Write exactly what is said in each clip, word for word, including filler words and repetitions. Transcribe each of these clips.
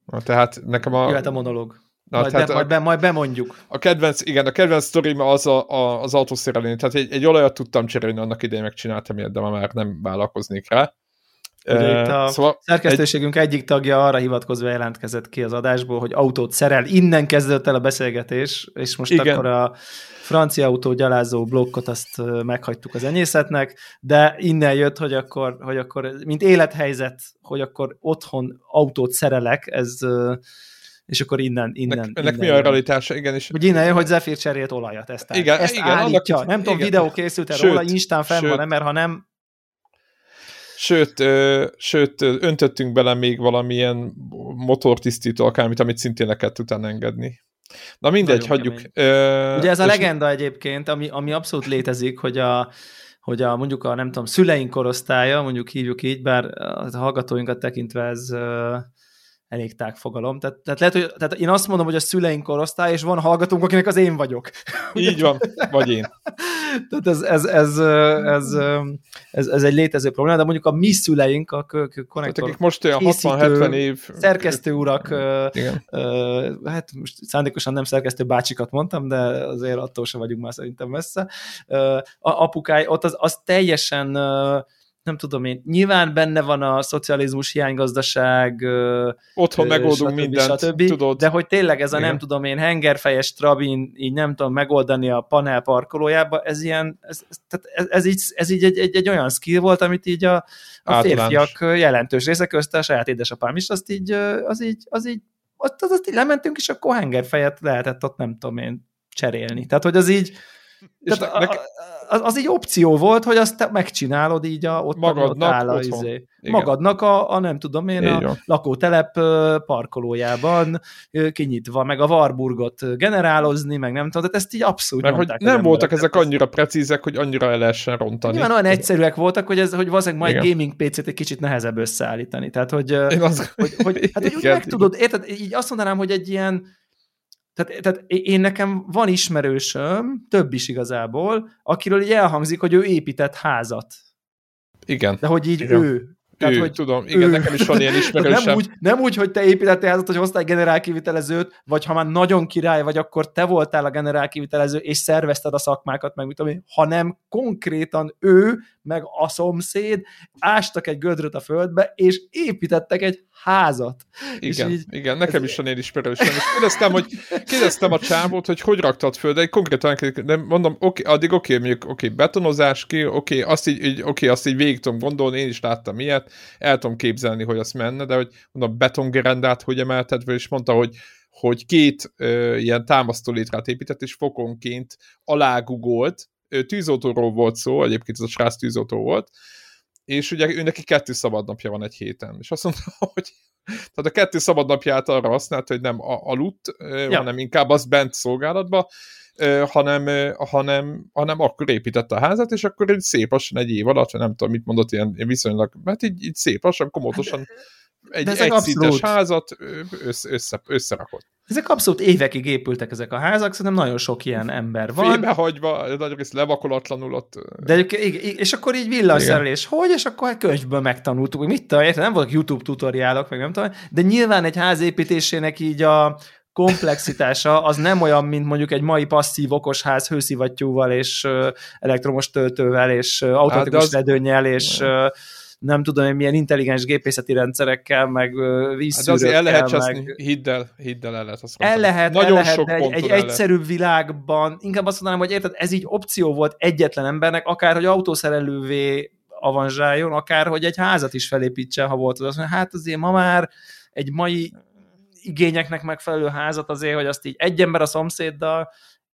Na, tehát nekem a... Jöhet a monológ. Na, majd, be, a... majd, be, majd bemondjuk. A kedvenc, igen, a kedvenc sztorim az a, a, az autószerelőn. Tehát egy, egy olajat tudtam cserélni, annak idején megcsináltam ilyet, de ma már nem vállalkoznék rá. Ugye itt a szóval szerkesztőségünk egy... egyik tagja arra hivatkozva jelentkezett ki az adásból, hogy autót szerel. Innen kezdődött el a beszélgetés, és most igen. Akkor a francia autó gyalázó blokkot azt meghagytuk az enyészetnek, de innen jött, hogy akkor, hogy akkor mint élethelyzet, hogy akkor otthon autót szerelek, ez... és akkor innen... innen ennek, ennek innen mi a realitása? Igen, és... Hogy innen jön, hogy Zephyr cserélt olajat. Ezt, áll, igen, ezt igen, állítja. annak, nem tudom, igen. videó készült el róla, Instán fenn van, mert ha nem... Sőt, ö, sőt, öntöttünk bele még valamilyen motortisztító akármit, amit szintén le kellett utána engedni. Na mindegy, nagyon hagyjuk. Ö, Ugye ez a legenda egyébként, ami, ami abszolút létezik, hogy a hogy a, mondjuk a, nem tudom, szüleink korosztálya, mondjuk hívjuk így, bár a hallgatóinkat tekintve ez uh, elég tág fogalom. Tehát, tehát, lehet, hogy, tehát én azt mondom, hogy a szüleink korosztály, és van hallgatónk, akinek az én vagyok. Így van, vagy én. Tehát ez, ez, ez, ez, ez, ez egy létező probléma, de mondjuk a mi szüleink, a konnektor akik most olyan hatvan-hetven év... szerkesztő urak, igen. Hát most szándékosan nem szerkesztő bácsikat mondtam, de azért attól sem vagyunk már szerintem messze. A apukáj, ott az, az teljesen... nem tudom én, nyilván benne van a szocializmus, hiánygazdaság, otthon megoldunk stb. mindent, stb. Tudod. De hogy tényleg ez a igen. nem tudom én, hengerfejes trabin, így nem tudom megoldani a panel parkolójába, ez ilyen, ez, tehát ez, ez így, ez így egy, egy, egy olyan skill volt, amit így a, a férfiak jelentős része közt, a saját édesapám is, azt így, az így, az így, ott, az, azt így lementünk, és akkor hengerfejet lehetett ott nem tudom én cserélni. Tehát, hogy az így tehát a, a, az, az egy opció volt, hogy azt te megcsinálod így a, ott, magadnak, ott áll a, izé. Magadnak a, a nem tudom én, igen. a lakótelep parkolójában kinyitva, meg a Warburgot generálozni, meg nem tudom, tehát ezt így abszolút mert hogy nem voltak ezek annyira precízek, hogy annyira el lehessen rontani. Nyilván olyan egyszerűek voltak, hogy, ez, hogy valószínűleg majd gaming pé cét egy kicsit nehezebb összeállítani. Tehát, hogy, az... hogy, hogy hát, hogy úgy meg tudod, érted, így azt mondanám, hogy egy ilyen Tehát, tehát én nekem van ismerősöm, több is igazából, akiről így elhangzik, hogy ő épített házat. Igen. De hogy így igen. ő. Tehát, ő, hogy tudom, igen, ő. Nekem is van ilyen ismerősem. Nem úgy, nem úgy, hogy te építettél házat, hogy hoztál generálkivitelezőt, vagy ha már nagyon király vagy, akkor te voltál a generálkivitelező, és szervezted a szakmákat, meg mit tudom én, hanem konkrétan ő, meg a szomszéd ástak egy gödröt a földbe, és építettek egy házat. Igen, így, igen, nekem is van ilyen ismerősem. És kérdeztem, hogy kérdeztem a csávót, hogy hogy raktad föl, de egy konkrétan, de mondom, oké, addig oké, mondjuk, oké, betonozás ki, oké, azt így, így, oké, azt így végig tudom gondolni, én is láttam ilyet, el tudom képzelni, hogy az menne, de hogy mondom, betongerendát hogy emelted fel, és mondta, hogy, hogy két ö, ilyen támasztó létrát épített, és fokonként alágugolt, tűzoltóról volt szó, egyébként ez a srác tűzoltó volt, és ugye ő neki kettő szabadnapja van egy héten. És azt mondta, hogy tehát a kettő szabadnapját arra használta, hogy nem aludt, ja. hanem inkább az bent szolgálatba, hanem, hanem, hanem akkor építette a házat, és akkor egy szép lassan egy év alatt, vagy nem tudom, mit mondott, ilyen viszonylag, mert így, így szép lassan, komótosan egy egyszintes házat össze, össze, összerakott. Ezek abszolút évekig épültek ezek a házak, szerintem nagyon sok ilyen ember van. Félbehagyva, nagyon rész levakolatlanul ott. De és akkor így villanyszerelés, hogy, és akkor hát könyvből megtanultuk, hogy mit tudom, nem voltak YouTube tutoriálok, meg nem tudom, de nyilván egy ház építésének így a komplexitása az nem olyan, mint mondjuk egy mai passzív okos ház hőszivattyúval, és elektromos töltővel, és automatikus hát redőnnyel, és nem tudom, hogy milyen intelligens gépészeti rendszerekkel, meg vízszűrőkkel. Hát de azért el lehet meg... cseszni, hidd el, hidd el, el lehet azt El lehet, nagyon el lehet, sok egy, egy egyszerűbb világban, inkább azt mondanám, hogy érted, ez így opció volt egyetlen embernek, akár, hogy autószerelővé avanzsáljon, akár, hogy egy házat is felépítsen, ha volt az, azt mondja, hát azért ma már egy mai igényeknek megfelelő házat azért, hogy azt így egy ember a szomszéddal,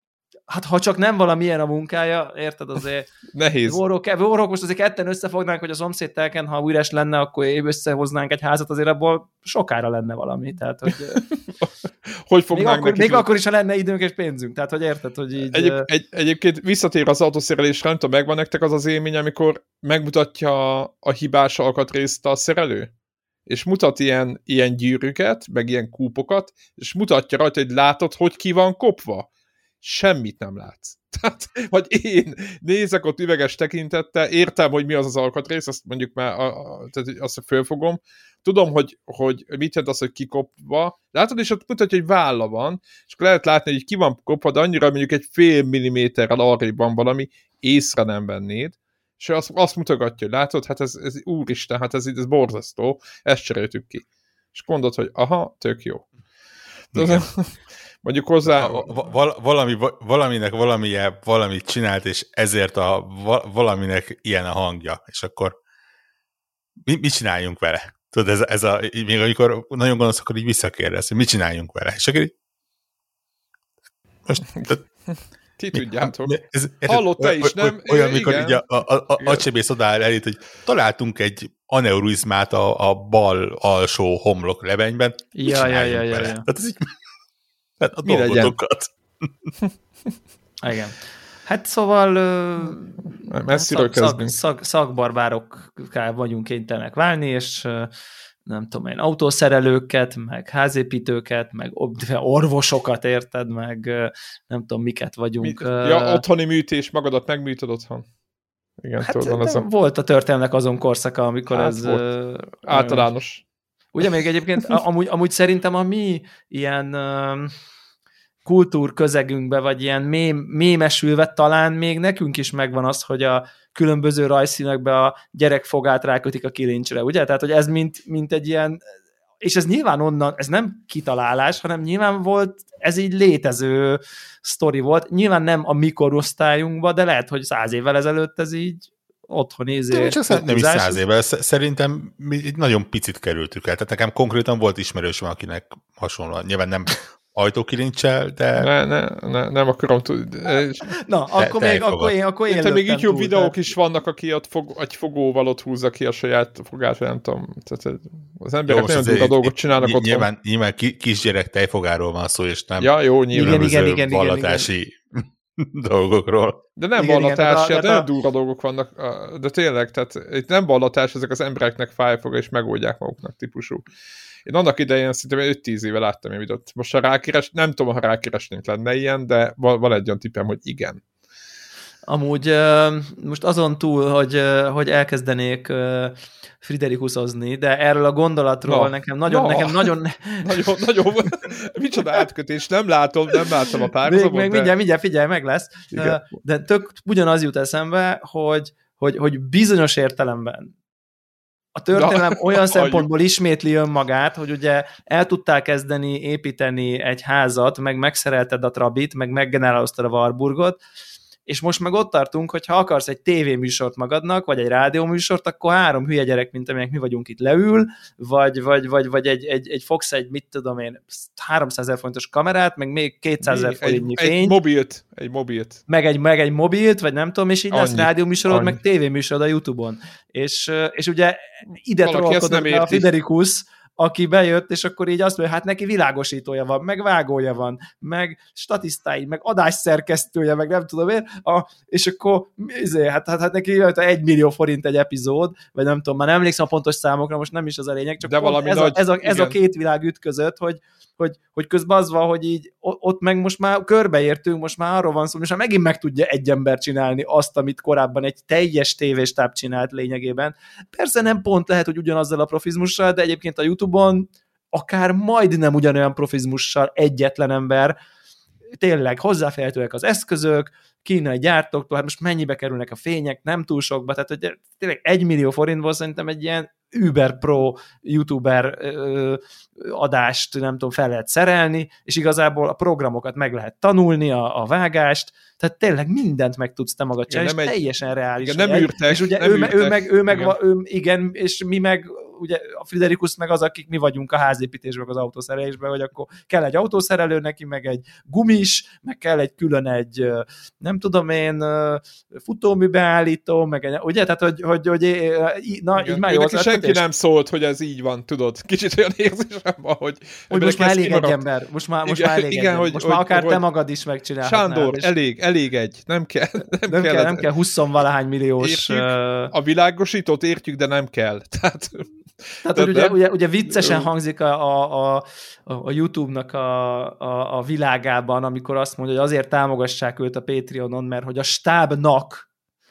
hát ha csak nem valamilyen a munkája, érted, azért nehéz. Vorrók most azért ketten összefognánk, hogy a szomszéd telken, ha üres lenne, akkor összehoznánk egy házat, azért abból sokára lenne valami. Tehát, hogy, hogy még, akkor, még akkor is, ha lenne időnk és pénzünk. Tehát, hogy érted, hogy így... Egyéb, egy, egyébként visszatér az autószerelésre, nem tudom, megvan nektek az az élmény, amikor megmutatja a hibás alkatrészt a szerelő? És mutat ilyen, ilyen gyűrűket, meg ilyen kúpokat, és mutatja rajta, hogy látod, hogy ki van kopva. Semmit nem látsz. Tehát, vagy én nézek ott üveges tekintettel, értem, hogy mi az az alkatrész, azt mondjuk már a, a, tehát azt fölfogom. Tudom, hogy, hogy mit jelent az, hogy kikopva. Látod, és ott mutatja, hogy válla van, és akkor lehet látni, hogy ki van kopva, de annyira mondjuk egy fél milliméterrel arrébb van valami, észre nem vennéd, és azt, azt mutogatja, hogy látod, hát ez, ez úristen, hát ez, ez borzasztó, ezt cseréltük ki. És mondod, hogy aha, tök jó. De, mondjuk hozzá... Val- valami, valaminek valamilyen, valamit csinált, és ezért a valaminek ilyen a hangja, és akkor mi, mit csináljunk vele? Tudod, ez, ez a, még amikor nagyon gonosz, akkor így visszakérdez, hogy mit csináljunk vele? És akkor így... Most... Ti tudjátok. Ez, Hallott te is, nem? Olyan, amikor így a, a, a, a acsebész odáll elít, hogy találtunk egy aneurizmát a, a bal alsó homlok lebenyben. Ja, ja, ja, ja, ja. Tehát ez így... Hát a dolgotokat. Igen. Hát szóval messziről szak, kezdünk. Szak, szak, szakbarbárokká vagyunk kénytelenek válni, és nem tudom én, autószerelőket, meg házépítőket, meg orvosokat, érted, meg nem tudom, miket vagyunk. Mi, ja, otthoni műtés, magadat megműtöd otthon. Igen, hát tudom, ez a... volt a történelmek azon korszaka, amikor hát ez... Volt. Általános. Ugye még egyébként amúgy, amúgy szerintem a mi ilyen kultúrközegünkbe, vagy ilyen mém, mémesülve talán még nekünk is megvan az, hogy a különböző rajzszínekbe a gyerek fogát rákötik a kilincsre, ugye? Tehát, hogy ez mint, mint egy ilyen, és ez nyilván onnan, ez nem kitalálás, hanem nyilván volt, ez így létező sztori volt. Nyilván nem a mi korosztályunkban, de lehet, hogy száz évvel ezelőtt ez így otthon ízé. Nem, csak nem is száz évvel. Szerintem mi nagyon picit kerültük el. Tehát nekem konkrétan volt ismerősöm, akinek hasonlóan. Nyilván nem ajtókilincsel, de... Ne, ne, ne, nem akarom tudni. Na, te, akkor te még, akkor én, akkor én te még YouTube túl, videók tehát... is vannak, aki ott fog, egy fogóval ott húzza ki a saját fogát, nem tudom. Tehát az emberek nagyon durva dolgot csinálnak otthon. Nyilván, nyilván kisgyerek tejfogáról van szó, és nem ja, jó, nyilván. Igen, igen, igen, vallatási dolgokról. De nem igen, vallatás, igen, hát nagyon durva dolgok vannak, de tényleg, tehát itt nem vallatás, ezek az embereknek fájfoga, és megoldják maguknak típusú. Én annak idején szerintem öt-tíz éve láttam egy videót. Most ha rákeres, nem tudom, ha rákeresnénk lenne ilyen, de van egy olyan tippem, hogy igen. Amúgy most azon túl, hogy, hogy elkezdenék Friderikuszozni, de erről a gondolatról no. nekem nagyon... No. Nekem nagyon... nagyon, nagyon... Micsoda átkötés, nem látom, nem látom a párhuzamot. Még, még de... mindjárt, mindjárt, figyelj, meg lesz. Igen. De tök ugyanaz jut eszembe, hogy, hogy, hogy bizonyos értelemben a történelem Na, olyan szempontból ismétli önmagát, hogy ugye el tudtál kezdeni építeni egy házat, meg megszerelted a Trabit, meg meggeneráloztad a Warburgot, és most meg ott tartunk, hogy ha akarsz egy tévéműsort magadnak, vagy egy rádióműsort, akkor három hülye gyerek, mint amilyenek mi vagyunk itt leül, vagy, vagy, vagy, vagy egy, egy, egy fogsz egy, mit tudom én, háromszázezer forintos kamerát, meg még kétszázezer forintnyi fényt. Egy mobilt, egy mobilt. Meg egy, meg egy mobilt, vagy nem tudom, és így annyi, lesz rádióműsorod, annyi. Meg tévéműsorod a YouTube-on. És, és ugye ide trollkodott a Friderikus, aki bejött, és akkor így azt mondja, hát neki világosítója van, meg vágója van, meg statisztái, meg adásszerkesztője, meg nem tudom én, a, és akkor ezért, hát, hát, hát neki jött egy millió forint egy epizód, vagy nem tudom, már nem emlékszem a pontos számokra, most nem is az a lényeg, csak de valami ez, nagy, a, ez, a, ez a két világ ütközött, hogy, hogy, hogy közben az van, hogy így ott meg most már körbeértünk, most már arról van szó, most már megint meg tudja egy ember csinálni azt, amit korábban egy teljes tévéstáb csinált lényegében. Persze nem pont lehet, hogy ugyanazzal a profizmussal, de egyébként a YouTube-on akár majdnem ugyanolyan profizmussal egyetlen ember, tényleg hozzáférhetőek az eszközök, kínai gyártóktól, hát most mennyibe kerülnek a fények, nem túl sokba, tehát hogy tényleg egy millió forintból szerintem egy ilyen Uber Pro YouTuber ö, adást, nem tudom, fel lehet szerelni, és igazából a programokat meg lehet tanulni, a, a vágást, tehát tényleg mindent meg tudsz te magad csinálni, és egy, teljesen reális. Igen, nem űrtek. És ugye nem ő, űrtek, ő meg, ő meg igen. Ő, igen, és mi meg, ugye a Friderikus meg az, akik mi vagyunk a házépítésben, az autószerelésben, hogy akkor kell egy autószerelő neki, meg egy gumis, meg kell egy külön egy, nem tudom én, futóműbeállító, meg egy, ugye, tehát, hogy, hogy, hogy na, igen. Így már jó az senki és... nem szólt, hogy ez így van, tudod. Kicsit olyan érzésem van, hogy... Hogy most már elég egy ember. Most már, most igen, már elég igen, egy hogy, Most hogy, már akár hogy, te magad is megcsinálhatnál. Sándor, és... elég, elég egy. Nem kell. Nem, nem kell, kell, nem kell huszonvalahány milliós... Értjük, a világosítót értjük, de nem kell. Tehát... Tehát, hogy ugye, ugye, ugye viccesen hangzik a, a, a, a YouTube-nak a, a, a világában, amikor azt mondja, hogy azért támogassák őt a Patreonon, mert hogy a stábnak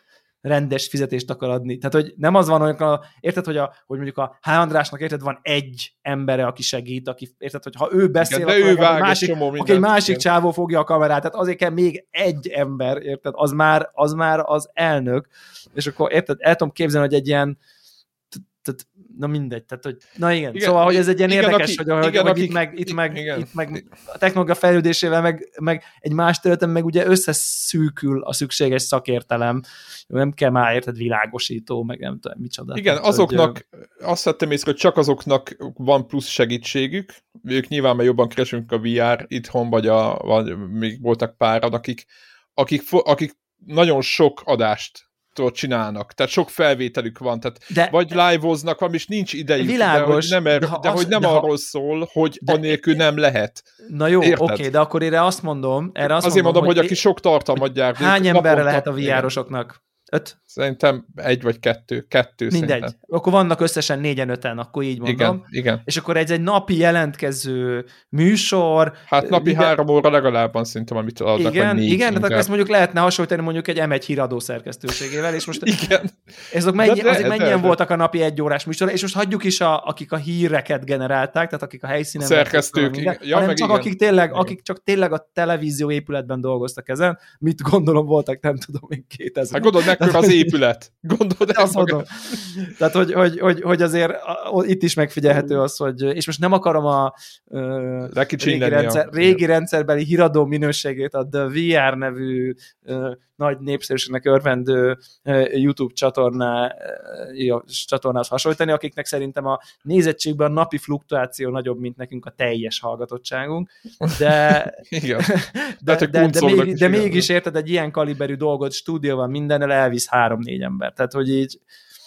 rendes fizetést akar adni. Tehát, hogy nem az van, hogy a, érted, hogy, a, hogy mondjuk a H. Andrásnak érted, van egy embere, aki segít, aki, érted, hogy ha ő beszél, igen, akkor ő vág, másik, mindent, egy másik igen. csávó fogja a kamerát, tehát azért kell még egy ember, érted, az már az, már az elnök, és akkor érted, el tudom képzelni, hogy egy ilyen tehát, na mindegy, tehát, hogy, na igen, igen, szóval, hogy ez egy ilyen igen, érdekes, aki, hogy, igen, hogy akik, itt, meg, itt, meg, itt meg a technológia fejlődésével, meg, meg egy más területen meg ugye összeszűkül a szükséges szakértelem, nem kell már érted világosító, meg nem tudom, micsoda. Igen, tehát, azoknak, hogy, azt vettem észre, hogy csak azoknak van plusz segítségük, ők nyilván már jobban keresünk a vé er itthon, vagy, a, vagy még voltak páran, akik, akik, akik nagyon sok adást csinálnak, tehát sok felvételük van, tehát de, vagy live-oznak, valami, és nincs idejük, világos, de hogy nem, er, de, de hogy nem arról ha, szól, hogy de, anélkül nem lehet. Na jó, oké, okay, de akkor erre azt mondom, erre azt azért mondom, hogy, hogy aki é- sok tartalmat gyárt. Hány emberre lehet a vé er-osoknak? Öt? Szerintem egy vagy kettő. Kettő Mindegy. Szerintem. Akkor vannak összesen négyen, öten, akkor így mondom. Igen, igen. És akkor ez egy napi jelentkező műsor. Hát napi minden... három óra legalább van szerintem, amit adnak, igen, vagy négy. Igen, de akkor ezt mondjuk lehetne hasonlítani mondjuk egy em egy híradó szerkesztőségével, és most igen. Ezek mennyi, de, azért de, mennyien de, voltak a napi egy órás műsor, és most hagyjuk is, a, akik a híreket generálták, tehát akik a helyszínen szerkesztők, minden, ja, hanem csak igen. akik tényleg, akik csak tényleg a televízió épületben dolgoztak ezen, mit gondolom voltak, nem tudom, még kétezer. Hát gondolod, mekkora az épület. Gondolod, azt mondom. Tehát, hogy, hogy, hogy, hogy azért itt is megfigyelhető az, hogy, és most nem akarom a uh, régi, rendszer, a... régi rendszerbeli híradó minőségét a The vé er nevű uh, nagy népszerűségnek örvendő uh, YouTube csatorná, uh, csatornához hasonlítani, akiknek szerintem a nézettségben a napi fluktuáció nagyobb, mint nekünk a teljes hallgatottságunk, de igen. de, de, de, de, még, de mégis érted, egy ilyen kaliberű dolgot stúdióban mindennel elvisz három-négy ember. Tehát, hogy így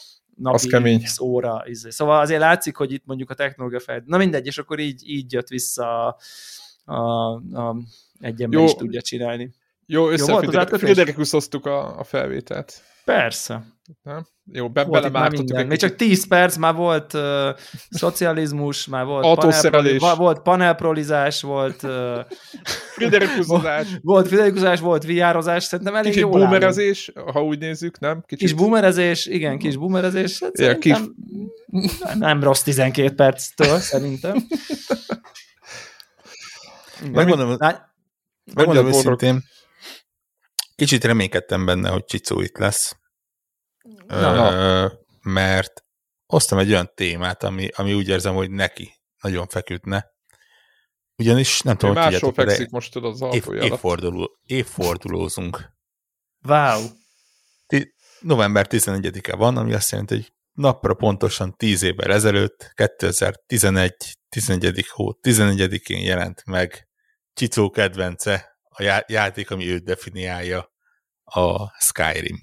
napi x óra. Izé. Szóval azért látszik, hogy itt mondjuk a technológia fejlődik. Na mindegy, és akkor így, így jött vissza a, a, a egy ember jó, is tudja csinálni. Jó, össze Friderikusoztuk a, a felvételt. Persze. Nem? Jó, be, belemártottuk. Még csak tíz perc, már volt uh, szocializmus, már volt autószerelés, panel, volt panelprolizás, volt uh, Friderikusozás. Volt Friderikusozás, volt vé er-ozás, szerintem elég kicsit jól boomerezés, ha úgy nézzük, nem? Kicsit. Kis boomerezés, igen, kis boomerezés. Hát ja, kis... nem, nem rossz tizenkét perctől, szerintem. Megmondom, megmondom őszintén, kicsit reménykedtem benne, hogy Csicó itt lesz. Ö, mert hoztam egy olyan témát, ami, ami úgy érzem, hogy neki nagyon feküdne. Ugyanis nem tudom, hogy máshol fekszik most tudod az év, évforduló, évfordulózunk. Wow! november tizenegyedike van, ami azt jelenti, hogy napra pontosan tíz évvel ezelőtt, kétezer-tizenegy tizenegyedik hó tizenegyedikén jelent meg Csicó kedvence, a já- játék, ami őt definiálja, a Skyrim.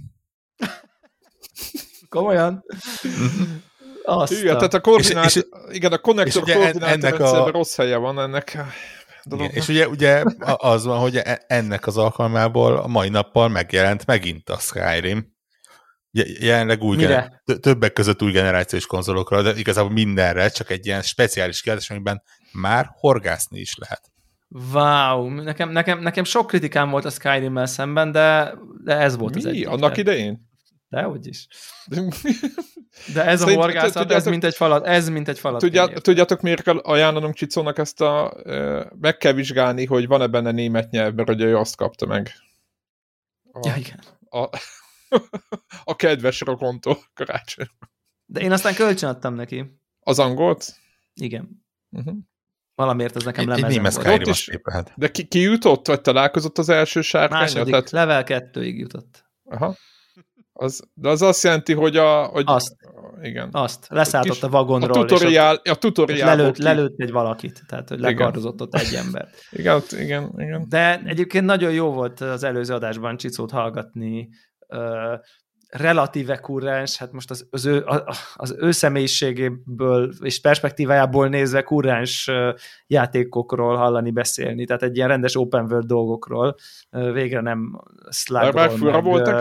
Komolyan? Igen, tehát a koordinát, és, és, igen, a konnektor koordinátorrendszerben a... rossz helye van ennek. Igen, és ugye, ugye az van, hogy ennek az alkalmából a mai nappal megjelent megint a Skyrim. Jelenleg új gener- többek között új generációs konzolokra, de igazából mindenre, csak egy ilyen speciális kiadás, amiben már horgászni is lehet. Wow, nekem, nekem, nekem sok kritikám volt a Skyrimmel szemben, de, de ez volt Mi? az egyik. Annak idején? Dehogy is. De ez Szerint, a horgászat, ez mint egy falat, ez mint egy falat. Tudját, tudjátok, miért kell ajánlanunk Csicónak ezt a... meg kell vizsgálni, hogy van-e benne német nyelv, mert ugye ő azt kapta meg. A, ja, igen. A, a kedves rokontól karácsony. De én aztán kölcsönadtam neki. Az angolt? Igen. Uh-huh. Valamiért ez nekem lemezen volt. Egy német is, de ki, ki jutott, vagy találkozott az első sárkánya? Második, tehát... level kettőig jutott. Aha. Az, de az azt jelenti, hogy a... Hogy, azt. Igen. Azt. Leszálltott a vagonról. A tutoriál, a tutoriál lelőtt, lelőtt egy valakit, tehát hogy lekardozott ott egy ember. Igen, igen, igen. De egyébként nagyon jó volt az előző adásban Csicót hallgatni. Uh, relatíve kurrens, hát most az, az, ő, az ő személyiségéből és perspektívájából nézve kurrens játékokról hallani beszélni, tehát egy ilyen rendes open world dolgokról, végre nem slugról. Már fura volt neked?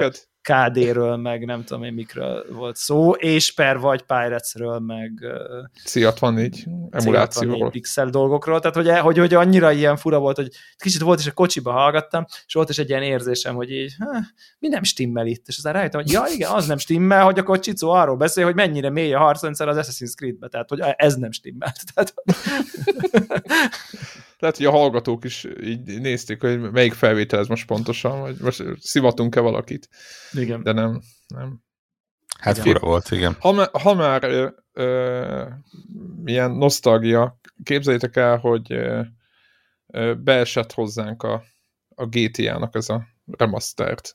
ká dé-ről, meg nem tudom én mikről volt szó, és per vagy Pirates-ről, meg cé hatvannégy emulációról. pixel dolgokról, tehát hogy, hogy, hogy annyira ilyen fura volt, hogy kicsit volt is a kocsiba hallgattam, és volt is egy ilyen érzésem, hogy így, mi nem stimmel itt, és aztán rájöttem, hogy ja igen, az nem stimmel, hogy akkor Csicó arról beszél, hogy mennyire mély a harcrendszer az Assassin's Creed-be, tehát hogy ez nem stimmel. Tehát... Lehet, hogy a hallgatók is így nézték, hogy melyik felvétel ez most pontosan, vagy most szivatunk-e valakit. Igen. De nem, nem. Hát fura volt, igen. Ha, ha már ö, ö, ilyen nosztalgia, képzeljétek el, hogy ö, ö, beesett hozzánk a, a gé té á-nak ez a remastered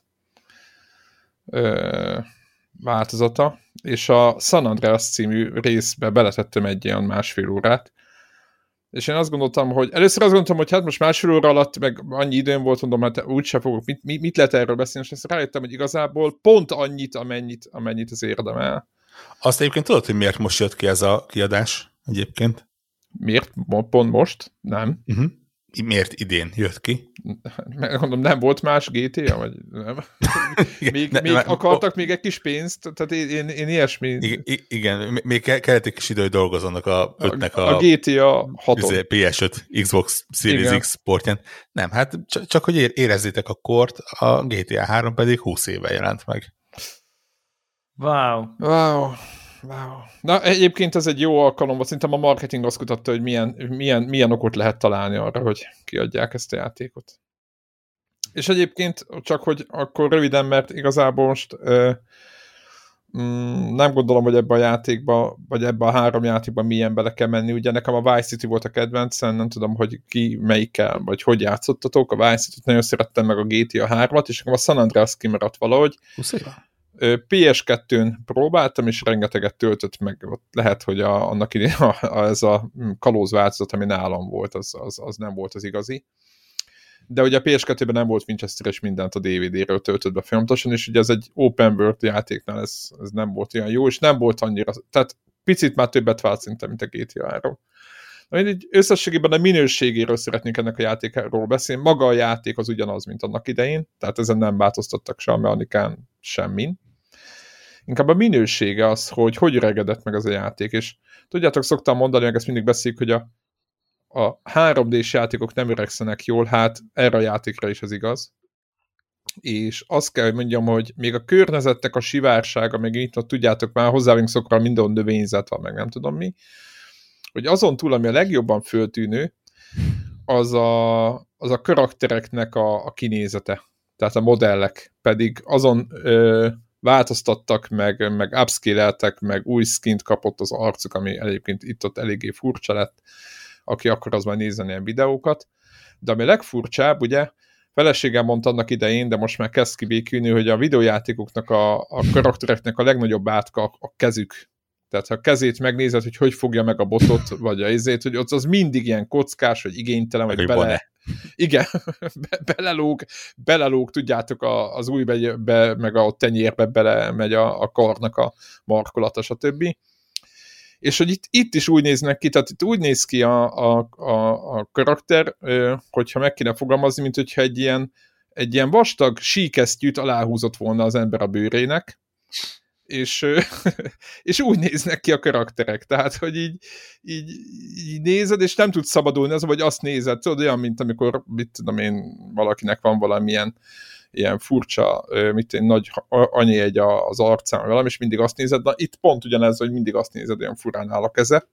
ö, változata, és a San Andreas című részbe beletettem egy ilyen másfél órát, és én azt gondoltam, hogy először azt gondoltam, hogy hát most másfél óra alatt, meg annyi időm volt, mondom, hát úgyse fogok, mit, mit, mit lehet erről beszélni, és ezt rájöttem, hogy igazából pont annyit, amennyit, amennyit az érdemel. Azt egyébként tudod, hogy miért most jött ki ez a kiadás egyébként? Miért? Pont most? Nem. Uh-huh. Miért idén jött ki? Megmondom, nem volt más gé té á? Vagy nem? Még, ne, még ne, akartak o... még egy kis pénzt? Tehát én, én, én ilyesmi... Igen, igen, még kellett egy kis idő, hogy dolgozzanak a ötnek a, a, a gé té á haton. pé es öt Xbox Series igen. X portján. Nem, hát csak hogy érezzétek a kort, a gé té á három pedig húsz éve jelent meg. Wow. Wow. Wow. Na, egyébként ez egy jó alkalom, szerintem a marketing azt kutatta, hogy milyen, milyen, milyen okot lehet találni arra, hogy kiadják ezt a játékot. És egyébként csak, hogy akkor röviden, mert igazából most ö, mm, nem gondolom, hogy ebbe a játékba, vagy ebbe a három játékba milyen bele kell menni. Ugye nekem a Vice City volt a kedvencem, nem tudom, hogy ki melyikkel, vagy hogy játszottatok. A Vice City-t nagyon szerettem, meg a gé té á hármat, és nekem a San Andreas kimaradt valahogy. Huszéva? pé es kettőn próbáltam, és rengeteget töltött meg. Ott lehet, hogy a, annak idén a, a, ez a kalóz változat, ami nálam volt, az, az, az nem volt az igazi. De ugye a pé es kettőben nem volt Winchester, és mindent a dé vé dé-ről töltött be folyamatosan, és ugye ez egy open world játéknál ez, ez nem volt olyan jó, és nem volt annyira, tehát picit már többet vált szinte, mint a gé té á-ról. Így összességében a minőségéről szeretnék ennek a játékáról beszélni. Maga a játék az ugyanaz, mint annak idején, tehát ezen nem változtattak se a mechanikán, semmin. Inkább a minősége az, hogy hogy öregedett meg az a játék, és tudjátok, szoktam mondani, meg ezt mindig beszéljük, hogy a, a három dés játékok nem öregszenek jól, hát erre a játékra is ez igaz. És azt kell, hogy mondjam, hogy még a környezetnek a sivársága, meg itt tudjátok már, hozzávünk szokva minden növényzet van, meg nem tudom mi, hogy azon túl, ami a legjobban föltűnő, az a, az a karaktereknek a, a kinézete. Tehát a modellek pedig azon ö, változtattak, meg, meg upscale-eltek, meg új skint kapott az arcuk, ami egyébként itt-ott eléggé furcsa lett, aki akar, az már nézzen ilyen videókat. De ami a legfurcsább, ugye, feleségem mondta annak idején, de most már kezd kibékülni, hogy a videójátékoknak a, a karaktereknek a legnagyobb átka a, a kezük. Tehát ha a kezét megnézed, hogy hogy fogja meg a botot, vagy a izét, hogy ott az mindig ilyen kockás, vagy igénytelen, vagy bele... Bane. Igen, be, belelóg, belelóg, tudjátok, a, az új be, be, meg a tenyérbe bele megy a, a karnak a markolata, stb. És hogy itt, itt is úgy néznek ki, tehát itt úgy néz ki a, a, a, a karakter, hogyha meg kéne fogalmazni, mint hogyha egy ilyen, egy ilyen vastag síkesztyűt aláhúzott volna az ember a bőrének, és, és úgy néznek ki a karakterek, tehát, hogy így, így, így nézed, és nem tudsz szabadulni, az, vagy azt nézed, tudod, olyan, mint amikor, mit tudom én, valakinek van valamilyen ilyen furcsa, mit én, nagy annyi egy az arcán, vagy valami, és mindig azt nézed, de itt pont ugyanez, hogy mindig azt nézed, olyan furán áll a keze.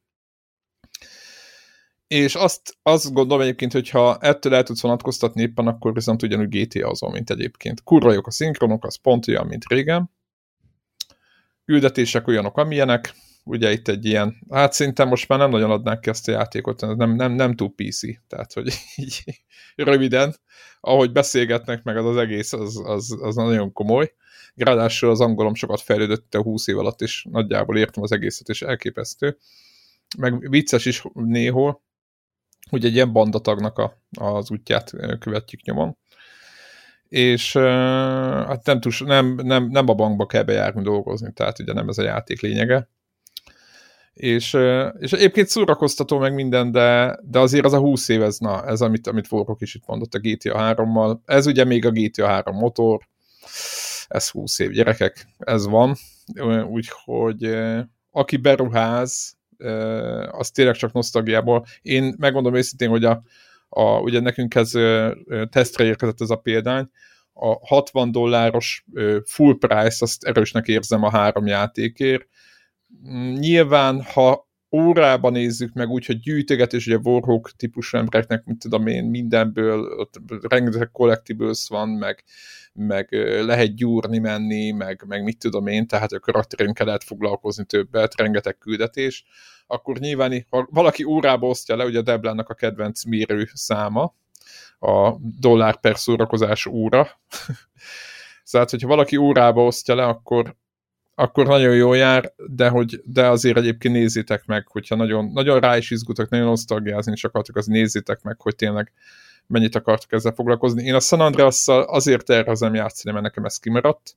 És azt, azt gondolom egyébként, hogyha ettől el tudsz vonatkoztatni éppen, akkor viszont ugyanúgy gé té á azon, mint egyébként. Kurva jók a szinkronok, az pont olyan, mint régen. Küldetések olyanok, amilyenek. Ugye itt egy ilyen, hát szerintem most már nem nagyon adnák ki ezt a játékot, nem, nem, nem túl pé cé, tehát hogy így röviden, ahogy beszélgetnek meg az, az egész, az, az, az nagyon komoly. Ráadásul az angolom sokat fejlődött a húsz év alatt, és nagyjából értem az egészet, és elképesztő. Meg vicces is néhol, hogy egy ilyen bandatagnak a, az útját követjük nyomon. És hát nem, túl, nem, nem, nem a bankba kell bejárni dolgozni, tehát ugye nem ez a játék lényege. És, és egyébként szórakoztató meg minden, de, de azért az a húsz év, ez, na, ez amit, amit Warhawk is itt mondott a gé té á hárommal. Ez ugye még a gé té á három motor. Ez húsz év, gyerekek, ez van. Úgyhogy aki beruház, az tényleg csak nosztalgiából. Én megmondom őszintén, hogy a, a, ugye nekünk ez tesztre érkezett ez a példány, a hatvan dolláros full price, azt erősnek érzem a három játékért. Nyilván, ha órában nézzük meg úgy, hogy gyűjtögetés, ugye Warhawk típusú embereknek, mit tudom én, mindenből, ott rengeteg collectibles van, meg, meg lehet gyúrni menni, meg, meg mit tudom én, tehát a karakterünkkel lehet foglalkozni többet, rengeteg küldetés, akkor nyilván, ha valaki órába osztja le, ugye a Deblának a kedvenc mérő száma, a dollár per szórakozás óra. Szóval, hogyha valaki órába osztja le, akkor akkor nagyon jól jár, de, hogy, de azért egyébként nézzétek meg, hogyha nagyon, nagyon rá is izgultak, nagyon nosztalgiázni is akartok, az nézzétek meg, hogy tényleg mennyit akartok ezzel foglalkozni. Én a San Andreasszal azért tervezem játszani, mert nekem ez kimaradt,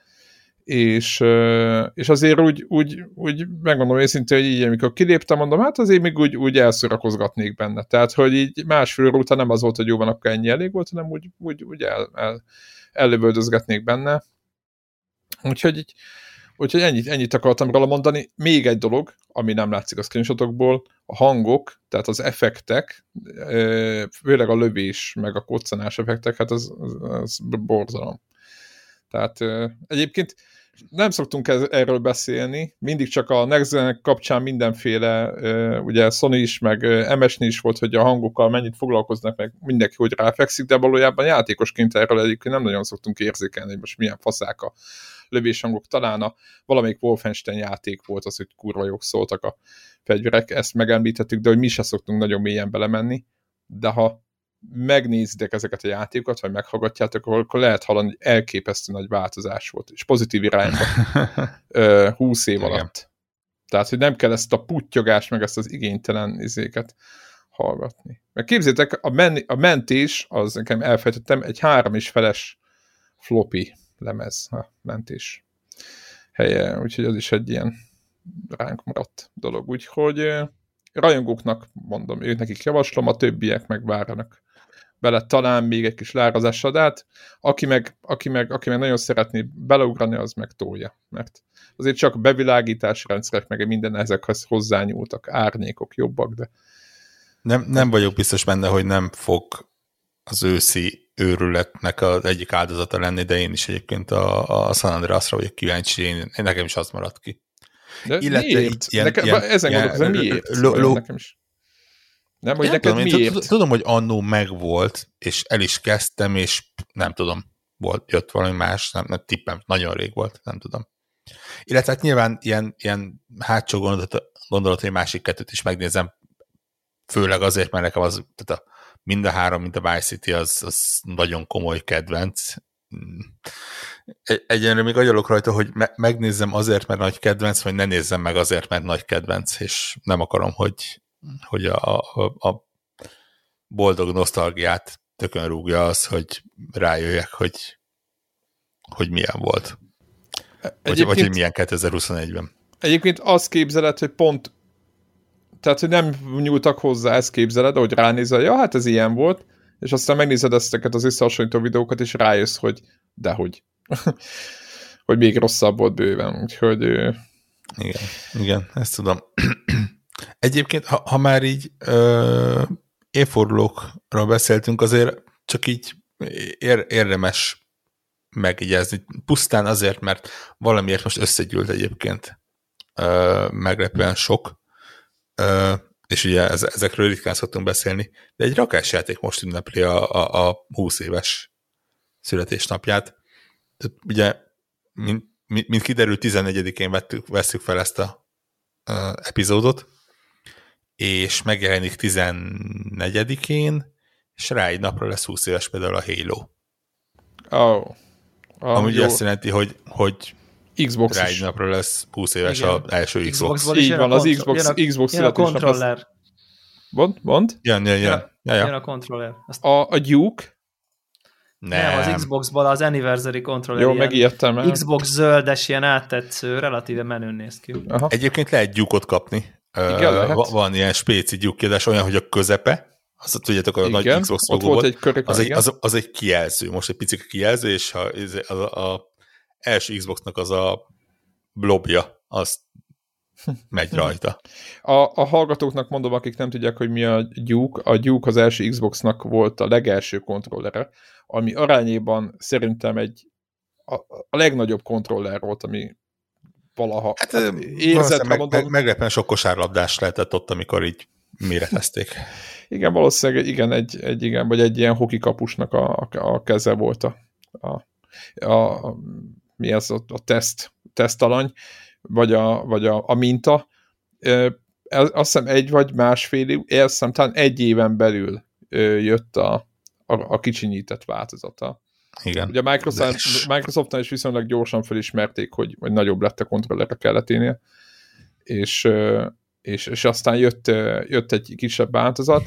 és, és azért úgy, úgy, úgy megmondom őszintén, hogy így, amikor kiléptem, mondom, hát azért még úgy, úgy elszórakozgatnék benne. Tehát, hogy így másfél óra után nem az volt, hogy jó van, akkor ennyi elég volt, hanem úgy, úgy, úgy el, el, ellövöldözgetnék benne. Úgyhogy így Úgyhogy ennyit, ennyit akartam róla mondani. Még egy dolog, ami nem látszik a screenshotokból, a hangok, tehát az effektek, főleg a lövés, meg a koccanás effektek, hát az, az, az borzalom. Tehát egyébként nem szoktunk ez, erről beszélni, mindig csak a Next Gen kapcsán mindenféle, ugye Sony is, meg em es-nél is volt, hogy a hangokkal mennyit foglalkoznak, meg mindenki, hogy ráfekszik, de valójában játékosként erről egyébként nem nagyon szoktunk érzékelni, hogy most milyen faszák a lövéshangok. Talán a valamelyik Wolfenstein játék volt az, hogy kurva jók szóltak a fegyverek, ezt megemlítettük, de hogy mi se szoktunk nagyon mélyen belemenni, de ha megnézitek ezeket a játékokat, vagy meghallgatjátok, akkor lehet hallani, hogy elképesztő nagy változás volt, és pozitív irányba húsz év alatt. Igen. Tehát, hogy nem kell ezt a puttyogást, meg ezt az igénytelen izéket hallgatni. Meg képzétek, a, men- a mentés, az nekem elfejtettem, egy három és feles floppy lemez, a mentés helye, úgyhogy az is egy ilyen ránk maradt dolog. Úgyhogy rajongóknak mondom, ők nekik javaslom, a többiek meg várjanak bele talán még egy kis lárazással, de hát aki meg, aki, meg, aki meg nagyon szeretné beleugrani, az meg tolja, mert azért csak bevilágítási rendszerek, meg minden ezekhez hozzányúltak, árnyékok jobbak, de nem, nem vagyok biztos benne, hogy nem fog az őszi őrületnek az egyik áldozata lenni, de én is egyébként a, a San Andreasra vagyok kíváncsi, én, nekem is az maradt ki. De illetve miért? Ilyen, Neke, ilyen, ezen gondolkozom, miért? Lo, lo, nekem is. Nem, hogy neked tudom, miért? Tudom, hogy annó megvolt, és el is kezdtem, és nem tudom, volt, jött valami más, nem, nem tippem, nagyon rég volt, nem tudom. Illetve hát nyilván ilyen, ilyen hátsó gondolat, gondolat, hogy másik kettőt is megnézem, főleg azért, mert nekem az, tehát a, mind a három, mint a Vice City, az, az nagyon komoly kedvenc. Egyenre még agyalok rajta, hogy me- megnézzem azért, mert nagy kedvenc, vagy ne nézzem meg azért, mert nagy kedvenc, és nem akarom, hogy, hogy a, a, a boldog nosztalgiát tökön rúgja az, hogy rájöjjek, hogy, hogy milyen volt. Vagy, vagy hogy milyen kétezer-huszonegyben. Egyébként azt képzeled, hogy pont tehát, hogy nem nyúltak hozzá, ezt képzeled, hogy ránézel, ja, hát ez ilyen volt, és aztán megnézed ezteket az összehasonlító videókat, és rájössz, hogy dehogy. hogy még rosszabb volt bőven, úgyhogy... Igen, igen, ezt tudom. Egyébként, ha, ha már így ö, évfordulókról beszéltünk, azért csak így ér, érdemes megjegyezni. Pusztán azért, mert valamiért most összegyűlt egyébként ö, meglepően sok, ö, és ugye ezekről ritkán szoktunk beszélni, de egy rakásjáték most ünnepli a, a, a húsz éves születésnapját. Tehát ugye, mint, mint kiderült, tizennegyedikén vettük, vesszük fel ezt a, a epizódot, és megjelenik tizennegyedikén, és rá egy napra lesz húsz éves például a Halo. Oh. Oh, ami jó. Azt jelenti, hogy, hogy Xbox rá egy napra lesz húsz éves az első Xbox. Xbox. Így van, az Xbox, jön a, Xbox jön a kontroller. Mond, mond? Jön, jön, jön. Ja, ja. Jön a kontroller. Azt... A, a Duke? Nem. nem, az Xboxban az Anniversary controller. Jó, megijedtem el. Xbox zöldes, ilyen áttetsző, relatíve menőn néz ki. Aha. Egyébként lehet Duke-ot kapni. Igen, uh, van ilyen spéci Duke, de olyan, hogy a közepe, azt tudjátok, a igen, nagy Xbox logó volt, egy körök, az, egy, az, az egy kijelző, most egy picik kijelző, és ha az a, a első Xboxnak az a blobja, azt megy rajta. A, a hallgatóknak mondom, akik nem tudják, hogy mi a Duke, a Duke az első Xboxnak volt a legelső kontrollere, ami arányében szerintem egy a, a legnagyobb kontroller volt, ami valaha hát, hát, érzett, meg, mondom, meg, meglepően sok kosárlabdás lehetett ott, amikor így méretezték. Igen, valószínűleg igen, egy, egy igen, vagy egy ilyen hoki kapusnak a, a, a keze volt a, a, a, a mi ez a, a teszt, tesztalany, vagy a, vagy a, a minta. Azt hiszem egy vagy másfél év, azt hiszem talán egy éven belül jött a, a, a kicsinyített változata. Igen. Ugye Microsoft, Microsoftnál is viszonylag gyorsan felismerték, hogy, hogy nagyobb lett a kontrollerre kelleténél, és, és, és aztán jött, jött egy kisebb változat,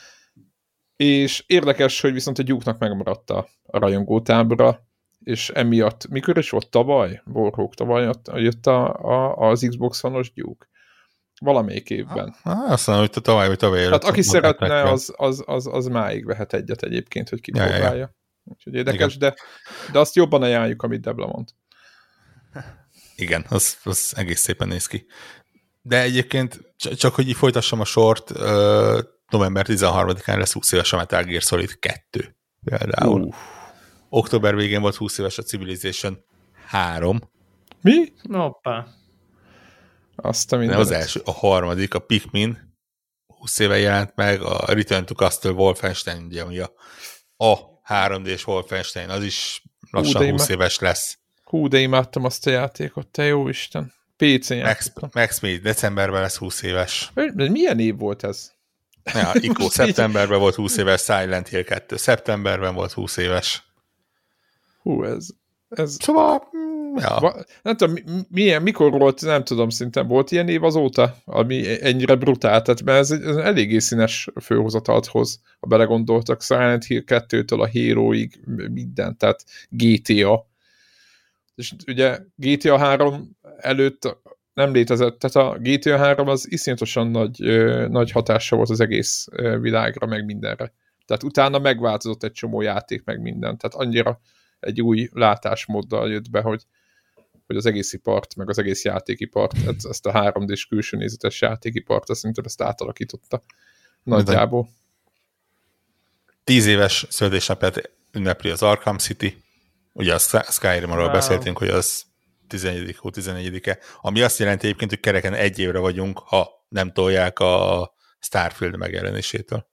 és érdekes, hogy viszont a Duke-nak megmaradt a, a rajongótábora, és emiatt, mikor is volt tavaly? Warhawk tavaly jött a, a, az Xbox One-os Duke. Valamelyik évben. Ah, azt mondom, hogy tavaly vagy tavaly. Hát aki szeretne, az, az, az, az máig vehet egyet egyébként, hogy kipróbálja. Ja, ja, ja. Úgyhogy érdekes, de, de azt jobban ajánljuk, amit Debla mond. Igen, az, az egész szépen néz ki. De egyébként, csak hogy így folytassam a sort, uh, november tizenharmadikán lesz húsz éves a Metal Gear Solid kettő. Például. Uh. Október végén volt húsz éves a Civilization három. Mi? Hoppá. Azt a Nem az első, a harmadik, a Pikmin húsz éve jelent meg, a Return to Castle Wolfenstein, ugye, ami a, a három dés Wolfenstein, az is lassan hú, húsz éves lesz. Hú, de imádtam azt a játékot, te jó Isten. pé cén Max, Max Payne decemberben lesz húsz éves. De milyen év volt ez? Ja, Ico szeptemberben volt húsz éves, Silent Hill kettő szeptemberben volt húsz éves. Hú, ez... ez... Szóval... Ja. Va, nem tudom, milyen, mikor volt, nem tudom, szintén volt ilyen év azóta, ami ennyire brutál, tehát mert ez egy ez eléggé színes főhozatalt hoz, ha belegondoltak, Silent Hill kettőtől a Hero-ig minden, tehát gé té á. És ugye gé té á három előtt nem létezett, tehát a gé té á három az iszonyatosan nagy, ö, nagy hatása volt az egész ö, világra, meg mindenre. Tehát utána megváltozott egy csomó játék, meg minden, tehát annyira egy új látásmóddal jött be, hogy hogy az egész ipart, meg az egész játékipart, ezt a három dés külső nézetes játékipart, azt szerintem ezt átalakította nagyjából. Tíz éves születésnapját ünnepli az Arkham City, ugye a Skyrimról wow. beszéltünk, hogy az tizenegyedik hó tizenegyedike, ami azt jelenti egyébként, hogy kereken egy évre vagyunk, ha nem tolják a Starfield megjelenésétől.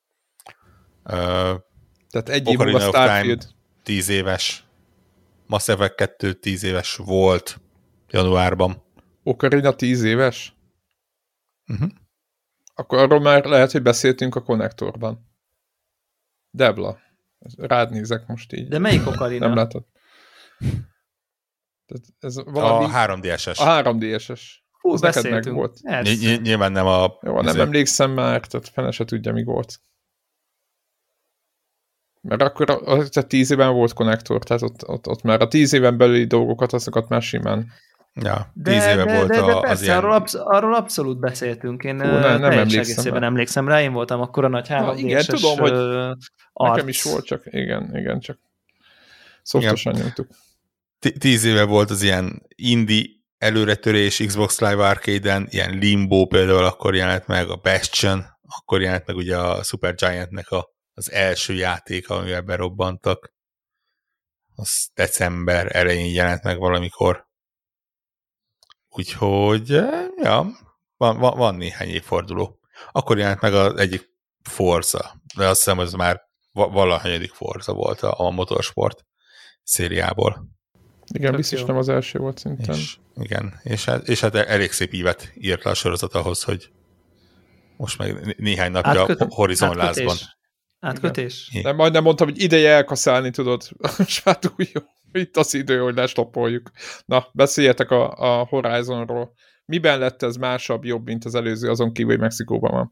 Uh, Tehát egy év múlva Starfield. Time, tíz éves. Mass Effect kettő tíz éves volt januárban. Ocarina tíz éves? Uh-huh. Akkor arról már lehet, hogy beszéltünk a konnektorban. Debla, rád nézek most így. De melyik Ocarina? Nem látod. Tehát ez valami... A három dé es es. A három dé es es. Hú, az beszéltünk. Meg volt. Ny- nyilván nem a... Jó, nem emlékszem már, tehát fene se tudja, mi volt. Mert akkor a, a tíz éven volt konnektor, tehát ott, ott, ott már a tíz éven belüli dolgokat, azokat már simán. Ja, tíz de, éve de, volt de, de a, persze, az ilyen... arról, absz- arról abszolút beszéltünk. Én Hú, ne, nem emlékszem rá. emlékszem rá, én voltam akkor a nagy három dé es-es igen, tudom, hogy arc. Nekem is volt, csak igen, igen, csak szoftosan nyomtuk. Tíz éve volt az ilyen indie előretörés Xbox Live Arcade-en, ilyen Limbo például akkor jelent meg, a Bastion, akkor jelent meg ugye a Supergiant-nek a az első játék, amivel berobbantak. Az december elején jelent meg valamikor. Úgyhogy, ja, van, van, van néhány évforduló. Akkor jelent meg az egyik Forza, de azt hiszem, az már valahanyadik Forza volt a, a motorsport szériából. Igen, tök biztos jó. Nem az első volt szintén. És, igen, és hát, és hát elég szép ívet írt le a sorozat ahhoz, hogy most meg néhány napja Átköt, Horizon Lázban. Átkötés? Nem, majdnem mondtam, hogy ideje elkaszálni, tudod. És hát úgy jó. Itt az idő, hogy lestoppoljuk. Na, beszéljetek a, a Horizonról. Miben lett ez másabb, jobb, mint az előző, azon kívül, hogy Mexikóban van?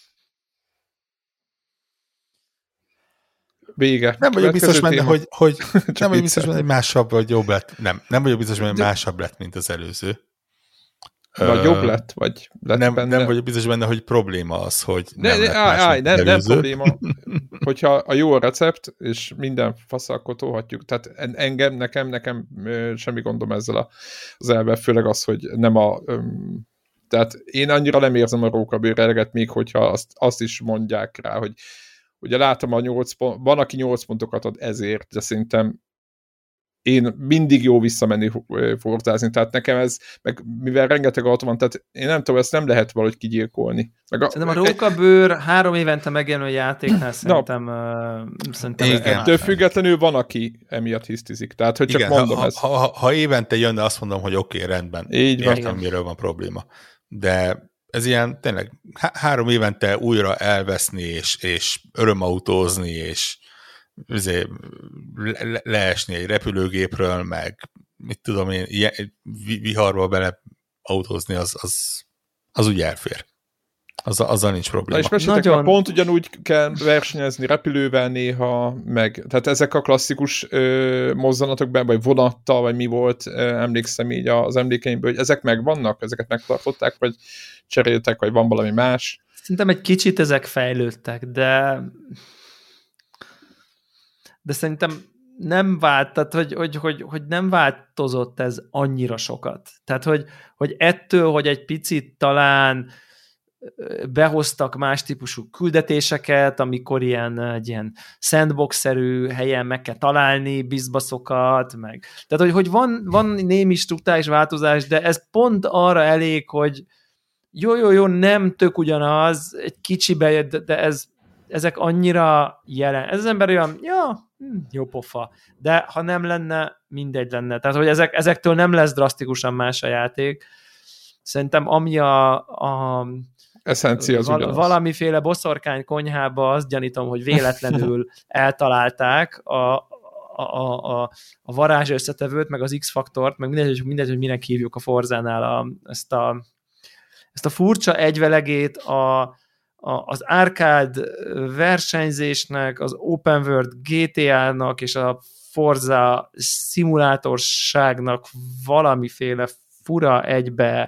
Vége. Nem vagyok biztos benne, hogy, hogy nem vagyok biztos benne, hogy másabb vagy jobb lett. Nem, nem vagyok biztos benne, hogy másabb lett, mint az előző. Nagyobb lett? Vagy lett nem, benne? nem vagyok biztos benne, hogy probléma az, hogy ne, nem ne, lett áj, áj, nem, nem probléma. Hogyha a jó a recept, és minden faszalkot tolhatjuk, tehát engem, nekem, nekem semmi gondom ezzel a, az elvel, főleg az, hogy nem a... Um, tehát én annyira nem érzem a rókabőreleget, még hogyha azt, azt is mondják rá, hogy ugye látom a nyolc pont, van, aki nyolc pontokat ad ezért, de szerintem én mindig jó visszamenni forzázni, tehát nekem ez, meg mivel rengeteg autó van, tehát én nem tudom, ezt nem lehet valahogy kigyilkolni. Meg a, szerintem a rókabőr egy, három évente megjelenő játéknál szerintem, uh, szerintem igen. Ettől függetlenül van, aki emiatt hisztizik, tehát hogy csak igen, mondom ha, ezt. Ha, ha, ha évente jönne, azt mondom, hogy oké, okay, rendben. Így értem, van. miről van probléma. De ez ilyen tényleg há- három évente újra elveszni, és, és örömautózni, és le- le- leesni egy repülőgépről, meg mit tudom én, ilyen, viharba bele autózni, az, az, az úgy elfér. Az, azzal nincs probléma. Na és meséltek, Nagyon... pont ugyanúgy kell versenyezni repülővel néha, meg, tehát ezek a klasszikus ö, mozzanatokban, vagy vonattal, vagy mi volt, ö, emlékszem így az emlékeimből, hogy ezek megvannak, ezeket megtartották, vagy cseréltek, vagy van valami más? Szerintem egy kicsit ezek fejlődtek, de de szerintem nem vált, tehát hogy, hogy, hogy, hogy nem változott ez annyira sokat. Tehát, hogy, hogy ettől, hogy egy picit talán behoztak más típusú küldetéseket, amikor ilyen, egy ilyen sandbox-szerű helyen meg kell találni bizbaszokat, meg. Tehát, hogy, hogy van, van némi struktúrális változás, de ez pont arra elég, hogy jó, jó, jó, nem tök ugyanaz, egy kicsibe, de ez, ezek annyira jelen. Ez az ember olyan, ja, jó pofa. De ha nem lenne, mindegy lenne. Tehát, hogy ezek, ezektől nem lesz drasztikusan más a játék. Szerintem ami a, a eszencia az val- valamiféle boszorkány konyhába azt gyanítom, hogy véletlenül eltalálták a, a, a, a, a varázs összetevőt, meg az X-faktort, meg mindegy, mindegy, hogy minek hívjuk a Forzánál a, ezt, a, ezt a furcsa egyvelegét a, a, az arcade versenyzésnek, az open world gé té á-nak és a Forza szimulátorságnak valamiféle fura egybe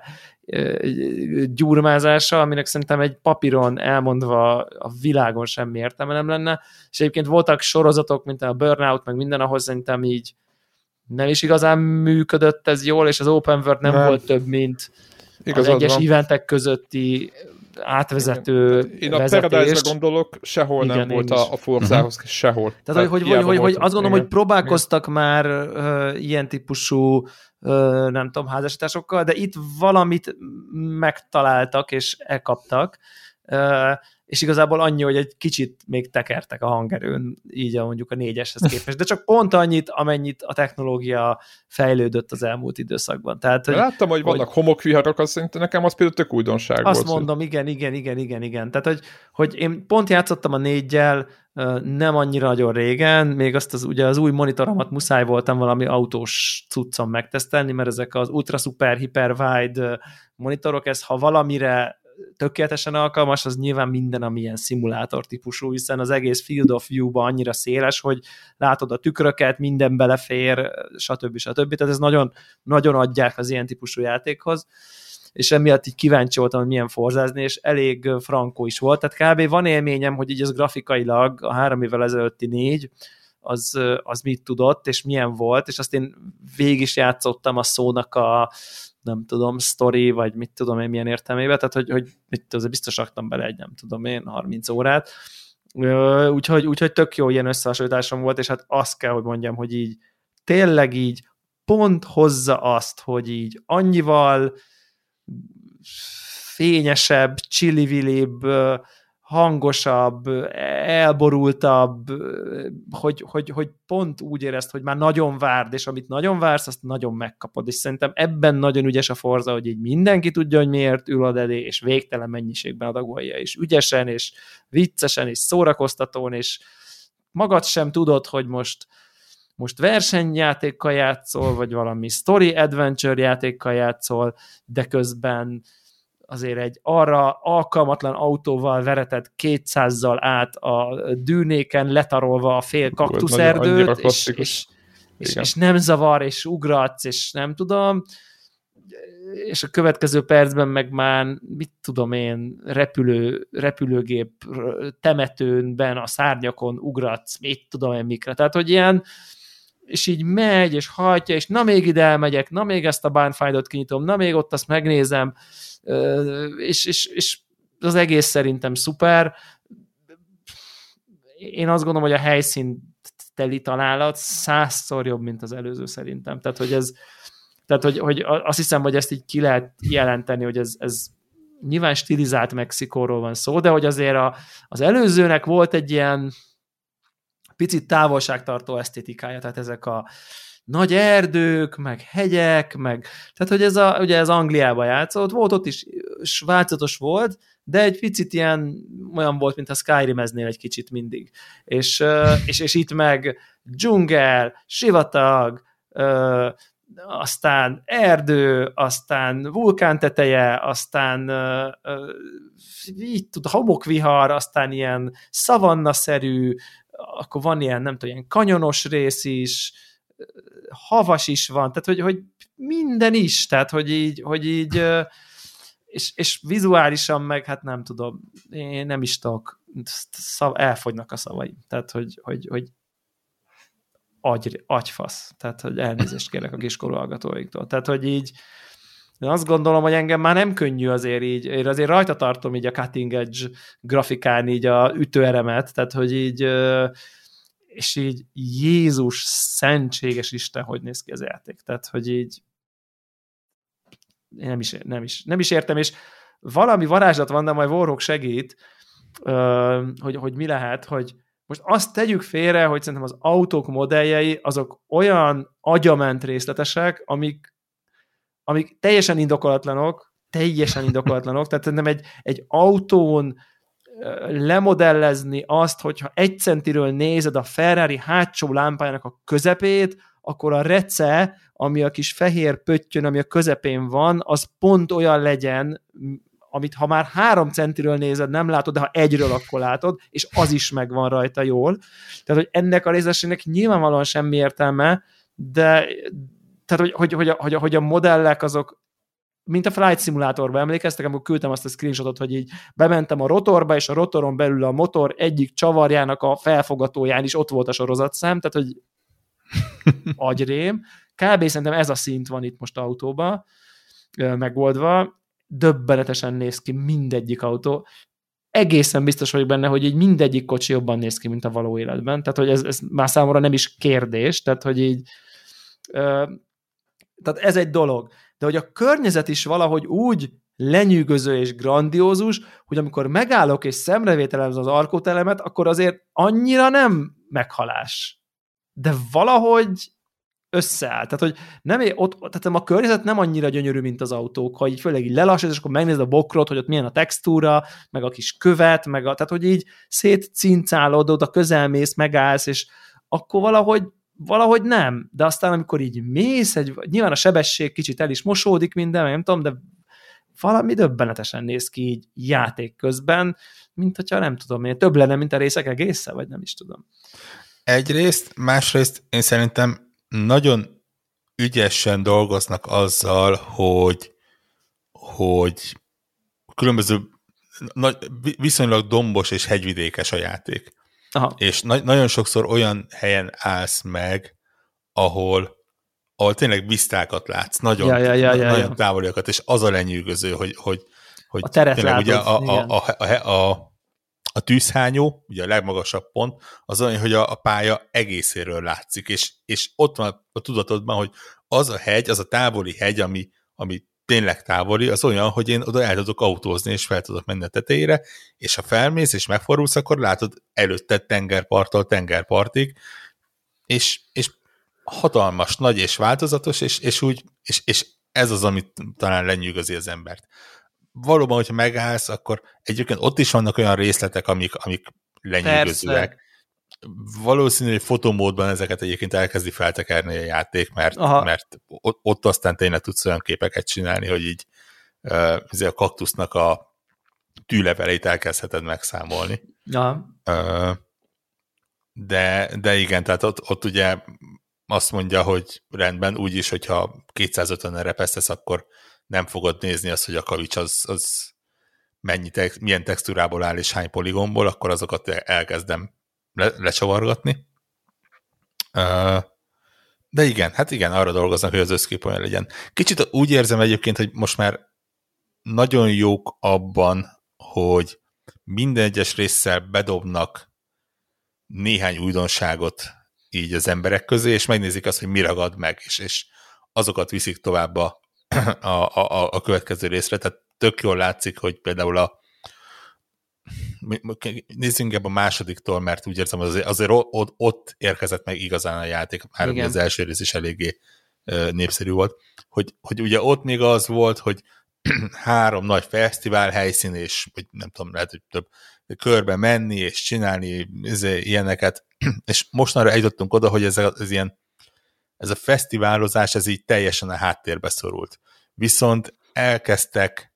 gyurmázása, aminek szerintem egy papíron elmondva a világon semmi értelme nem lenne, és egyébként voltak sorozatok, mint a Burnout, meg minden, ahhoz szerintem így nem is igazán működött ez jól, és az Open World nem, nem. volt több, mint igazad az egyes van. Eventek közötti átvezető Én a Paradise-ra gondolok, sehol igen, nem volt a, a Forzához, uh-huh. sehol. Tehát, Tehát hogy, hogy, hogy, hogy azt gondolom, igen. hogy próbálkoztak igen. már uh, ilyen típusú uh, nem tudom, házasításokkal, de itt valamit megtaláltak és elkaptak, uh, és igazából annyi, hogy egy kicsit még tekertek a hangerőn, így a mondjuk a négyeshez képest, de csak pont annyit, amennyit a technológia fejlődött az elmúlt időszakban. Tehát, hogy, láttam, hogy vannak hogy, homokviharok, azt szerintem nekem az például tök újdonság azt volt. Azt mondom, igen, igen, igen, igen, igen. Tehát, hogy, hogy én pont játszottam a négyel nem annyira nagyon régen, még azt az, ugye az új monitoromat muszáj voltam valami autós cuccon megtesztelni, mert ezek az ultra super hyper wide monitorok, ez ha valamire tökéletesen alkalmas, az nyilván minden, ami ilyen szimulátor típusú, hiszen az egész field of view-ba annyira széles, hogy látod a tükröket, minden belefér, stb. stb. Tehát ez nagyon, nagyon adják az ilyen típusú játékhoz, és emiatt így kíváncsi voltam, hogy milyen forzázni, és elég frankó is volt. Tehát kb. Van élményem, hogy így az grafikailag a három évvel ezelőtti négy, az, az mit tudott, és milyen volt, és azt én végig is játszottam a szónak a nem tudom, sztori, vagy mit tudom én milyen értelmében, tehát hogy, hogy mit, azért biztos raktam bele egy nem tudom én harminc órát, úgyhogy, úgyhogy tök jó ilyen összehasonlításom volt, és hát azt kell, hogy mondjam, hogy így tényleg így pont hozza azt, hogy így annyival fényesebb, csili-vilibb, hangosabb, elborultabb, hogy, hogy, hogy pont úgy érezd, hogy már nagyon várd, és amit nagyon vársz, azt nagyon megkapod, és szerintem ebben nagyon ügyes a Forza, hogy így mindenki tudja, hogy miért ül oda elé, és végtelen mennyiségben adagolja, és ügyesen, és viccesen, és szórakoztatón, és magad sem tudod, hogy most most versenyjátékkal játszol, vagy valami story adventure játékkal játszol, de közben azért egy arra alkalmatlan autóval vereted kétszázzal át a dűnéken, letarolva a fél kaktuszerdőt, és, és, és, és nem zavar, és ugratsz, és nem tudom. és a következő percben meg már, mit tudom én, repülő, repülőgép temetőnben a szárnyakon ugratsz, mit tudom én mikre. Tehát, hogy ilyen, és így megy, és hajtja, és na még ide elmegyek, na még ezt a Barnfight-ot kinyitom, na még ott azt megnézem, és, és, és az egész szerintem szuper. Én azt gondolom, hogy a helyszínteli találat százszor jobb, mint az előző szerintem. Tehát, hogy ez Tehát, hogy, hogy azt hiszem, hogy ezt így ki lehet jelenteni, hogy ez, ez nyilván stilizált Mexikóról van szó, de hogy azért a, az előzőnek volt egy ilyen picit távolságtartó esztétikája, tehát ezek a nagy erdők, meg hegyek, meg, tehát, hogy ez, a, ugye ez Angliában játszott, volt ott is, változatos volt, de egy picit ilyen olyan volt, mint a Skyrim-eznél egy kicsit mindig. És, és, és itt meg dzsungel, sivatag, aztán erdő, aztán vulkánteteje, aztán uh, így tud, homokvihar, aztán ilyen szavannaszerű, akkor van ilyen, nem tudom, ilyen kanyonos rész is, havas is van, tehát hogy, hogy minden is, tehát hogy így, hogy így uh, és, és vizuálisan meg, hát nem tudom, én nem is tudok, szav, elfogynak a szavaim, tehát hogy, hogy, hogy agy, agyfasz. Tehát, hogy elnézést kérek a kiskorú hallgatóinktól. Tehát, hogy így én azt gondolom, hogy engem már nem könnyű azért így, én azért rajta tartom így a cutting edge grafikán így a ütőeremet, tehát, hogy így és így Jézus szentséges Isten, hogy néz ki az játék. Tehát, hogy így én nem is, nem is, nem is értem, és valami varázslat van, de majd Warhawk segít, hogy, hogy mi lehet, hogy most azt tegyük félre, hogy szerintem az autók modelljei azok olyan agyament részletesek, amik, amik teljesen indokolatlanok, teljesen indokolatlanok, tehát nem egy, egy autón lemodellezni azt, hogyha egy centiről nézed a Ferrari hátsó lámpájának a közepét, akkor a rece, ami a kis fehér pöttyön, ami a közepén van, az pont olyan legyen, amit ha már három centiről nézed, nem látod, de ha egyről, akkor látod, és az is megvan rajta jól. Tehát, hogy ennek a részletességnek nyilvánvalóan semmi értelme, de tehát, hogy, hogy, hogy, a, hogy, a, hogy a modellek azok, mint a Flight Simulatorban, emlékeztek, amikor küldtem azt a screenshotot, hogy így bementem a rotorba, és a rotoron belül a motor egyik csavarjának a felfogatóján is ott volt a sorozatszám, tehát, hogy agyrém. Kb. Szerintem ez a szint van itt most autóban megoldva, döbbenetesen néz ki mindegyik autó. Egészen biztos vagyok benne, hogy így mindegyik kocsi jobban néz ki, mint a való életben. Tehát, hogy ez, ez már számomra nem is kérdés, tehát, hogy így ö, tehát ez egy dolog. De hogy a környezet is valahogy úgy lenyűgöző és grandiózus, hogy amikor megállok és szemrevételezem az alkotóelemet, akkor azért annyira nem meghalás. De valahogy összeáll. Tehát, hogy nem, ott, tehát a környezet nem annyira gyönyörű, mint az autók, ha így főleg így lelassít, és akkor megnézed a bokrot, hogy ott milyen a textúra, meg a kis követ, meg a, tehát, hogy így szétcincálod, oda közelmész, megállsz, és akkor valahogy, valahogy nem. De aztán, amikor így mész, egy, nyilván a sebesség kicsit el is mosódik minden, nem tudom, de valami döbbenetesen néz ki így játék közben, mint hogyha nem tudom, én több lenne, mint a részek egészen, vagy nem is tudom. Egyrészt, másrészt én szerintem nagyon ügyesen dolgoznak azzal, hogy, hogy különböző nagy, viszonylag dombos és hegyvidékes a játék. Aha. És na- nagyon sokszor olyan helyen állsz meg, ahol, ahol tényleg visztákat látsz, nagyon, ja, ja, ja, ja, nagyon ja. távoliakat, és az a lenyűgöző, hogy, hogy, hogy a teret látod, ugye a, a, a, a, a A tűzhányó, ugye a legmagasabb pont, az olyan, hogy a, a pálya egészéről látszik, és, és ott van a tudatodban, hogy az a hegy, az a távoli hegy, ami, ami tényleg távoli, az olyan, hogy én oda el tudok autózni, és fel tudok menni a tetejére, és ha felmész, és megfordulsz, akkor látod előtted tengerparttól tengerpartig, és, és hatalmas, nagy és változatos, és, és, úgy, és, és ez az, amit talán lenyűgözi az embert. Valóban, hogyha megállsz, akkor egyébként ott is vannak olyan részletek, amik, amik lenyűgözőek. Valószínű, hogy fotomódban ezeket egyébként elkezdi feltekerni a játék, mert, mert ott aztán tényleg tudsz olyan képeket csinálni, hogy így uh, a kaktusznak a tűleveleit elkezdheted megszámolni. Aha. Uh, de, de igen, tehát ott, ott ugye azt mondja, hogy rendben, úgyis, hogyha kétszázötvenre repesztesz, akkor nem fogod nézni azt, hogy a kavics az, az mennyi tex, milyen textúrából áll és hány poligomból, akkor azokat elkezdem le, lecsavargatni. De igen, hát igen, arra dolgoznak, hogy az összkép olyan legyen. Kicsit úgy érzem egyébként, hogy most már nagyon jók abban, hogy minden egyes résszel bedobnak néhány újdonságot így az emberek közé, és megnézik azt, hogy mi ragad meg, és, és azokat viszik tovább a, a, a, a következő részre. Tehát tök jól látszik, hogy például a nézzünk ebben a másodiktól, mert úgy érzem, azért, azért ott, ott érkezett meg igazán a játék, már ugye az első rész is eléggé népszerű volt, hogy, hogy ugye ott még az volt, hogy három nagy fesztivál helyszín, és vagy nem tudom, lehet, hogy több körbe menni, és csinálni ilyeneket, és mostanra eljutottunk oda, hogy ez, ez, ilyen, ez a fesztiválozás, ez így teljesen a háttérbe szorult. Viszont elkezdtek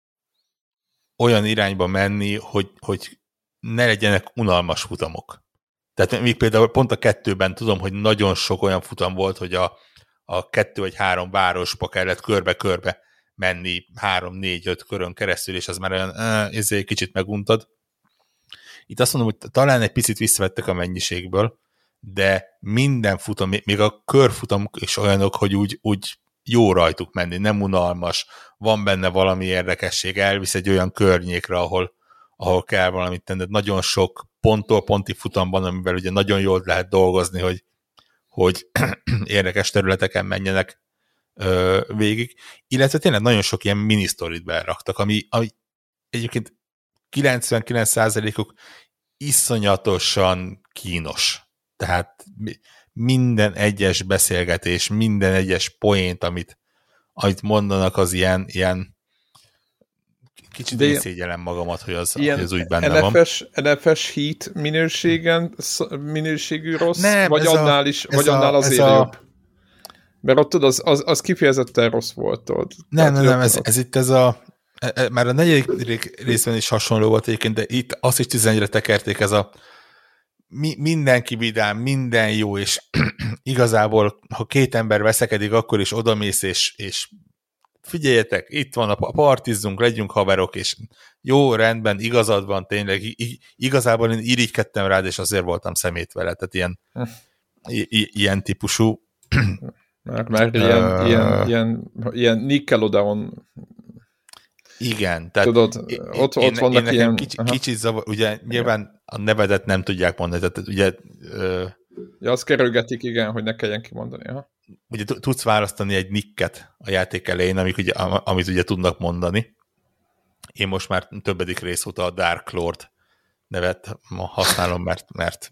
olyan irányba menni, hogy, hogy ne legyenek unalmas futamok. Tehát még például pont a kettőben tudom, hogy nagyon sok olyan futam volt, hogy a, a kettő vagy három városba kellett körbe-körbe menni három, négy, öt körön keresztül, és az már olyan ezért kicsit meguntad. Itt azt mondom, hogy talán egy picit visszavettek a mennyiségből, de minden futam, még a körfutam is olyanok, hogy úgy, úgy jó rajtuk menni, nem unalmas, van benne valami érdekesség, elvisz egy olyan környékre, ahol, ahol kell valamit tenni. Nagyon sok ponttól ponti futamban, amivel ugye nagyon jól lehet dolgozni, hogy, hogy érdekes területeken menjenek ö, végig. Illetve tényleg nagyon sok ilyen mini-sztorit beraktak, ami, ami egyébként kilencvenkilenc százalékuk iszonyatosan kínos. Tehát minden egyes beszélgetés, minden egyes poént, amit, amit mondanak, az ilyen, ilyen kicsit én szégyellem magamat, hogy az, hogy az úgy benne en ef es, van. en ef es Heat minőségen, minőségű rossz, nem, vagy annál, a, is, vagy annál azért a... jobb? Mert ott tudod, az, az, az kifejezetten rossz volt. Ott. Nem, nem, nem, ez, ez itt ez a már a negyedik részben is hasonló volt egyébként, de itt azt is tizenegyre tekerték, ez a mi, mindenki vidám, minden jó, és igazából, ha két ember veszekedik, akkor is odamész, és, és figyeljetek, itt van a partizzunk, legyünk haverok, és jó, rendben, igazad van, tényleg, igazából én irigykedtem rád, és azért voltam szemét vele, tehát ilyen, i, ilyen típusú. Mert, mert ilyen, uh, ilyen, ilyen, ilyen Nickelodeon. Igen, tehát tudod, ott, én, ott vannak én ilyen... Kicsi, kicsit zavar, ugye nyilván a nevedet nem tudják mondani, tehát ugye... Uh, ja, azt kerülgetik, igen, hogy ne kelljen kimondani. Aha. Ugye tudsz választani egy nicket a játék elején, amik ugye, amit ugye tudnak mondani. Én most már többedik rész óta a Dark Lord nevet használom, mert... mert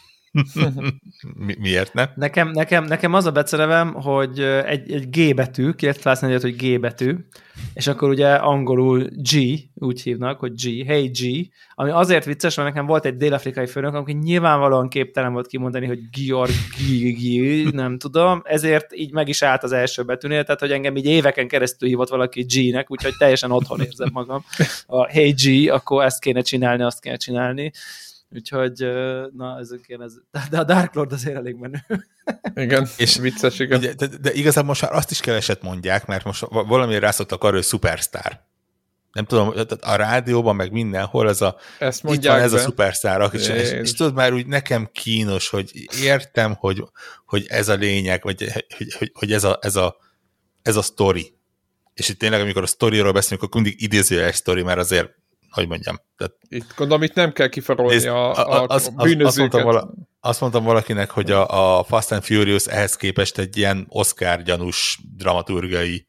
Mi, miért ne? Nekem, nekem, nekem az a becerevem, hogy egy, egy G betű, kétszáznegyven, hogy G betű, és akkor ugye angolul G, úgy hívnak, hogy G, hey G, ami azért vicces, mert nekem volt egy dél-afrikai főnök, aki nyilvánvalóan képtelen volt kimondani, hogy Georgi, nem tudom, ezért így meg is állt az első betűnél, tehát hogy engem így éveken keresztül hívott valaki G-nek, úgyhogy teljesen otthon érzem magam. A hey G, akkor ezt kéne csinálni, azt kéne csinálni. Úgyhogy, na, ezek ilyen, ez, de a Dark Lord azért elég menő. Igen, és vicces, igen. De, de, de igazából most már azt is keveset mondják, mert most valamire rászoktak arra, hogy szupersztár. Nem tudom, a rádióban, meg mindenhol ez a, ezt itt van ez be. A szupersztár, és, és, és tudod már úgy nekem kínos, hogy értem, hogy, hogy ez a lényeg, vagy hogy, hogy, hogy ez, a, ez, a, ez a sztori. És itt tényleg, amikor a sztoriról beszélünk, akkor mindig idézőjeles sztori, mert azért hogy mondjam. Tehát, itt gondolom, itt nem kell kifarolni nézd, a, a, a, a bűnözőket. Azt mondtam, vala, azt mondtam valakinek, hogy a, a Fast and Furious ehhez képest egy ilyen Oscar gyanús dramaturgiai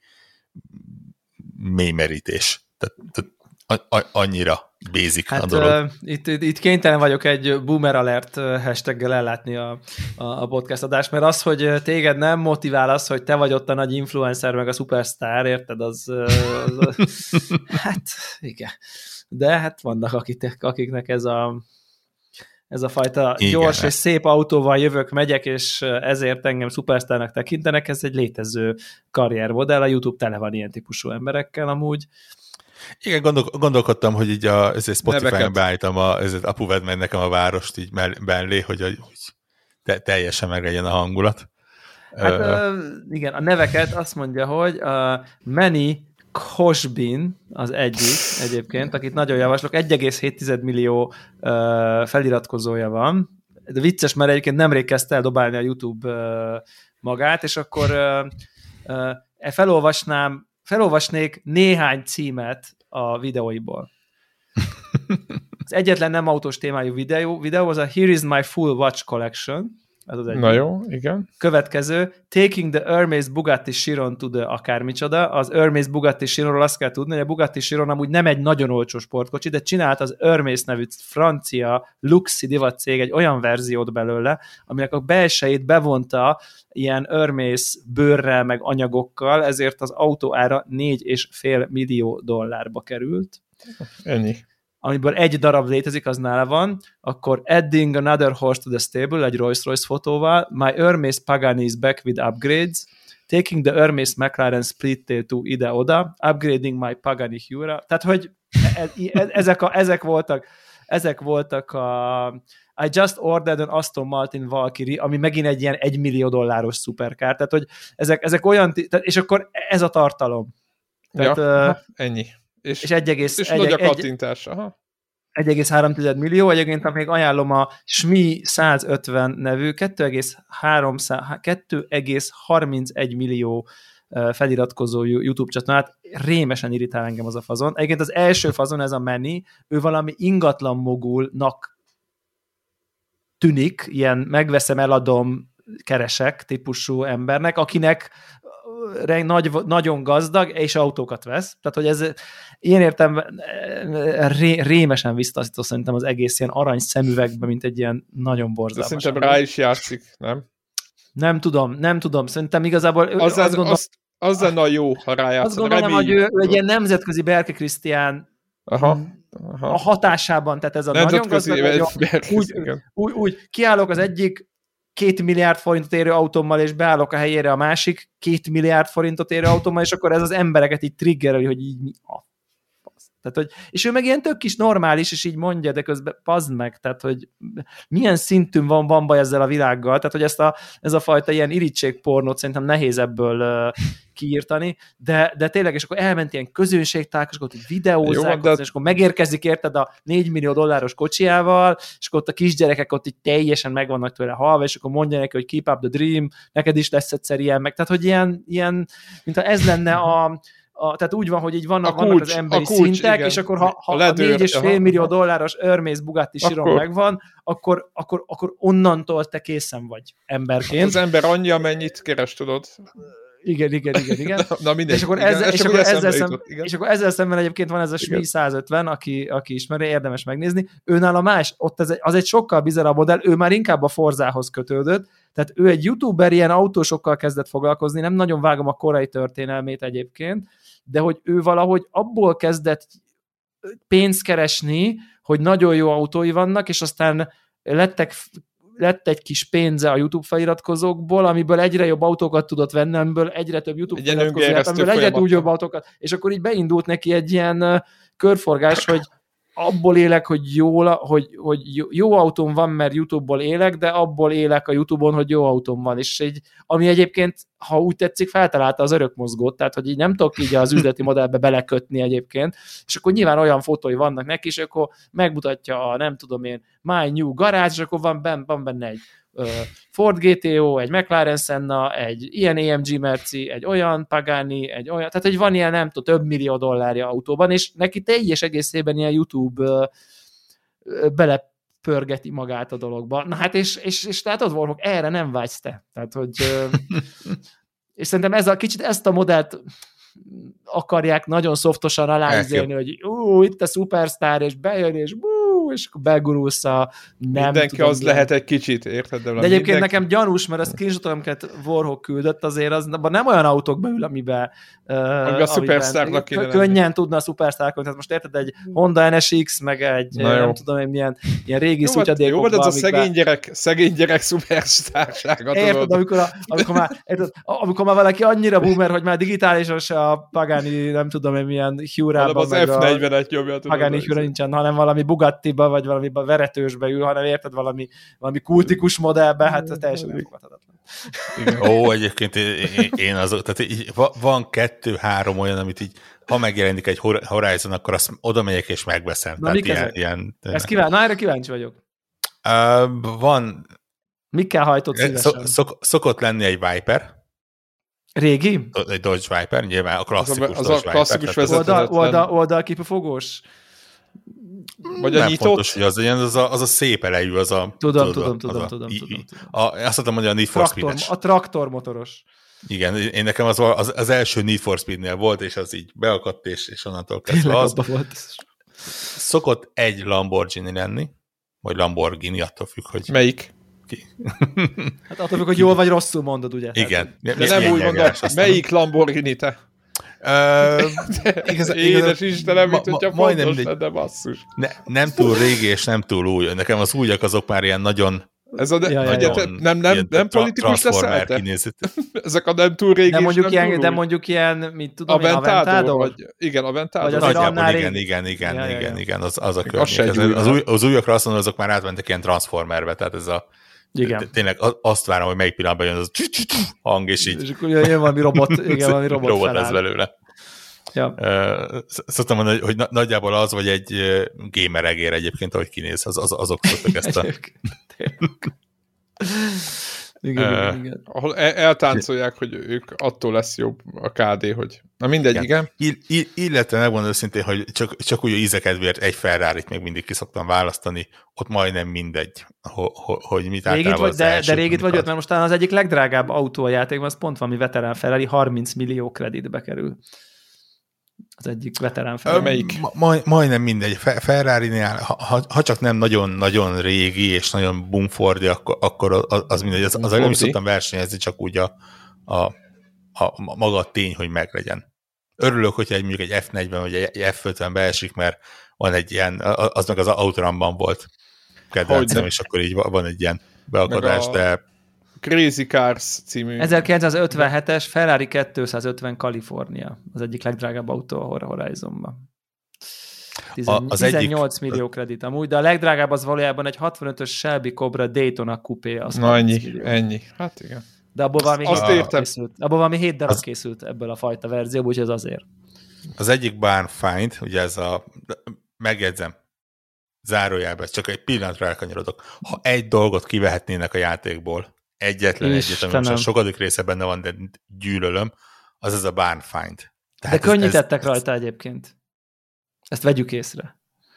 mélymerítés. Tehát, tehát a, a, annyira basic hát, a dolog. Uh, itt, itt kénytelen vagyok egy boomer alert hashtaggel ellátni a, a, a podcast adást, mert az, hogy téged nem motivál az, hogy te vagy ott a nagy influencer, meg a superstar, érted? Az, az hát igen. De hát vannak akik, akiknek ez a, ez a fajta igen, gyors és szép autóval jövök, megyek, és ezért engem szupersztárnak tekintenek, ez egy létező karriermodell, a YouTube tele van ilyen típusú emberekkel amúgy. Igen, gondol, gondolkodtam, hogy így a Spotify-on beállítom a, apu vedd meg nekem a várost így mellé, hogy, hogy te, teljesen meglegyen a hangulat. Hát uh, igen, a neveket azt mondja, hogy a Manny Hosbin az egyik egyébként, akit nagyon javaslok, egy egész hét millió uh, feliratkozója van. De vicces, mert egyébként nemrég kezdte el dobálni a YouTube uh, magát, és akkor uh, uh, felolvasnám, felolvasnék néhány címet a videóiból. Az egyetlen nem autós témájú videó, videó az a Here is my full watch collection. Ez az egyik. Na jó, igen. Következő, Taking the Hermes Bugatti Chiron to the akármicsoda. Az Hermes Bugatti Chironról azt kell tudni, hogy a Bugatti Chiron amúgy nem egy nagyon olcsó sportkocsi, de csinált az Hermes nevű francia luxi divatcég egy olyan verziót belőle, aminek a belsejét bevonta ilyen Hermes bőrrel meg anyagokkal, ezért az autó ára négy és fél millió dollárba került. Ennyi. Amiből egy darab létezik, az nála van, akkor Adding another horse to the stable, egy Rolls-Royce fotóval, My Hermes Pagani is back with upgrades, Taking the Hermes McLaren Split Tail to ide-oda, Upgrading my Pagani Hura. Tehát, hogy e- e- ezek, a, ezek voltak ezek voltak a I just ordered an Aston Martin Valkyrie, ami megint egy ilyen egymillió dolláros szuperkár. Tehát, hogy ezek, ezek olyan, tehát, és akkor ez a tartalom. Tehát, ja, uh, ennyi. És, és, egy egész, és egy, nagy a egy, kattintás. Aha. egy egész három millió, egyébként még ajánlom a Smi százötven nevű kettő egész harmincegy millió feliratkozó YouTube csatornát, rémesen irritál engem az a fazon. Egyébként az első fazon, ez a Manny, ő valami ingatlan mogulnak tűnik, ilyen megveszem, eladom, keresek típusú embernek, akinek nagy, nagyon gazdag, és autókat vesz. Tehát, hogy ez ilyen értem ré, rémesen visszataszító szerintem az egész ilyen arany szemüvegbe, mint egy ilyen nagyon borzalmas. De szerintem rá is játszik, nem? Nem tudom, nem tudom. Szerintem igazából... Az, az, azt gondol, az, az lenne a jó, ha rájátszod. Azt gondolom, hogy ő, ő egy ilyen nemzetközi Berke Krisztián aha, aha. a hatásában, tehát ez a nemzetközi nagyon gazdag, úgy, úgy, úgy kiállok az egyik két milliárd forintot érő autómmal, és beállok a helyére a másik két milliárd forintot érő autómmal, és akkor ez az embereket így triggereli, hogy így mi a fasz. Tehát, hogy, és ő meg ilyen tök kis normális, és így mondja, de közben pazd meg, tehát, hogy milyen szintűn van, van baj ezzel a világgal, tehát, hogy ezt a, ez a fajta ilyen irítségpornót szerintem nehéz ebből uh, kiírtani, de, de tényleg, és akkor elment ilyen közönségtálkozott, hogy videózzák, de... és akkor megérkezik érted a négy millió dolláros kocsiával, és akkor ott a kisgyerekek ott így teljesen meg vannak tőle halva, és akkor mondja neki, hogy keep up the dream, neked is lesz egyszer ilyen, meg, tehát, hogy ilyen, ilyen mintha ez lenne a A, tehát úgy van, hogy így vannak, kulcs, vannak az emberi kulcs, szintek, igen. És akkor ha, ha a, a négy és fél millió dolláros Hermes Bugatti Chiron akkor... megvan, akkor, akkor, akkor onnantól te készen vagy emberként. Az ember annyi, amennyit keres, tudod. Igen, igen, igen, igen. Na mindegy. És akkor, igen, ezzel, és, akkor ezzel szem, jutott, és akkor ezzel szemben egyébként van ez a Smi százötven, aki, aki ismeri, érdemes megnézni. Őnál a más, ott ez egy, az egy sokkal bizarrabb modell, ő már inkább a Forzához kötődött, tehát ő egy youtuber, ilyen autósokkal kezdett foglalkozni, nem nagyon vágom a korai történelmét egyébként, de hogy ő valahogy abból kezdett pénzt keresni, hogy nagyon jó autói vannak, és aztán lettek, lett egy kis pénze a YouTube feliratkozókból, amiből egyre jobb autókat tudott venni, amiből egyre több YouTube feliratkozóját, amiből egyre túl jobb autókat, és akkor így beindult neki egy ilyen körforgás, hogy abból élek, hogy, jól, hogy, hogy jó autóm van, mert YouTube-ból élek, de abból élek a YouTube-on, hogy jó autóm van. És egy, ami egyébként, ha úgy tetszik, feltalálta az örökmozgót, tehát hogy így nem tudok így az üzleti modellbe belekötni egyébként, és akkor nyilván olyan fotói vannak neki, és akkor megmutatja a, nem tudom én, My New Garage, és akkor van benne, van benne egy Ford gé té ó, egy McLaren Senna, egy ilyen á em gé Merci, egy olyan Pagani, egy olyan, tehát hogy van ilyen, nem tudom, több millió dollárja autóban, és neki teljes egészében ilyen YouTube belepörgeti magát a dologba. Na hát, és, és, és tehát ott voltak, erre nem vágysz te. Tehát, hogy és szerintem ez a kicsit ezt a modellt akarják nagyon szoftosan aláizélni, hogy ú, itt a szupersztár, és bejön, és bú, és akkor begurulsz a nem mindenki tudom, az lehet egy kicsit, érted? De, de egyébként mindenki... nekem gyanús, mert a screenshotot, amiket Warhawk küldött, azért az, nem olyan autók beül, amiben, amiben a szupersztárnak kéne lenni. Könnyen tudna a szupersztárkon, tehát most érted, egy Honda en es iksz, meg egy nem tudom én milyen ilyen régi szutyadékokban. Jó, de ez a szegény gyerek, szegény gyerek szupersztársága. Érted, amikor, a, amikor, már, érted, amikor már valaki annyira boomer, hogy már digitálisan se a Pagani, nem tudom én milyen Hurában, az ef negyvenet nyomja. Pagani Hura nincsen, hanem valami Bugatti Lamborghini-ba, vagy valami veretősbe ül, hanem érted valami, valami kultikus modellbe, hát teljesen elfogadhatatlan. Ó, egyébként én azok, tehát így, van kettő-három olyan, amit így, ha megjelenik egy Horizon, akkor azt oda megyek és megveszem. Na, tehát ilyen, ilyen, Ezt kíván, na, erre kíváncsi vagyok. Uh, van... Mikkel hajtott szívesen? Szok, szokott lenni egy Viper. Régi? Egy Dodge Viper, nyilván a klasszikus az a, az Dodge a klasszikus Viper. vezetetlen. Oldal, oldal, oldalképű fogós? Vagy a nem nyitott? fontos, hogy az, az, a, az a szép elejű, az a... Tudom, tudom, tudom, tudom. Azt mondtam, hogy a Need for Speed-es. A traktormotoros. Igen, én nekem az, az, az első Need for Speed-nél volt, és az így beakadt, és, és onnantól kezdve az. Volt. Szokott egy Lamborghini lenni, vagy Lamborghini, attól függ, hogy... Melyik? Ki? Hát attól függ, hogy jól vagy rosszul mondod, ugye? Igen. De nem, nem úgy mondod, melyik Lamborghini te? Uh, igaz, Édes Istenem, mint hogyha ma, fontos lenne, basszus. Ne, nem túl régi és nem túl új. Nekem az újak azok már ilyen nagyon... Ez a de, ja, ja, ja. Nem, nem, nem politikus leszel te? Ezek a nem túl régi de mondjuk és ilyen, nem túl De mondjuk ilyen, mit tudom Aventador, én, Aventador? Vagy, igen, Aventador. Vagy az igen, igen, igen, igen, ja, igen, ja. igen, az, az a környék. Az, új, az, új, az újakra azt mondom, azok már átmentek ilyen Transformerbe, tehát ez a igen. Tényleg azt várom, hogy melyik pillanatban jön az hang, és így... És akkor jön valami robot, igen, valami robot, robot lesz belőle. Ja. Uh, szoktam mondani, hogy nagyjából az, vagy egy gamer egér egyébként, ahogy kinéz, az, az, azok szoktak ezt a... igen, uh, igen. Ahol eltáncolják, hogy ők attól lesz jobb a ká dé, hogy... Na mindegy, igen. igen. Ill, ill, illetve megmondom őszintén, hogy csak, csak úgy ízekedvéért egy Ferrarit még mindig ki szoktam választani, ott majdnem mindegy, ho, ho, hogy mit általában az de, első, de régit vagy ott, mert most talán az egyik legdrágább autó a játékban, az pont valami veterán Ferrari, harminc millió kreditbe kerül. Az egyik veterán Ferrari. Melyik? Maj, majdnem mindegy. Ferrari-nél, ha, ha csak nem nagyon-nagyon régi és nagyon bumfordi, akkor, akkor az, az mindegy. Az, az nem is szoktam versenyezni, csak úgy a, a, a maga a tény, hogy meglegyen. Örülök, hogyha egy, mondjuk egy ef negyven vagy egy ef ötven beesik, mert van egy ilyen, az meg az Outrunban volt kedvencem, és akkor így van egy ilyen beakadás, a... de Crazy Cars című. ezerkilencszázötvenhetes Ferrari kétszázötven California, az egyik legdrágább autó a Horizonban. tizennyolc egyik... millió kredit amúgy, de a legdrágább az valójában egy hatvanötös Shelby Cobra Daytona Coupé. Az Na ennyi, ennyi. Hát igen. De abból valami, azt hét, darab készült. abból valami hét darab az... készült ebből a fajta verzióból, úgyhogy ez azért. Az egyik Barn Find, ugye ez a, megjegyzem, zárójelben, csak egy pillanatra elkanyarodok. Ha egy dolgot kivehetnének a játékból, egyetlen egyet, ami most a sokadik része benne van, de gyűlölöm, az ez a Barn Find. Tehát de ez, könnyítettek ez, rajta ez... egyébként. Ezt vegyük észre.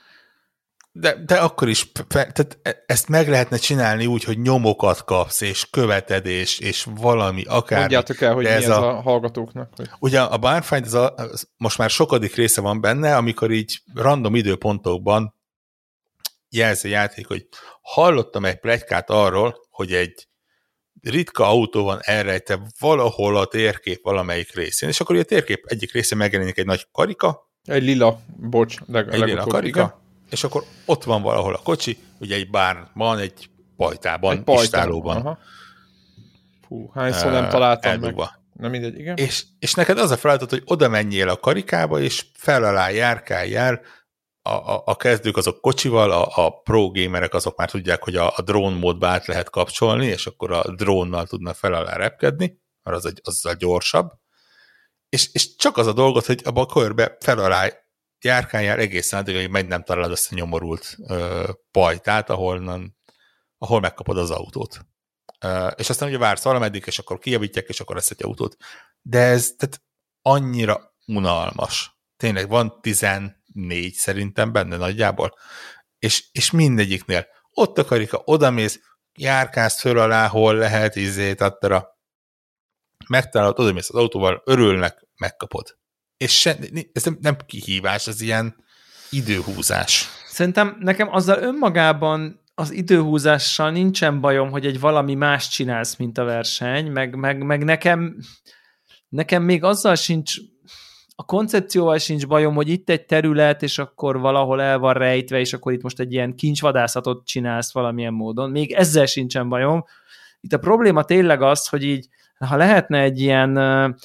De, de akkor is, tehát ezt meg lehetne csinálni úgy, hogy nyomokat kapsz, és követed, és, és valami, akár. Mondjátok el, hogy ez mi ez a, a hallgatóknak. Hogy... Ugye a Barn Find, ez a, most már sokadik része van benne, amikor így random időpontokban jelzi a játék, hogy hallottam egy pletykát arról, hogy egy ritka autó van elrejtve valahol a térkép valamelyik részén, és akkor a térkép egyik része megjelenik egy nagy karika. Egy lila, bocs. Leg, egy lila karika, igen. És akkor ott van valahol a kocsi, ugye egy bárban, egy pajtában, egy pajtán, istálóban. Aha. Fú, hányszor nem találtam eldugva. Meg. Nem mindegy, igen. És, és neked az a feladat, hogy oda menjél a karikába, és fel alá járkáljál. A, a, a kezdők azok kocsival, a, a pro gamerek azok már tudják, hogy a, a drón módba át lehet kapcsolni, és akkor a drónnal tudnak fel alá repkedni, mert az, az a gyorsabb. És, és csak az a dolgot, hogy abba a körbe fel alá járkáljál egészen addig, hogy megy nem találod azt a nyomorult ö, pajtát, ahol, ahol megkapod az autót. Ö, és aztán ugye vársz valameddig, és akkor kijavítják, és akkor lesz egy autót. De ez tehát annyira unalmas. Tényleg van tizennégy szerintem benne nagyjából, és, és mindegyiknél ott a karika, odamész, járkálsz föl alá, hol lehet, izét, attara, megtalálod, odamész az autóval, örülnek, megkapod. És se, ez nem, nem kihívás, ez ilyen időhúzás. Szerintem nekem azzal önmagában az időhúzással nincsen bajom, hogy egy valami más csinálsz, mint a verseny, meg, meg, meg nekem, nekem még azzal sincs, a koncepcióval sincs bajom, hogy itt egy terület, és akkor valahol el van rejtve, és akkor itt most egy ilyen kincsvadászatot csinálsz valamilyen módon. Még ezzel sincsen bajom. Itt a probléma tényleg az, hogy így, ha lehetne egy ilyen,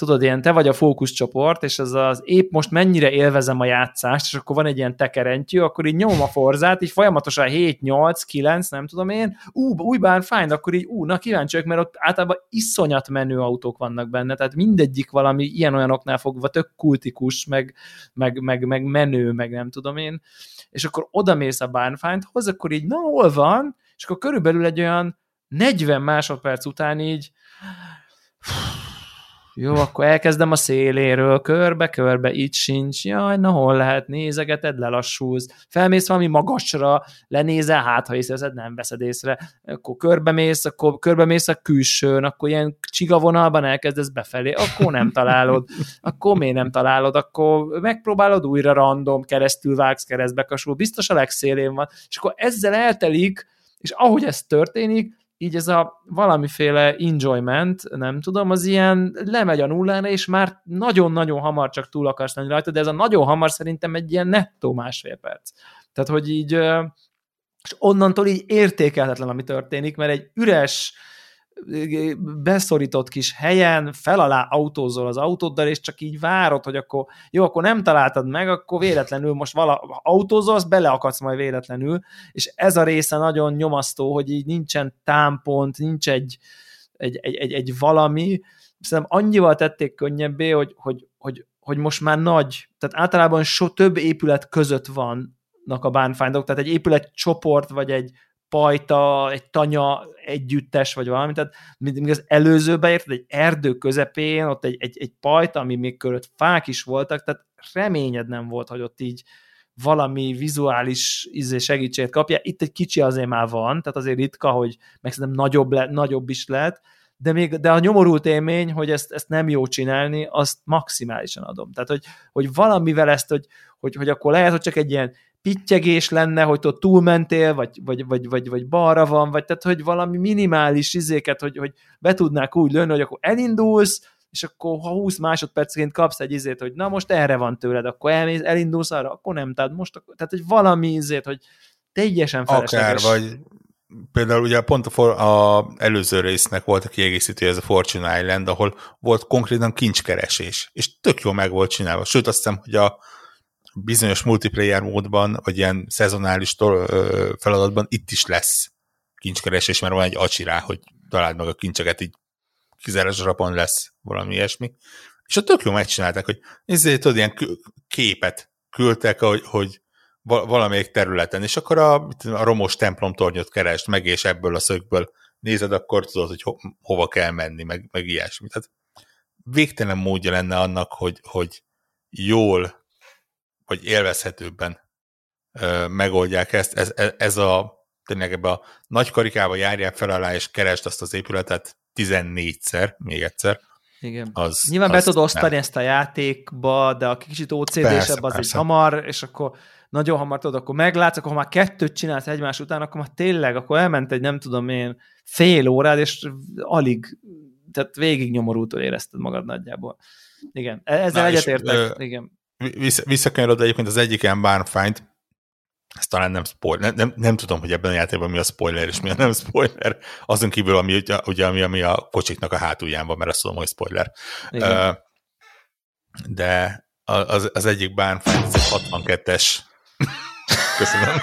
tudod, ilyen te vagy a fókuszcsoport, és ez az épp most mennyire élvezem a játszást, és akkor van egy ilyen tekerentyű, akkor így nyomom a Forzát, így folyamatosan hét, nyolc, kilenc, nem tudom én, ú, új Barnfind, akkor így, ú, na kíváncsiak, mert ott általában iszonyat menő autók vannak benne, tehát mindegyik valami ilyen-olyanoknál fogva tök kultikus, meg, meg, meg, meg menő, meg nem tudom én, és akkor odamész a Barnfindhoz, akkor így, na, hol van? És akkor körülbelül egy olyan negyven másodperc után így jó, akkor elkezdem a széléről, körbe-körbe, itt sincs, jaj, na hol lehet, nézegeted, lelassulsz, felmész valami magasra, lenézel, hát ha észreveszed, nem veszed észre, akkor körbemész, akkor körbemész a külsőn, akkor ilyen csigavonalban elkezdesz befelé, akkor nem találod, akkor miért nem találod, akkor megpróbálod újra random, keresztül vágsz, keresztbe kasul, biztos a legszélén van, és akkor ezzel eltelik, és ahogy ez történik, így ez a valamiféle enjoyment, nem tudom, az ilyen lemegy a nullára, és már nagyon-nagyon hamar csak túl akarsz lenni rajta, de ez a nagyon hamar szerintem egy ilyen nettó másfél perc. Tehát, hogy így, és onnantól így értékelhetetlen, ami történik, mert egy üres, beszorított kis helyen fel alá autózol az autóddal, és csak így várod, hogy akkor jó, akkor nem találtad meg, akkor véletlenül most vala, autózolsz, beleakadsz majd véletlenül, és ez a része nagyon nyomasztó, hogy így nincsen támpont, nincs egy, egy, egy, egy, egy valami, szerintem annyival tették könnyebbé, hogy, hogy, hogy, hogy most már nagy, tehát általában so több épület között vannak a Barnfindok, tehát egy épület csoport, vagy egy pajta, egy tanya együttes, vagy valami, tehát még az előzőbe érted, egy erdő közepén, ott egy, egy, egy pajta, ami még körött fák is voltak, tehát reményed nem volt, hogy ott így valami vizuális izé segítséget kapja. Itt egy kicsi azért már van, tehát azért ritka, hogy meg szerintem nagyobb, le, nagyobb is lehet, de, még, de a nyomorult élmény, hogy ezt, ezt nem jó csinálni, azt maximálisan adom. Tehát, hogy, hogy valamivel ezt, hogy, hogy, hogy akkor lehet, hogy csak egy ilyen pittyegés lenne, hogy ott túlmentél, vagy, vagy, vagy, vagy, vagy balra van, vagy tehát, hogy valami minimális izéket, hogy, hogy be tudnák úgy lőni, hogy akkor elindulsz, és akkor ha húsz másodpercként kapsz egy izét, hogy na most erre van tőled, akkor elmész, elindulsz arra, akkor nem, tehát most, tehát hogy valami izét, hogy teljesen felesleges. Akár, vagy például ugye pont a, for, a előző résznek volt a kiegészítő, ez a Fortune Island, ahol volt konkrétan kincskeresés, és tök jól meg volt csinálva. Sőt, azt hiszem, hogy a bizonyos multiplayer módban, vagy ilyen szezonális feladatban itt is lesz kincskeresés, mert van egy acsi rá, hogy találd meg a kincseket, így kizáros rapon lesz valami ilyesmi. És ott tök jól megcsinálták, hogy ezért tudod, ilyen képet küldtek, hogy, hogy valamelyik területen, és akkor a, a romos templomtornyot keresd meg, és ebből a szögből nézed, akkor tudod, hogy ho, hova kell menni, meg, meg ilyesmi. Tehát végtelen módja lenne annak, hogy, hogy jól vagy élvezhetőbben ö, megoldják ezt. Ez, ez, ez a, tényleg ebbe a nagy karikába járják fel alá, és keresd azt az épületet tizennégyszer, még egyszer. Igen. Az, Nyilván az be tudod osztani nem. ezt a játékba, de aki kicsit ó cé désebb, az egy hamar, és akkor nagyon hamar tudod, akkor meglátsz, akkor már kettőt csinálsz egymás után, akkor már tényleg, akkor elment egy nem tudom én fél órád, és alig, tehát végig nyomorultól érezted magad nagyjából. Igen, ezzel egyetértek. Igen. Visszakanyarodva egyébként az egyik ilyen Barnfind, ez talán nem spoiler, nem, nem, nem tudom, hogy ebben a játékban mi a spoiler és mi a nem spoiler, azon kívül, ami, ugye, ami, ami a kocsiknak a hátulján van, mert azt tudom, hogy spoiler. Uh, de az, az egyik Barnfind, ez egy hatvankettes. Köszönöm.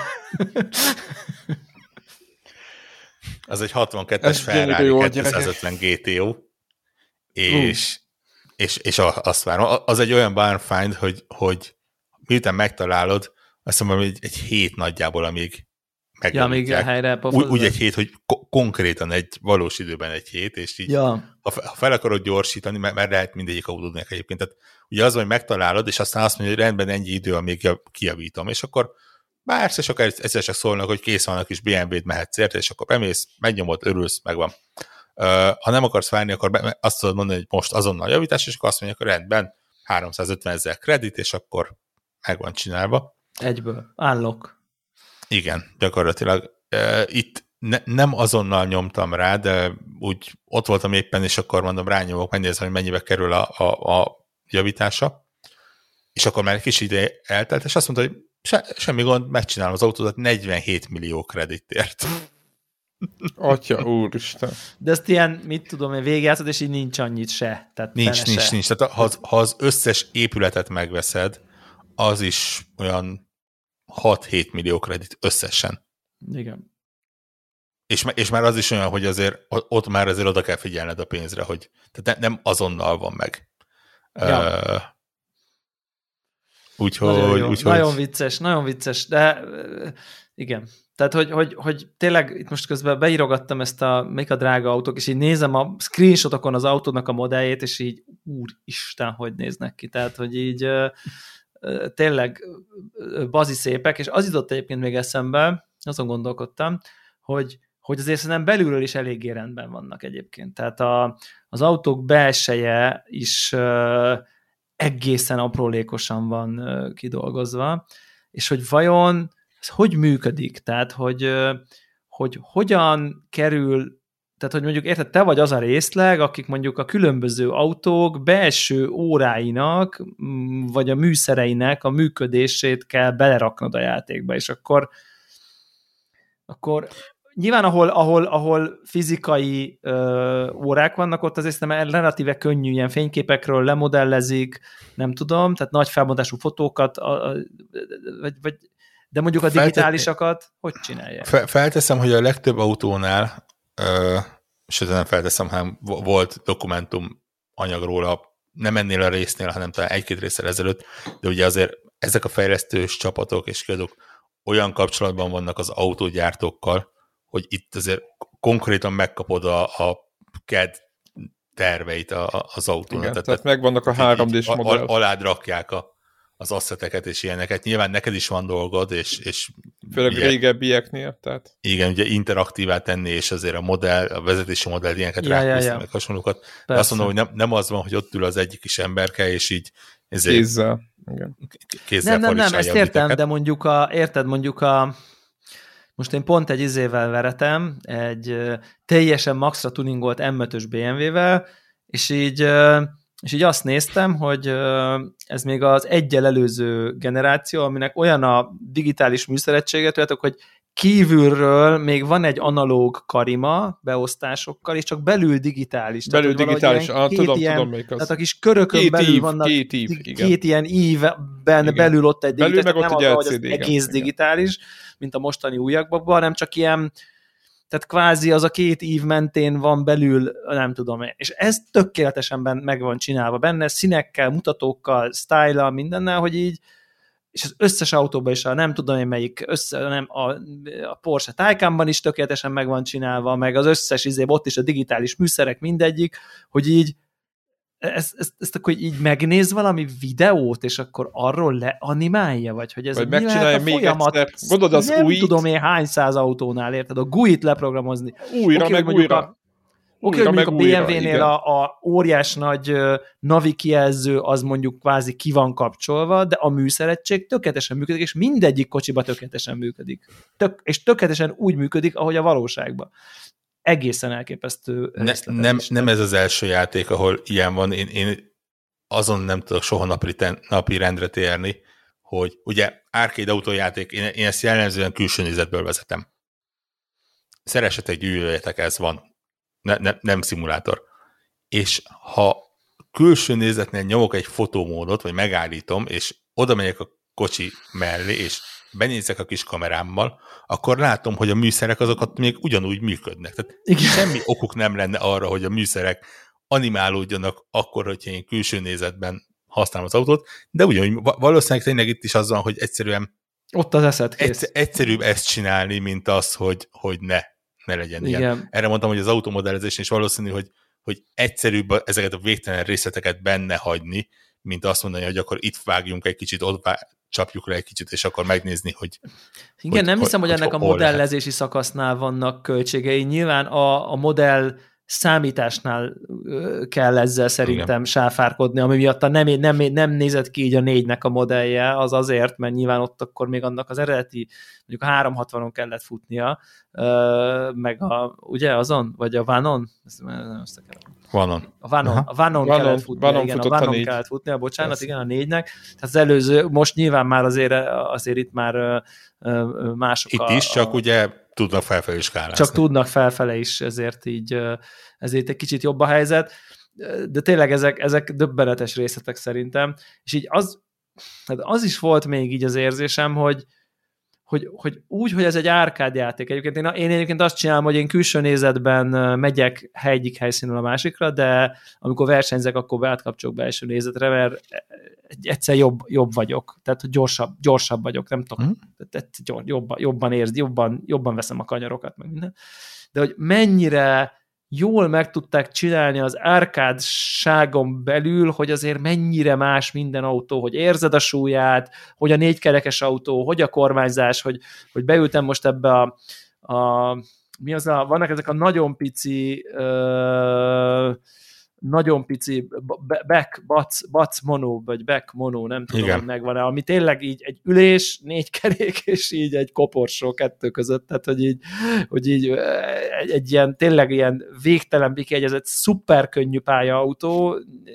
Az egy hatvankettes Ferrari kétszázötven gé té o, és uh. És, és azt várom. Az egy olyan Barnfind, hogy, hogy miután megtalálod, azt mondom, hogy egy, egy hét nagyjából, amíg megvalítják. Ja, helyre úgy, úgy egy hét, hogy ko- konkrétan egy valós időben egy hét, és így, ja. ha, ha fel akarod gyorsítani, mert, mert lehet mindegyik autódnak egyébként. Tehát ugye az, hogy megtalálod, és aztán azt mondja, hogy rendben ennyi idő, amíg kijavítom, és akkor bársz, és akkor egyszer csak szólnak, hogy kész van a kis bé em vé-t, mehetsz érte, és akkor bemész, megnyomod, örülsz, megvan. Uh, ha nem akarsz várni, akkor be, azt tudod mondani, hogy most azonnal javítás, és akkor azt mondják, hogy rendben, háromszázötven ezer kredit, és akkor meg van csinálva. Egyből. Állok. Igen, gyakorlatilag. Uh, itt ne, nem azonnal nyomtam rá, de úgy ott voltam éppen, és akkor mondom, rányomok, megnézem, hogy mennyibe kerül a, a, a javítása. És akkor már egy kis ide eltelt, és azt mondta, hogy se, semmi gond, megcsinálom az autódat negyvenhét millió kreditért. Atya úristen. De ezt ilyen, mit tudom én, végigjátszod, és így nincs annyit se. Tehát nincs, nincs, se. nincs. Tehát ha az, ha az összes épületet megveszed, az is olyan hat-hét millió kredit összesen. Igen. És, és már az is olyan, hogy azért ott már azért oda kell figyelned a pénzre, hogy tehát nem azonnal van meg. Ja. Uh, úgyhogy, nagyon, úgyhogy... nagyon vicces, nagyon vicces, de igen. Tehát, hogy, hogy, hogy tényleg itt most közben beírogattam ezt a, még a drága autók, és így nézem a screenshotokon az autónak a modelljét, és így úristen, hogy néznek ki. Tehát, hogy így tényleg bazi szépek, és az jutott egyébként még eszembe, azon gondolkodtam, hogy, hogy azért szerintem belülről is eléggé rendben vannak egyébként. Tehát a, az autók belseje is uh, egészen aprólékosan van uh, kidolgozva, és hogy vajon ez hogy működik? Tehát, hogy, uh, hogy hogyan kerül, tehát, hogy mondjuk érted, te vagy az a részleg, akik mondjuk a különböző autók belső óráinak, vagy a műszereinek a működését kell beleraknod a játékba, és akkor akkor nyilván, ahol, ahol, ahol fizikai ö, órák vannak, ott azért nem relatíve könnyű, ilyen fényképekről lemodellezik, nem tudom, tehát nagy felbontású fotókat, a, a, vagy, vagy, de mondjuk a digitálisakat hogy csinálják? Fel, felteszem, hogy a legtöbb autónál, ö, és nem felteszem, hanem volt dokumentum anyag róla, nem ennél a résznél, hanem talán egy-két részsel ezelőtt, de ugye azért ezek a fejlesztős csapatok és kiadók olyan kapcsolatban vannak az autógyártókkal, hogy itt azért konkrétan megkapod a, a cé á dé terveit a, az autónak. Igen, tehát, tehát megvannak a három dés modell. Alád rakják a, az asszeteket és ilyeneket. Nyilván neked is van dolgod, és, és főleg ilyen, régebbieknél. Tehát. Igen, ugye interaktívá tenni, és azért a modell, a vezetési modell ilyeneket ja, rákúszni, ja, ja. meg hasonlókat. De azt mondom, hogy nem, nem az van, hogy ott ül az egyik kis emberke, és így kézzel. Igen. Kézzel nem, nem, nem, ezt értem, de mondjuk a, érted, mondjuk a most én pont egy izével veretem, egy uh, teljesen maxra tuningolt em ötös bé em vé-vel, és így, uh, és így azt néztem, hogy uh, ez még az egyel előző generáció, aminek olyan a digitális műszeregységet, tudjátok, hogy kívülről még van egy analóg karima beosztásokkal, és csak belül digitális. Belül tehát, digitális, ah, tudom, ilyen, tudom még az. Tehát a kis körökön két belül ív, vannak két, ív, két igen. ilyen ívben igen. belül ott egy digitális, belül meg ott nem egy az, hogy az igen, egész igen. digitális, mint a mostani újakban, hanem csak ilyen, tehát kvázi az a két ív mentén van belül, nem tudom én. És ez tökéletesen meg van csinálva benne, színekkel, mutatókkal, style-al, mindennel, hogy így, és az összes autóban is, a nem tudom én melyik, össze, nem, a, a Porsche Taycanban is tökéletesen meg van csinálva, meg az összes izé, ott is a digitális műszerek mindegyik, hogy így ezt, ezt, ezt akkor így megnéz valami videót, és akkor arról leanimálja, vagy hogy ez vagy mi megcsinálja még folyamat, egyszer. Gondolod az nem újit? tudom én hány száz autónál, érted? A gú i-t leprogramozni. Újra, okay, meg újra. Oké, okay, hogy mondjuk a bé em vé-nél a, a óriás nagy uh, navi kijelző az mondjuk kvázi ki van kapcsolva, de a műszeregység tökéletesen működik, és mindegyik kocsiba tökéletesen működik. Tök, és tökéletesen úgy működik, ahogy a valóságban. Egészen elképesztő. Ne, nem, nem ez az első játék, ahol ilyen van. Én, én azon nem tudok soha napi, ten, napi rendre térni, hogy ugye arcade autójáték, én, én ezt jellemzően külső nézetből vezetem. Szeressetek, gyűlöljetek, ez van. Ne, ne, nem szimulátor. És ha külső nézetnél nyomok egy fotómódot, vagy megállítom, és oda megyek a kocsi mellé, és benézek a kis kamerámmal, akkor látom, hogy a műszerek azokat még ugyanúgy működnek. Tehát igen. Semmi okuk nem lenne arra, hogy a műszerek animálódjanak akkor, hogyha én külső nézetben használom az autót, de ugyanúgy valószínűleg tényleg itt is az van, hogy egyszerűen ott az eszed kész. Egyszer, egyszerűbb ezt csinálni, mint az, hogy, hogy ne. ne legyen igen. ilyen. Erre mondtam, hogy az automodellezés is valószínű, hogy, hogy egyszerűbb ezeket a végtelen részleteket benne hagyni, mint azt mondani, hogy akkor itt vágjunk egy kicsit, ott vág, csapjuk le egy kicsit, és akkor megnézni, hogy igen, hogy, nem hiszem, hogy, hogy ennek hogy a modellezési lehet. Szakasznál vannak költségei. Nyilván a, a modell számításnál kell ezzel szerintem igen. sáfárkodni, ami miatt nem, nem, nem nézett ki így a négynek a modellje, az azért, mert nyilván ott akkor még annak az eredeti, mondjuk a háromszázhatvanon kellett futnia, meg a, ugye azon? Vagy a Vanon? Vanon. A Vanon, a Vanon kellett futnia, Vanon igen, a Vanon kellett futnia, bocsánat, yes. igen, a négynek. Tehát az előző, most nyilván már azért, azért itt már mások itt a... is, csak a... ugye tudnak felfelé is kárázni. Csak tudnak felfele is, ezért így, ezért egy kicsit jobb a helyzet, de tényleg ezek, ezek döbbenetes részletek szerintem, és így az, az is volt még így az érzésem, hogy Hogy, hogy úgy, hogy ez egy árkádjáték. Egyébként én, én egyébként azt csinálom, hogy én külső nézetben megyek egyik helyszínről a másikra, de amikor versenyzek, akkor átkapcsolok belső nézetre, mert egyszer jobb, jobb vagyok. Tehát gyorsabb, gyorsabb vagyok, nem tudom. Mm. Tehát jobban, jobban érz, jobban, jobban veszem a kanyarokat, meg minden. De hogy mennyire jól meg tudták csinálni az árkádságon belül, hogy azért mennyire más minden autó, hogy érzed a súlyát, hogy a négykerekes autó, hogy a kormányzás, hogy, hogy beültem most ebbe a, a mi az a, vannak ezek a nagyon pici ö, nagyon pici back, bac, bac mono, vagy back mono, nem tudom, igen, hogy megvan-e, ami tényleg így egy ülés, négy kerék, és így egy koporsó kettő között, tehát hogy így, hogy így egy, egy ilyen, tényleg ilyen végtelen kiegyezett, szuper könnyű pályautó,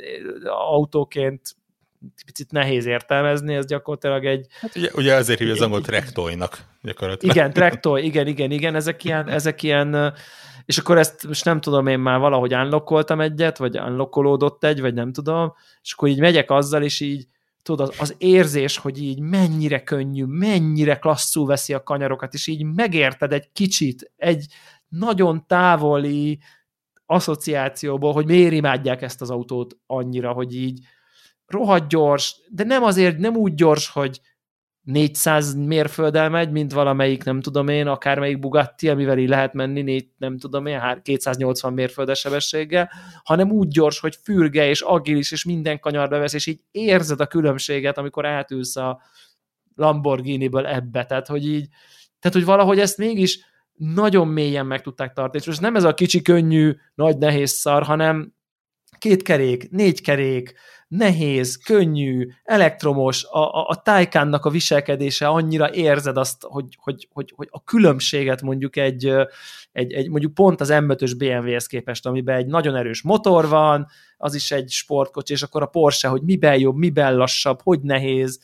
autóként picit nehéz értelmezni, ez gyakorlatilag egy... Hát ugye, ugye azért hívja az angol traktoynak gyakorlatilag. Igen, traktoy, igen, igen, igen, ezek ilyen, ezek ilyen és akkor ezt most nem tudom, én már valahogy unlockoltam egyet, vagy unlockolódott egy, vagy nem tudom, és akkor így megyek azzal, és így tudod, az, az érzés, hogy így mennyire könnyű, mennyire klasszul veszi a kanyarokat, és így megérted egy kicsit, egy nagyon távoli asszociációból, hogy miért imádják ezt az autót annyira, hogy így rohadt gyors, de nem azért, nem úgy gyors, hogy négyszáz mérfölddel megy, mint valamelyik, nem tudom én, akármelyik Bugatti, amivel így lehet menni, négy, nem tudom én, kétszáznyolcvan mérföldes sebességgel, hanem úgy gyors, hogy fürge és agilis, és minden kanyarba vesz, és így érzed a különbséget, amikor átülsz a Lamborghini-ből ebbe, tehát hogy így, tehát hogy valahogy ezt mégis nagyon mélyen meg tudták tartani, és most nem ez a kicsi, könnyű, nagy, nehéz szar, hanem két kerék, négy kerék, nehéz, könnyű, elektromos, a, a, a Taycannak a viselkedése, annyira érzed azt, hogy, hogy, hogy, hogy a különbséget mondjuk egy, egy, egy mondjuk pont az em ötös bé em vé-hez képest, amiben egy nagyon erős motor van, az is egy sportkocsi, és akkor a Porsche, hogy miben jobb, miben lassabb, hogy nehéz.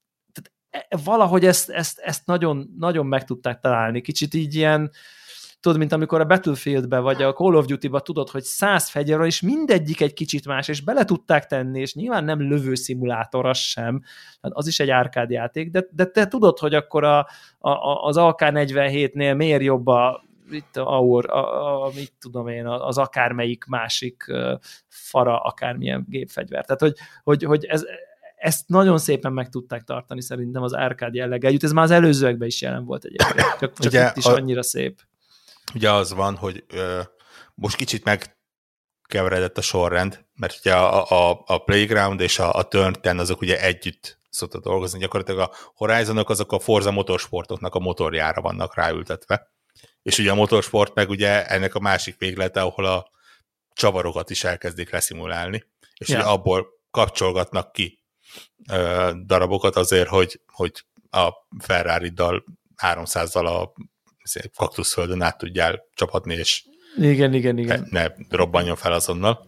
Tehát valahogy ezt, ezt, ezt nagyon, nagyon meg tudták találni. Kicsit így ilyen, tudod, mint amikor a Battlefieldbe vagy a Call of Duty-ba tudod, hogy száz fegyver, és mindegyik egy kicsit más, és bele tudták tenni, és nyilván nem lövőszimulátor az sem, az is egy árkádjáték, de, de te tudod, hogy akkor a, a, az á ká negyvenhétnél miért jobb a, itt a, a, a, a mit tudom én, az akármelyik másik fara, akármilyen gépfegyver. Tehát, hogy, hogy, hogy ez, ezt nagyon szépen meg tudták tartani szerintem az árkád jelleggel együtt. Ez már az előzőekben is jelen volt egyébként, csak, csak ugye, itt is a, annyira szép. Ugye az van, hogy ö, most kicsit megkeveredett a sorrend, mert ugye a, a, a Playground és a, a Turn tíz azok ugye együtt szoktak dolgozni. Gyakorlatilag a Horizonok azok a Forza motorsportoknak a motorjára vannak ráültetve. És ugye a motorsport meg ugye ennek a másik véglete, ahol a csavarokat is elkezdik leszimulálni. És ja. ugye abból kapcsolgatnak ki ö, darabokat azért, hogy, hogy a Ferrari-dal háromszázzal a kaktuszföldön át tudjál csapatni, és igen, igen, igen. ne robbanjon fel azonnal.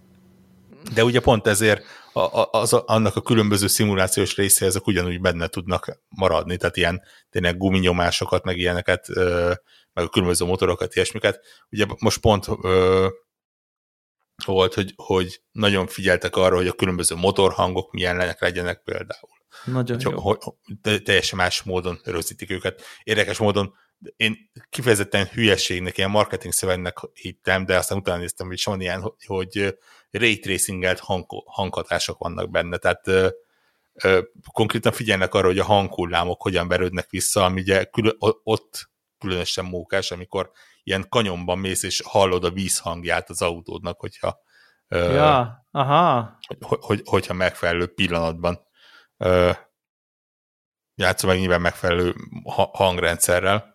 De ugye pont ezért a, a, az, annak a különböző szimulációs részei ezek ugyanúgy benne tudnak maradni, tehát ilyen tényleg guminyomásokat, meg ilyeneket, meg a különböző motorokat, ilyesmiket. Ugye most pont ö, volt, hogy, hogy nagyon figyeltek arra, hogy a különböző motorhangok milyen legyenek például. Nagyon hogy, jó. Hogy, hogy teljesen más módon rögzítik őket. Érdekes módon én kifejezetten hülyeségnek, ilyen marketing szövegnek hittem, de aztán utána néztem, hogy van ilyen, hogy ray tracingelt hang, hanghatások vannak benne, tehát ö, ö, konkrétan figyelnek arra, hogy a hanghullámok hogyan verődnek vissza, ami ugye külön, ott különösen mókás, amikor ilyen kanyonban mész, és hallod a vízhangját az autódnak, hogyha ö, ja, aha. Hogy, hogy, hogyha megfelelő pillanatban ö, játszom meg nyilván megfelelő hangrendszerrel.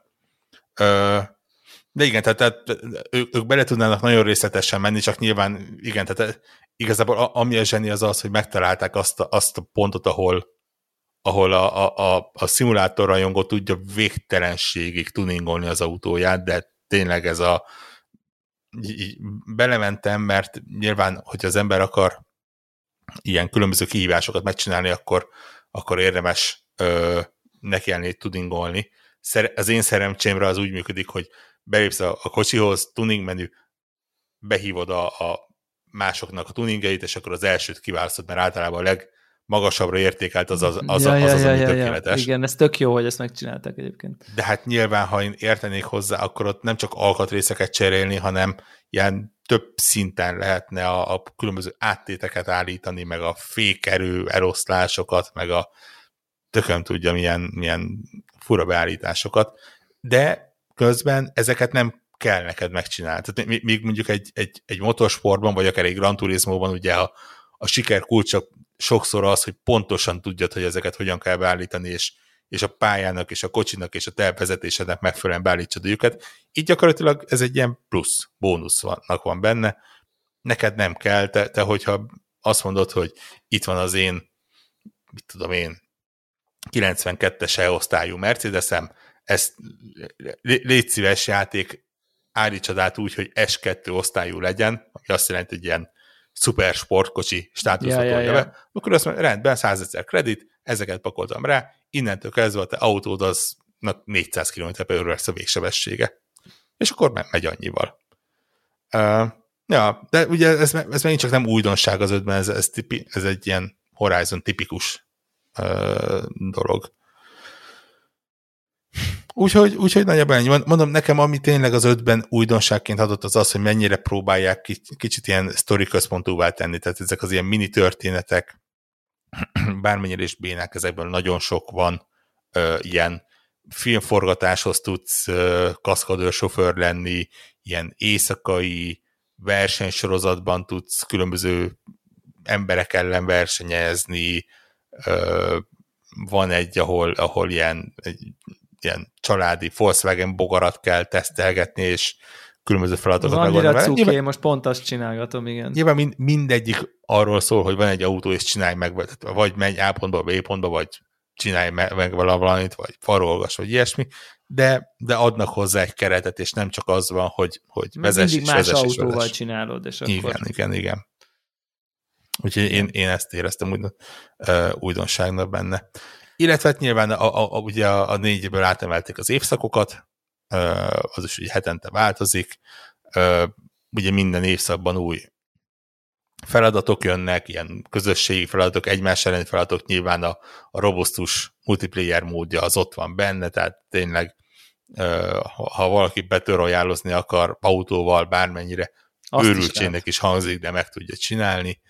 De igen, tehát, tehát ők, ők bele tudnának nagyon részletesen menni, csak nyilván igen, tehát igazából ami a zseni az az, hogy megtalálták azt a, azt a pontot, ahol, ahol a, a, a, a szimulátor rajongó tudja végtelenségig tuningolni az autóját, de tényleg ez a így belementem, mert nyilván, hogy az ember akar ilyen különböző kihívásokat megcsinálni, akkor, akkor érdemes ö, nekiállni tuningolni, az én szerencsémre az úgy működik, hogy belépsz a, a kocsihoz, tuning menü, behívod a, a másoknak a tuningeit, és akkor az elsőt kiválasztod, mert általában a legmagasabbra értékelt az az, az, ja, az, ja, az, ja, ami ja, tökéletes. Ja. Igen, ez tök jó, hogy ezt megcsináltak egyébként. De hát nyilván, ha én értenék hozzá, akkor ott nem csak alkatrészeket cserélni, hanem ilyen több szinten lehetne a, a különböző áttéteket állítani, meg a fékerő eloszlásokat, meg a tököm tudja milyen, milyen fura beállításosak, de közben ezeket nem kell neked megcsinálni. Tehát még mondjuk egy, egy, egy motorsportban, vagy akár egy Gran Turismóban ugye a, a siker kulcsa sokszor az, hogy pontosan tudjad, hogy ezeket hogyan kell beállítani, és, és a pályának, és a kocsinak, és a tervvezetésednek megfelelően beállítsad őket. Így gyakorlatilag ez egy ilyen plusz, bónusznak van benne. Neked nem kell, te, te hogyha azt mondod, hogy itt van az én, mit tudom én, kilencvenkettes E-osztályú Mercedesem, ezt légy szíves játék, állítsad át úgy, hogy es kettő osztályú legyen, ami azt jelenti, hogy ilyen szuper sportkocsi státuszot ja, ja, ja. be, akkor azt mondja, rendben, százezer kredit, ezeket pakoltam rá, innentől kezdve a te autód az négyszáz kilométer per óra lesz a végsebessége. És akkor megy annyival. Uh, ja, de ugye ez, ez megint csak nem újdonság az ötben, ez, ez, tipi, ez egy ilyen Horizon tipikus uh, dolog. Úgyhogy, úgyhogy nagyjából ennyi. Mondom, nekem ami tényleg az ötben újdonságként adott az az, hogy mennyire próbálják kicsit ilyen sztori központúvá tenni, tehát ezek az ilyen mini történetek, bármennyire is bénák, ezekből nagyon sok van, ö, ilyen filmforgatáshoz tudsz ö, kaszkadőrsofőr lenni, ilyen éjszakai versenysorozatban tudsz különböző emberek ellen versenyezni, ö, van egy, ahol, ahol ilyen egy, ilyen családi Volkswagen bogarat kell tesztelgetni, és különböző feladatokat megoldani. Annyira cuké, nyilván, most pont azt csinálgatom, igen. Nyilván mind, mindegyik arról szól, hogy van egy autó, és csinálj meg, vagy menj A pontba, B pontba, vagy csinálj meg valamit, vagy farolgass, vagy ilyesmi, de, de adnak hozzá egy keretet, és nem csak az van, hogy, hogy vezess és vezess és más autóval csinálod, és akkor... Igen, igen, igen. Úgyhogy én, én ezt éreztem úgy, uh, újdonságnak benne. Illetve nyilván a, a, a, ugye a, a négyből átemelték az évszakokat, az is ugye hetente változik, ugye minden évszakban új feladatok jönnek, ilyen közösségi feladatok, egymás elleni feladatok, nyilván a, a robusztus multiplayer módja az ott van benne, tehát tényleg ha valaki betöroljálozni akar autóval bármennyire őrültségnek is, is hangzik, de meg tudja csinálni.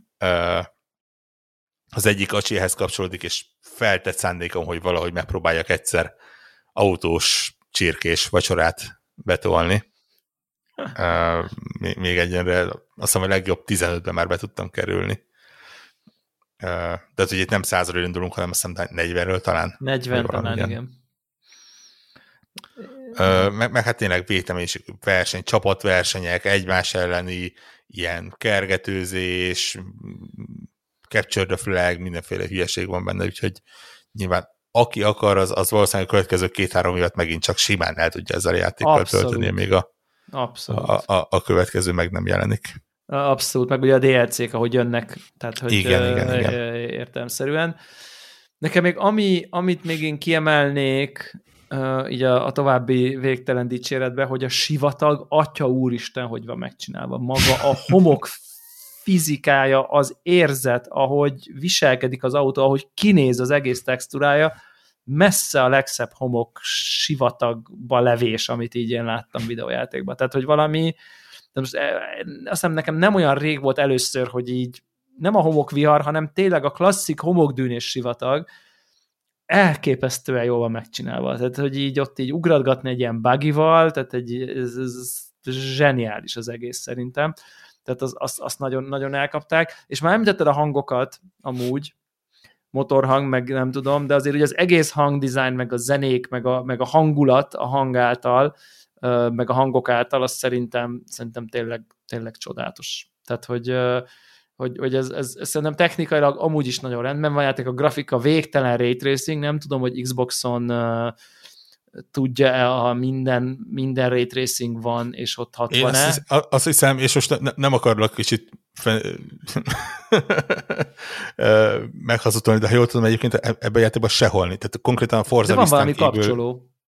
Az egyik acséhez kapcsolódik, és feltett szándékom, hogy valahogy megpróbáljak egyszer autós csirkés vacsorát betolni. Uh, még, még egyenre, azt hiszem a legjobb tizenötben már be tudtam kerülni. Uh, tehát, hogy itt nem százról indulunk, hanem azt hiszem negyvenről talán. negyven talán, igen. igen. Uh, meg, meg hát tényleg vétem és verseny, csapatversenyek, egymás elleni ilyen kergetőzés, capture the flag, mindenféle hülyeség van benne, úgyhogy nyilván aki akar, az, az valószínűleg a következő két-három évet megint csak simán el tudja ezzel a játékkal Abszolút. tölteni, még a, a, a, a következő meg nem jelenik. Abszolút, meg ugye a dé el cé-k, ahogy jönnek, tehát hogy igen, uh, igen, igen. értelemszerűen. Nekem még ami, amit még én kiemelnék uh, így a, a további végtelen dicséretbe, hogy a sivatag, atya úristen, hogy van megcsinálva. Maga a homok fizikája, az érzet, ahogy viselkedik az autó, ahogy kinéz az egész textúrája, messze a legszebb homok sivatagba levés, amit így én láttam videójátékban. Tehát, hogy valami, de most azt hiszem nekem nem olyan rég volt először, hogy így nem a homokvihar, hanem tényleg a klasszik homokdűnés sivatag elképesztően jól van megcsinálva. Tehát, hogy így ott így ugratgatni egy ilyen buggyval, tehát egy, ez, ez zseniális az egész szerintem. Tehát azt az, az nagyon, nagyon elkapták, és már említetted a hangokat amúgy, motorhang, meg nem tudom, de azért ugye az egész hangdesign, meg a zenék, meg a, meg a hangulat a hang által, meg a hangok által, az szerintem, szerintem tényleg, tényleg csodálatos. Tehát, hogy, hogy, hogy ez, ez, ez szerintem technikailag amúgy is nagyon rendben van, játék a grafika végtelen ray tracing, nem tudom, hogy Xboxon tudja-e, ha minden, minden ray tracing van, és ott hatvan-e. Én azt, hisz, azt hiszem, és most ne, nem akarlak kicsit fe... meghazudtolni, de ha jól tudom, egyébként ebben a játékban sehol. Tehát konkrétan a Forza Vistán kívül... kapcsoló.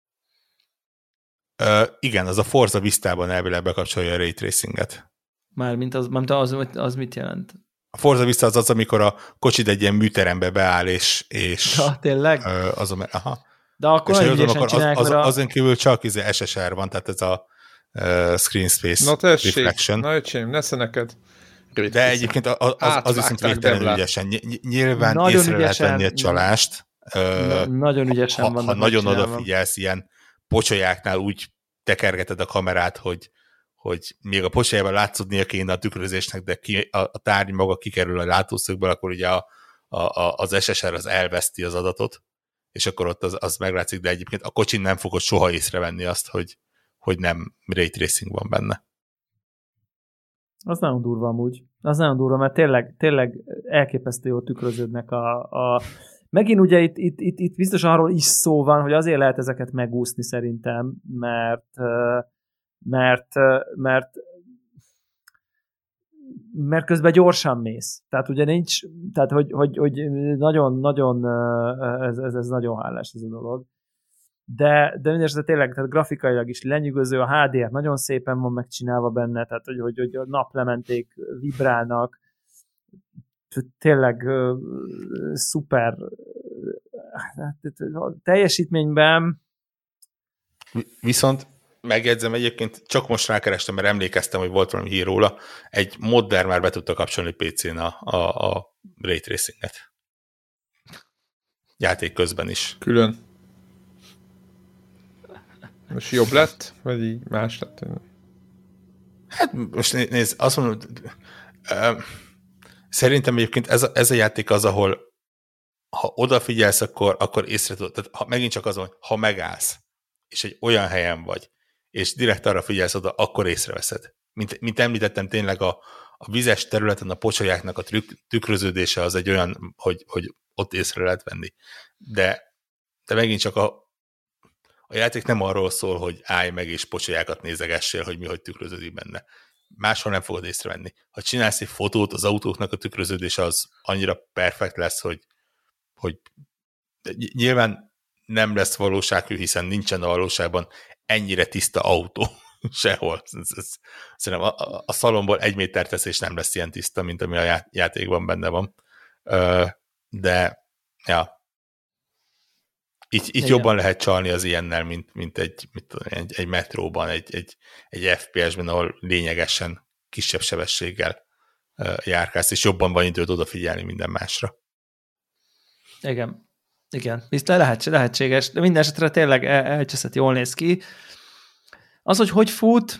Uh, igen, az a Forza Vistában elvileg bekapcsolja a Ray Tracinget. Mármint az, mármint az, az mit jelent? A Forza Vista az az, amikor a kocsid egy ilyen műterembe beáll, és... és ja, tényleg? Uh, az a, aha. De akkor nagyon ügyesen csinálják, az, az, a... azon kívül csak ez es es er van, tehát ez a uh, Screen Space na tessék, Reflection. Na öcsém, nesze neked. De egyébként az, az, az viszont végtelenül ügyesen. Nyilván nagyon észre ügyesen, lehet venni a csalást. Na, nagyon ügyesen ha, vannak. Ha nagyon odafigyelsz, ilyen pocsolyáknál úgy tekergeted a kamerát, hogy, hogy még a pocsolyában látszódnia kéne a tükrözésnek, de ki, a, a tárgy maga kikerül a látószögből, akkor ugye a, a, a, az es es er az elveszti az adatot, és akkor ott az, az meglátszik, de egyébként a kocsin nem fogod soha észrevenni azt, hogy, hogy nem ray tracing van benne. Az nagyon durva amúgy. Az nagyon durva, mert tényleg, tényleg elképesztő jól tükröződnek a... a... Megint ugye itt, itt, itt, itt biztos arról is szó van, hogy azért lehet ezeket megúszni szerintem, mert mert, mert mert közben gyorsan mész. Tehát ugye nincs, tehát hogy, hogy, hogy nagyon, nagyon ez, ez, ez nagyon hálás ez a dolog. De, de mindesetre tényleg, tehát grafikailag is lenyűgöző, a há dé er nagyon szépen van megcsinálva benne, tehát hogy, hogy, hogy a naplementék vibrálnak, tényleg uh, szuper uh, teljesítményben. Viszont megjegyzem egyébként, csak most rákerestem, mert emlékeztem, hogy volt valami hír róla, egy modder már be tudta kapcsolni pé cén a, a, a Ray Tracinget. Játék közben is. Külön. Most jobb lett? Vagy így más lett? Hát most nézd, azt mondom, uh, szerintem egyébként ez a, ez a játék az, ahol ha odafigyelsz, akkor, akkor észre tudod. Tehát ha, megint csak azon, ha megállsz, és egy olyan helyen vagy, és direkt arra figyelsz oda, akkor észreveszed. Mint, mint említettem, tényleg a, a vizes területen a pocsolyáknak a trükk, tükröződése az egy olyan, hogy, hogy ott észre lehet venni. De, de megint csak a, a játék nem arról szól, hogy állj meg és pocsolyákat nézegessél, hogy mi hogy tükröződik benne. Máshol nem fogod észrevenni. Ha csinálsz egy fotót, az autóknak a tükröződése az annyira perfekt lesz, hogy, hogy nyilván nem lesz valósághű, hiszen nincsen a valóságban ennyire tiszta autó sehol. Ez, ez, szerintem a, a, a szalomból egy méter tesz, és nem lesz ilyen tiszta, mint ami a játékban benne van. De ja, így, így jobban lehet csalni az ilyennel, mint, mint egy, mit tudom, egy, egy metróban, egy, egy, egy ef pé es-ben, ahol lényegesen kisebb sebességgel járkálsz, és jobban van időd odafigyelni minden másra. Igen. Igen, biztos lehet, lehetséges, de minden esetre tényleg el, elcseszett, jól néz ki. Az, hogy hogy fut,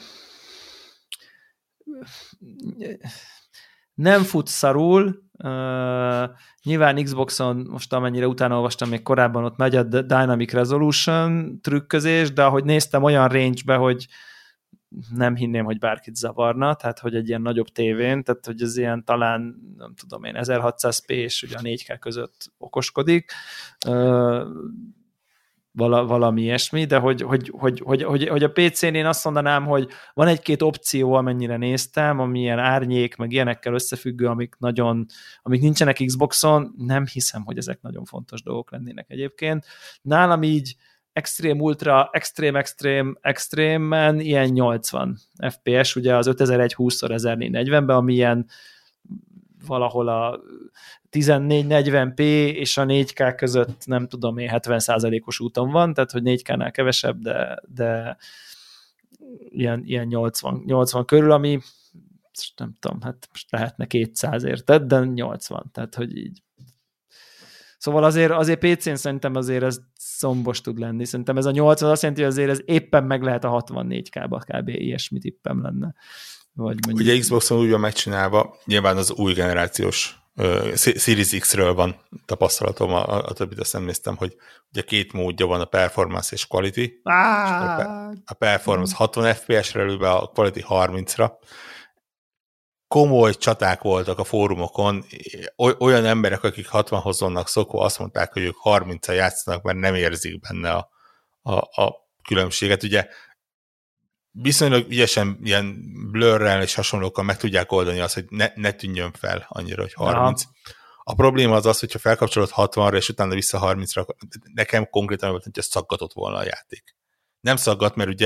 nem fut szarul, uh, nyilván Xboxon, most amennyire utána olvastam, még korábban ott megy a Dynamic Resolution trükközés, de ahogy néztem olyan range-be, hogy nem hinném, hogy bárkit zavarna, tehát hogy egy ilyen nagyobb tévén, tehát hogy ez ilyen talán, nem tudom én, ezerhatszáz pé és ugye a négy ká között okoskodik, uh, vala, valami ilyesmi, de hogy, hogy, hogy, hogy, hogy, hogy a pé cén én azt mondanám, hogy van egy-két opció, amennyire néztem, ami ilyen árnyék, meg ilyenekkel összefüggő, amik nagyon, amik nincsenek Xboxon, nem hiszem, hogy ezek nagyon fontos dolgok lennének egyébként. Nálam így extrém, ultra, extrém, extrém, extrémen ilyen nyolcvan ef pé es, ugye az ötezer-százhúsz szor ezernégyszáznegyvenben, ami ilyen valahol a tizennégy negyven pé és a négy ká között nem tudom én hetven százalékos úton van, tehát hogy négy ká-nál kevesebb, de, de ilyen, ilyen nyolcvan, nyolcvan körül, ami nem tudom, hát most lehetne kétszáz érted, de nyolcvan, tehát hogy így. Szóval azért, azért pé cén szerintem azért ez szombos tud lenni. Szerintem ez a nyolcvan azt jelenti, hogy azért ez éppen meg lehet a hatvannégy ká-ba, kb. Ilyesmi tippem lenne. Vagy mondjuk... Ugye Xboxon úgy van megcsinálva, nyilván az új generációs uh, Series X-ről van tapasztalatom, a, a többit azt nem néztem, hogy ugye két módja van, a performance és quality. Ah! És a, a performance hatvan ef pé es-re előbb, a quality harmincra. Komoly csaták voltak a fórumokon, olyan emberek, akik hatvanhoz vannak szokva, azt mondták, hogy ők harminccal játszanak, mert nem érzik benne a, a, a különbséget. Ugye viszonylag ügyesen ilyen blurrel és hasonlókkal meg tudják oldani azt, hogy ne, ne tűnjön fel annyira, hogy harminc. Aha. A probléma az az, hogyha felkapcsolod hatvanra, és utána vissza harmincra, nekem konkrétan volt, hogy szaggatott volna a játék. Nem szaggat, mert ugye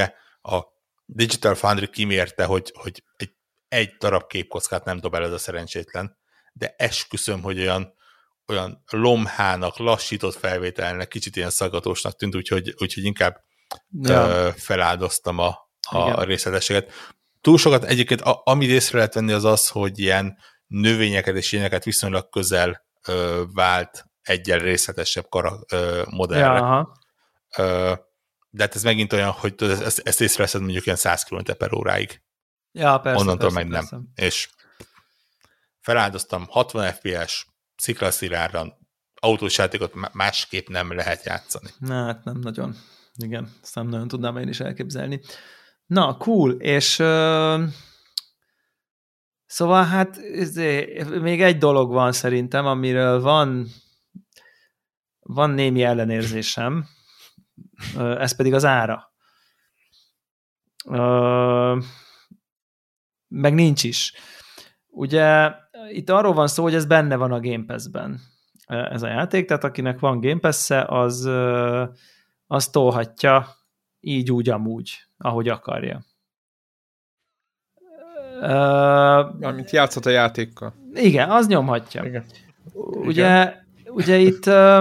a Digital Foundry kimérte, hogy, hogy egy, egy darab képkockát nem dob el ez a szerencsétlen, de esküszöm, hogy olyan, olyan lomhának, lassított felvételnek, kicsit ilyen szaggatósnak tűnt, úgyhogy, úgyhogy inkább ja. ö, feláldoztam a, a, a részletességet. Túl sokat egyébként, a, amit észre lehet venni, az az, hogy ilyen növényeket és ilyeneket viszonylag közel ö, vált egyen részletesebb kara, ö, modellre. Ja, ö, de hát ez megint olyan, hogy tudod, ezt, ezt észreveszed mondjuk ilyen száz kilométer per óráig. Ja, persze, onnantól persze, meg persze. nem. És feláldoztam hatvan ef pé es, sziklaszilárdan, autós játékot másképp nem lehet játszani. Na, hát nem nagyon. Igen, ezt nem nagyon tudnám én is elképzelni. Na, cool, és uh, szóval hát még egy dolog van szerintem, amiről van van némi ellenérzésem, uh, ez pedig az ára. Uh, meg nincs is. Ugye itt arról van szó, hogy ez benne van a Game Pass-ben, ez a játék, tehát akinek van Game Pass-e, az, az tolhatja így, úgy, amúgy, ahogy akarja. Amit játszott a játékkal. Igen, az nyomhatja. Igen. Ugye, ugye itt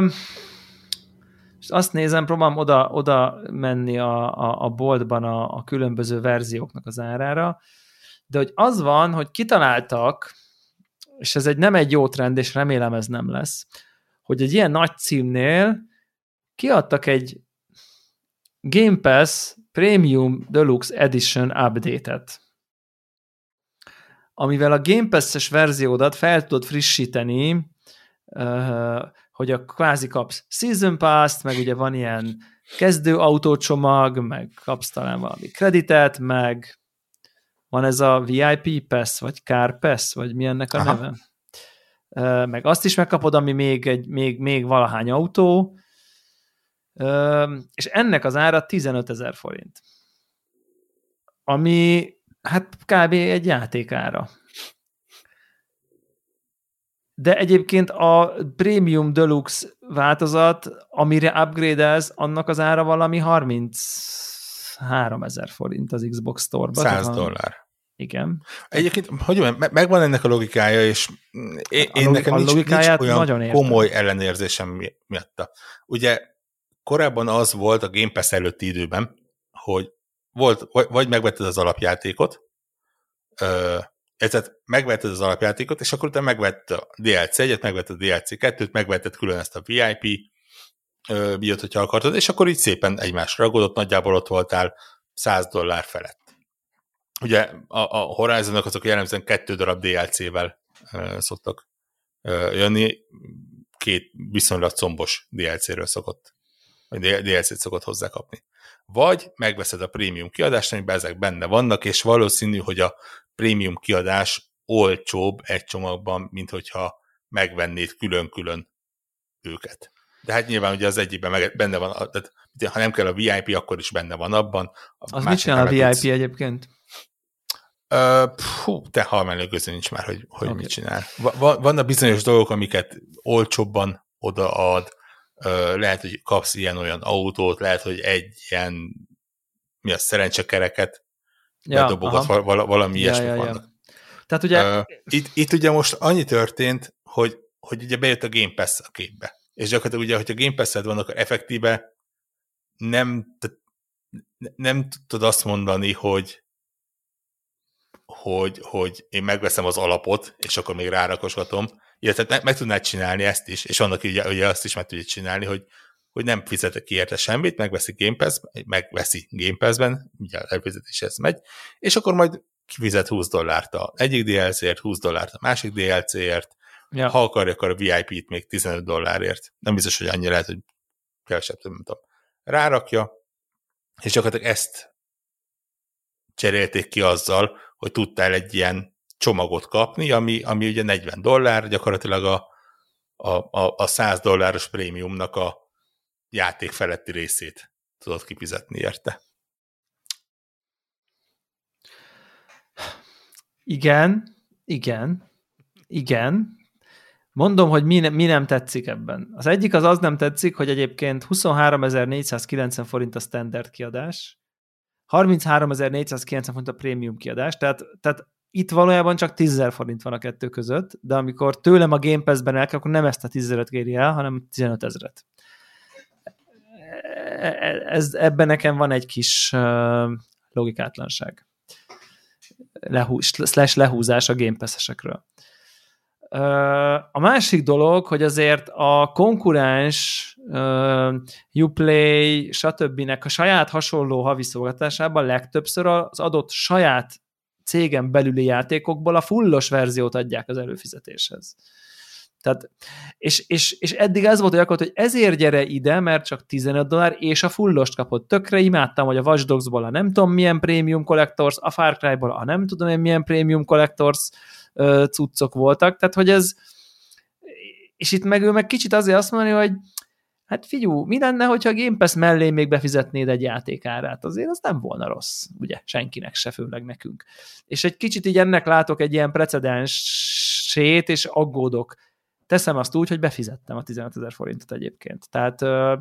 azt nézem, próbálom oda, oda menni a, a, a boltban a, a különböző verzióknak az árára, de hogy az van, hogy kitaláltak, és ez egy nem egy jó trend, és remélem ez nem lesz, hogy egy ilyen nagy címnél kiadtak egy Game Pass Premium Deluxe Edition update-et, amivel a Game Pass-es verziódat fel tudod frissíteni, hogy a kvázi kapsz Season Pass-t, meg ugye van ilyen kezdő autócsomag, meg kapsz talán valami kreditet, meg van ez a vé i pé Pass, vagy Car Pass, vagy mi ennek a neve. Uh, meg azt is megkapod, ami még, egy, még, még valahány autó, uh, és ennek az ára tizenötezer forint. Ami hát kb. Egy játékára. De egyébként a Premium Deluxe változat, amire upgrade-elsz, annak az ára valami harmincháromezer forint az Xbox Store-ban. száz dollár. Igen. Egyébként, hogy mondjam, megvan ennek a logikája, és én, én nekem nincs, nincs olyan komoly ellenérzésem miatta. Ugye korábban az volt a Game Pass előtti időben, hogy volt, vagy megvetted az alapjátékot, ezért megvetted az alapjátékot, és akkor utána megvetted a dé el cé egyet, megvetted a dé el cé kettőt, megvetted külön ezt a vé i pé biót, hogyha akartad, és akkor így szépen egymásra ragadott, nagyjából ott voltál száz dollár felett. Ugye a, a Horizonok azok jellemzően kettő darab dé el cé-vel uh, szoktak uh, jönni, két viszonylag combos dé el cé-ről szokott, vagy dé el cét szokott hozzá kapni. Vagy megveszed a prémium kiadást, amiben ezek benne vannak, és valószínű, hogy a prémium kiadás olcsóbb egy csomagban, mint hogyha megvennéd külön-külön őket. De hát nyilván ugye az egyikben meg, benne van, tehát, ha nem kell a vé i pé, akkor is benne van abban. Az mit csinál a vé i pé tudsz... egyébként? Uh, hú, te halmellő közül nincs már, hogy, hogy okay. Mit csinál. Va, vannak bizonyos dolgok, amiket olcsóbban odaad, uh, lehet, hogy kapsz ilyen-olyan autót, lehet, hogy egy ilyen mi a szerencsekereket ja, bedobogat, val- valami ja, ilyesmi ja, vannak. Ja. Tehát ugye... Uh, itt, itt ugye most annyi történt, hogy, hogy ugye bejött a Game Pass a képbe. És gyakorlatilag ugye, hogyha Game Pass-ed van, akkor effektíve nem, nem tudod azt mondani, hogy Hogy, hogy én megveszem az alapot, és akkor még rárakosgatom, illetve meg, meg tudnád csinálni ezt is, és annak ugye, ugye azt is meg tudja csinálni, hogy, hogy nem fizetek ki érte semmit, megveszi Game Pass, megveszi Game Pass-ben, ugye az elfizetéshez megy, és akkor majd kifizet húsz dollárt a egyik dé el cé-ért, húsz dollárt a másik dé el cé-ért, ja. Ha akarja, akkor a vé i pé-t még tizenöt dollárért, nem biztos, hogy annyi lehet, hogy kevesebb, nem tudom, rárakja, és gyakorlatilag ezt cserélték ki azzal, hogy tudtál egy ilyen csomagot kapni, ami, ami ugye negyven dollár, gyakorlatilag a, a, a, a száz dolláros prémiumnak a játék feletti részét tudod kifizetni érte. Igen, igen, igen. Mondom, hogy mi, ne, mi nem tetszik ebben. Az egyik az az nem tetszik, hogy egyébként huszonháromezer-négyszázkilencven forint a standard kiadás, harmincháromezer-négyszázkilencven forint a prémium kiadás, tehát, tehát itt valójában csak tízezer forint van a kettő között, de amikor tőlem a Game Pass-ben el kell, akkor nem ezt a tízezeret kéri el, hanem tizenötezret. Ez, ebben nekem van egy kis uh, logikátlanság. Lehú, slash lehúzás a Game Pass-esekről. Uh, a másik dolog, hogy azért a konkurens uh, Uplay, stb. A saját hasonló havi szolgáltatásában legtöbbször az adott saját cégen belüli játékokból a fullos verziót adják az előfizetéshez. Tehát, és, és, és eddig ez volt a gyakorlat, hogy ezért gyere ide, mert csak tizenöt dollár, és a fullost kapott. Tökre imádtam, hogy a Watch Dogs-ból a nem tudom milyen Premium Collectors, a Far Cry-ból a nem tudom én milyen Premium Collectors uh, cuccok voltak, tehát hogy ez, és itt meg ő meg kicsit azért azt mondani, hogy hát figyú, mi lenne, hogyha a Game Pass mellé még befizetnéd egy játékárát? Azért az nem volna rossz, ugye, senkinek se, főleg nekünk. És egy kicsit így ennek látok egy ilyen precedensét, és aggódok. Teszem azt úgy, hogy befizettem a tizenötezer forintot egyébként. Tehát,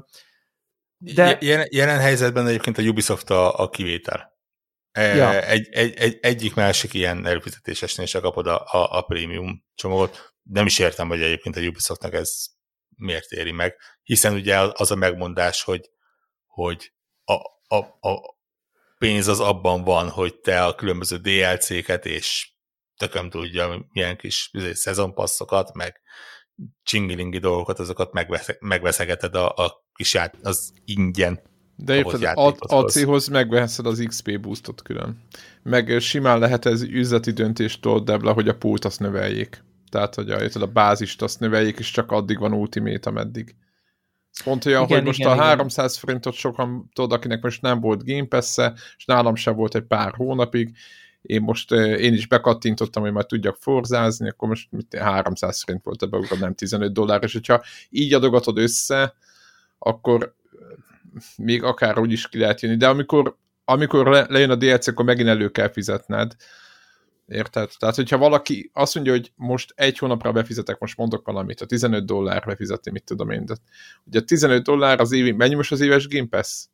de... Jelen, jelen helyzetben egyébként a Ubisoft a, a kivétel. Ja. Egy, egy, egy, egyik másik ilyen előfizetésesnél se kapod a, a, a prémium csomagot. Nem is értem, hogy egyébként a Ubisoftnak ez miért éri meg, hiszen ugye az a megmondás, hogy, hogy a, a, a pénz az abban van, hogy te a különböző dé el cé-ket és tököm tudja, milyen kis szezonpasszokat, meg csingilingi dolgokat, azokat megveszegeted a, a kis ját, az ingyen. De érted, á céhoz megveheted az iksz pé boostot külön. Meg simán lehet ez üzleti döntést tudod, Debla, hogy a pult azt növeljék. Tehát, hogy a, érted, a bázist azt növeljék, és csak addig van Ultimate, ameddig. Pont olyan, igen, hogy most igen, a igen. háromszáz forintot sokan, tudod, akinek most nem volt Game Pass-e, és nálam sem volt egy pár hónapig, én most én is bekattintottam, hogy majd tudjak forzázni, akkor most mit, háromszáz forint volt ebbe, akkor nem tizenöt dollár, és hogyha így adogatod össze, akkor még akár úgy is ki lehet jönni, de amikor, amikor le, lejön a dé el cé, akkor megint elő kell fizetned. Érted? Tehát, hogyha valaki azt mondja, hogy most egy hónapra befizetek, most mondok valamit, a tizenöt dollár befizetni, mit tudom én, de ugye tizenöt dollár az évi, mennyi most az éves Game Pass?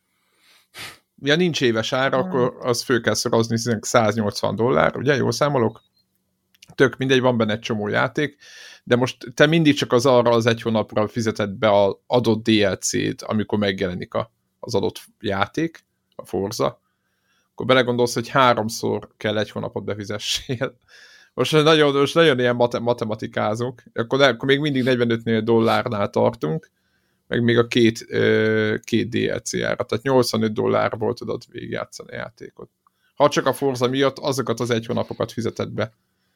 Ja, nincs éves ára, hmm. akkor az föl kell szorozni száznyolcvan dollár, ugye? Jól számolok? Tök mindegy, van benne egy csomó játék, de most te mindig csak az arra az egy hónapra fizeted be az adott dé el cé-t, amikor megjelenik a, az adott játék, a Forza, akkor belegondolsz, hogy háromszor kell egy hónapot befizessél. Most nagyon, most nagyon ilyen mate- matematikázunk, akkor, akkor még mindig negyvenöt dollárnál tartunk, meg még a két, két dé el cé ára, tehát nyolcvanöt dollárból tudod végigjátszani a játékot. Ha csak a Forza miatt azokat az egy hónapokat fizeted be.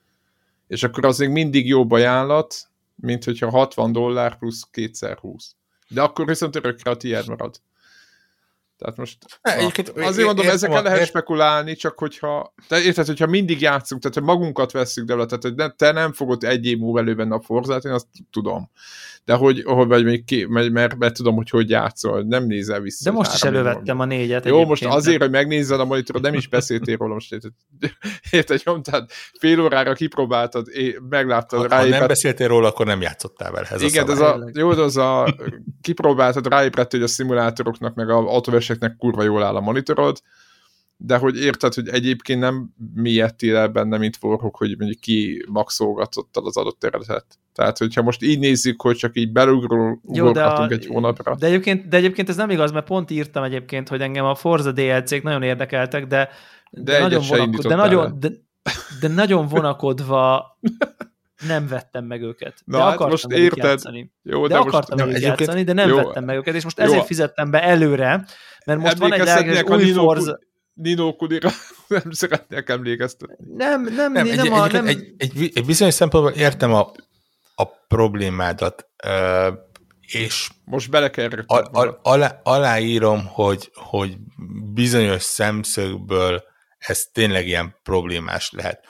És akkor az még mindig jobb ajánlat, mint hogyha hatvan dollár plusz kétszer húsz. De akkor viszont örökre a tiéd marad. Tehát most ne, na, azért mondom, ezekkel lehet spekulálni, csak hogyha, te érted, hogyha mindig játszunk, tehát hogy magunkat vesszük, de tehát, hogy ne, te nem fogod egy év múlva elővenni a Forzát, én azt tudom. De hogy, hogy vagy még ki, mert, mert, mert tudom, hogy hogy játszol, nem nézel vissza. De most is elővettem a négyet. Jó, most azért, nem. Hogy megnézed a monitorot, nem is beszéltél róla most. Érted, jó? Tehát fél órára kipróbáltad, megláttad. Ha, ráépet... ha nem beszéltél róla, akkor nem játszottál vele. Ez igen, a ez a, jó, az a kipróbáltad, ráébredt, hogy a szimulátoroknak, meg az autóversenyeknek kurva jól áll a monitorod, de hogy érted, hogy egyébként nem miettél el benne, mint forrok, hogy mondjuk ki maxolgatottad az adott területet. Tehát, hogyha most így nézzük, hogy csak így belugorhatunk egy hónapra. De egyébként, de egyébként ez nem igaz, mert pont írtam egyébként, hogy engem a Forza dé el cé-k nagyon érdekeltek, de, de, de, nagyon, vonakod, de, nagyon, de, de nagyon vonakodva nem vettem meg őket. De na, akartam most érted. Játszani. Jó, de, de akartam most, nem, játszani, de nem jó, vettem meg őket, és most ezért jó. Fizettem be előre, mert most van egy leges új Forza... Nino Kudira nem szeretnék emlékeztetni. Nem, nem, nem, nem, egy, a, egy, nem... Egy, egy, egy bizonyos szempontból értem a, a problémádat, uh, és most bele kell al, al, alá, aláírom, hogy, hogy bizonyos szemszögből ez tényleg ilyen problémás lehet.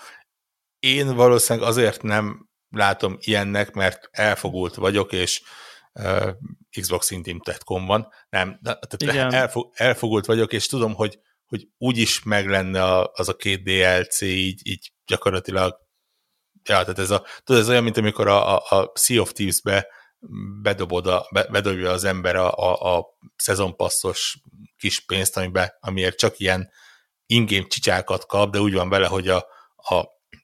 Én valószínűleg azért nem látom ilyennek, mert elfogult vagyok, és uh, Xbox Intim dot com van. Nem, tehát elfog, elfogult vagyok, és tudom, hogy hogy úgyis meg lenne az a két dé el cé így, így gyakorlatilag, ja, tehát ez, a, tudod, ez olyan, mint amikor a, a Sea of Thieves-be bedobod a, bedobja az ember a, a, a szezonpasszos kis pénzt, amiben, amiért csak ilyen in-game csicsákat kap, de úgy van vele, hogy a, a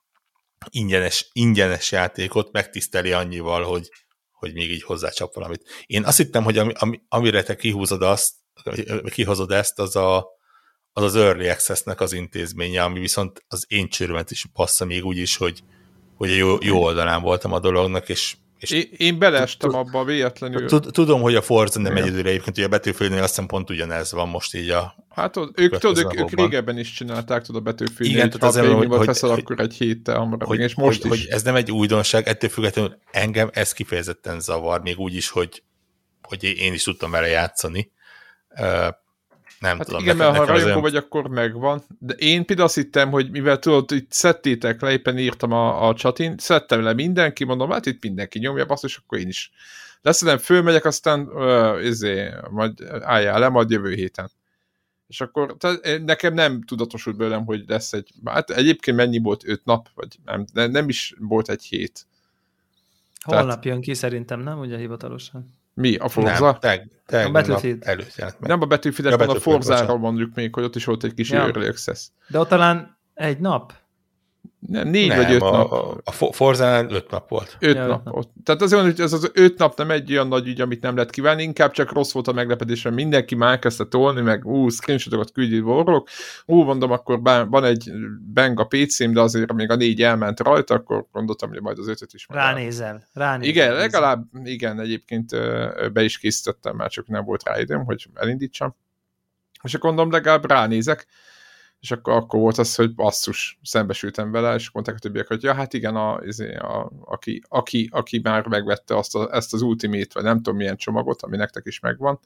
ingyenes, ingyenes játékot megtiszteli annyival, hogy, hogy még így hozzácsap valamit. Én azt hittem, hogy ami, ami, amire te kihúzod azt, kihozod ezt, az az az, az Early Access-nek az intézménye, ami viszont az én csőrömet is bassza még úgy is, hogy, hogy jó, jó oldalán voltam a dolognak, és És én, én beleestem abba véletlenül. Tudom, hogy a Forza nem egyedül egyébként, hogy a Battlefield-nél azt hiszem pont ugyanez van most így a... Hát ők, tudod, ők, ők régebben is csinálták, tudod, a Battlefield-nél. Igen, tehát azért, hogy, hogy, hogy, akkor egy héttel hamarabb, hogy, és most hogy, is. Hogy ez nem egy újdonság, ettől függetlenül engem ez kifejezetten zavar, még úgy is, hogy, hogy én is tudtam vele játszani. Uh, nem hát tudom. Igen, nekem, mert ha rajongó olyan... vagy, akkor megvan. De én például azt hittem, hogy mivel tudod, itt szedtétek le, éppen írtam a, a csatin, szedtem le mindenki, mondom, hát itt mindenki nyomja, basszus, akkor én is. Leszedem, fölmegyek, aztán uh, izé, majd álljál le, majd jövő héten. És akkor tehát nekem nem tudatosult belőlem, hogy lesz egy, hát egyébként mennyi volt, öt nap, vagy nem, nem is volt egy hét. Holnap tehát... jön ki szerintem, nem? Ugye hivatalosan? Mi? A Forza? Nem, teg, a Battlefield. Előtt jelent meg. Nem a Battlefield, hanem a Forzára mondjuk még, hogy ott is volt egy kis ja. early access. De ott talán egy nap? Nem, négy nem, vagy öt a, nap. A, a Forzánál öt nap volt. Öt ja, nap. nap. Ott. Tehát azért mondom, hogy ez az öt nap nem egy olyan nagy ügy, amit nem lehet kívánni, inkább csak rossz volt a meglepetés, mert mindenki már kezdte tolni, meg ú, screenshotokat küldjét vorrok. Ú, mondom, akkor van egy bang a pé cém, de azért még a négy elment rajta, akkor gondoltam, hogy majd az ötöt is majd Ránézel. Ránézel. Igen, legalább, igen, egyébként be is készítettem, már csak nem volt rá időm, hogy elindítsam. És akkor mondom, legalább ránézek, és akkor, akkor volt az, hogy basszus, szembesültem vele, és mondták a többiek, hogy ja, hát igen, a, a, aki, aki, aki már megvette azt a, ezt az Ultimate, vagy nem tudom milyen csomagot, ami nektek is megvan,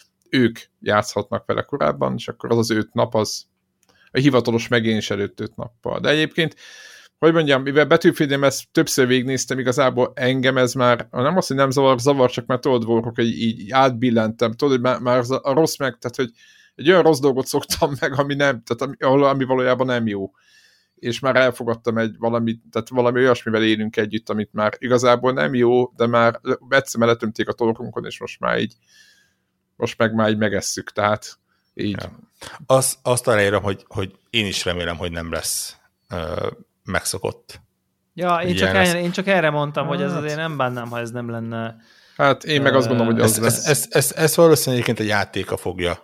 ők játszhatnak vele korábban, és akkor az az öt nap, az a hivatalos megjelenés előtt öt nappal. De egyébként, hogy mondjam, mivel Battlefield-en ezt többször végignéztem, igazából engem ez már, nem azt, hogy nem zavar, zavar, csak már tudod, vorok, hogy így, így átbillentem, tudod, hogy már, már a rossz meg, tehát, hogy egy olyan rossz dolgot szoktam meg, ami nem, tehát ami, ami valójában nem jó. És már elfogadtam egy valami, tehát valami olyasmivel élünk együtt, amit már igazából nem jó, de már egyszer letömték a torkunkon, és most már így, most meg már így megesszük, tehát így. Ja. Azt, azt arra írom, hogy, hogy én is remélem, hogy nem lesz uh, megszokott. Ja, én csak, erre, én csak erre mondtam, hát, hogy ez azért nem bánnám, ha ez nem lenne. Hát én meg azt gondolom, hogy az ez, lesz. Ez, ez, ez, ez valószínűleg egyébként a játéka fogja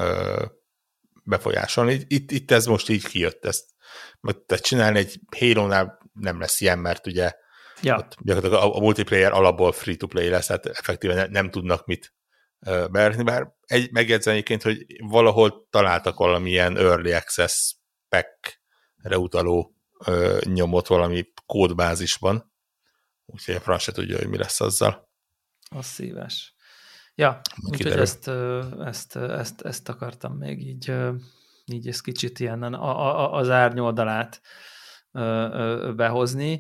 befolyásolni. Itt, itt ez most így kijött ezt. Tehát csinálni egy Halo-nál nem lesz ilyen, mert ugye ja. ott gyakorlatilag a, a multiplayer alapból free-to-play lesz, tehát effektíven ne, nem tudnak mit uh, berakni, bár egy megjegyzem egyébként, hogy valahol találtak valamilyen early access pack-re utaló uh, nyomot valami kódbázisban, úgyhogy a franc se tudja, hogy mi lesz azzal. Az szíves. Ja, úgyhogy ezt, ezt, ezt, ezt akartam még így, így ezt kicsit ilyen a, a, az árnyoldalát behozni.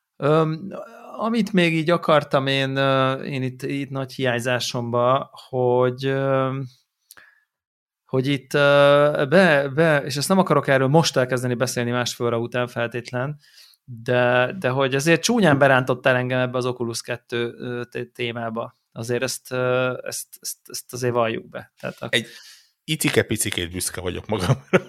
Amit még így akartam én, én itt, itt nagy hiányzásomba, hogy hogy itt be, be, és ezt nem akarok erről most elkezdeni beszélni másfél óra után feltétlen, de, de hogy azért csúnyán berántottál engem ebbe az Oculus kettő témába. Azért ezt, ezt, ezt, ezt azért valljuk be. Tehát a... Egy icike-picikét büszke vagyok magamra.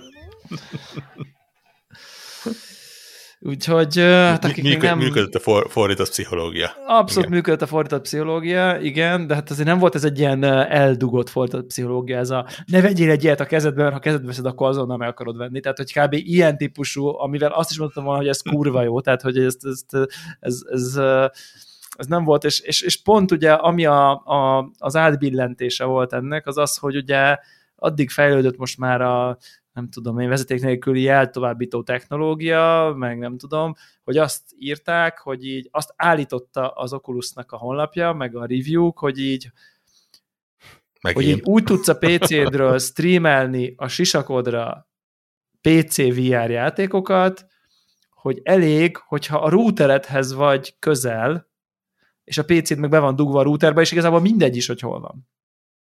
Úgyhogy... Hát akik Működ, nem... Működött a for, fordított pszichológia. Abszolút igen. Működött a fordított pszichológia, igen, de hát azért nem volt ez egy ilyen eldugott fordított pszichológia, ez a ne vegyél egy ilyet a kezedben, ha kezedbe veszed, akkor azonnal meg akarod venni. Tehát, hogy kb. Ilyen típusú, amivel azt is mondtam volna, hogy ez kurva jó, tehát, hogy ezt, ezt, ez, ez, ez nem volt, és, és, és pont ugye, ami a, a, az átbillentése volt ennek, az az, hogy ugye addig fejlődött most már a nem tudom én, vezeték nélküli jeltovábbító technológia, meg nem tudom, hogy azt írták, hogy így azt állította az Oculusnak a honlapja, meg a review-k, hogy így, hogy így úgy tudsz a pé cédről streamelni a sisakodra pé cé vé er játékokat, hogy elég, hogyha a routeredhez vagy közel, és a pé céd meg be van dugva a routerbe, és igazából mindegy is, hogy hol van.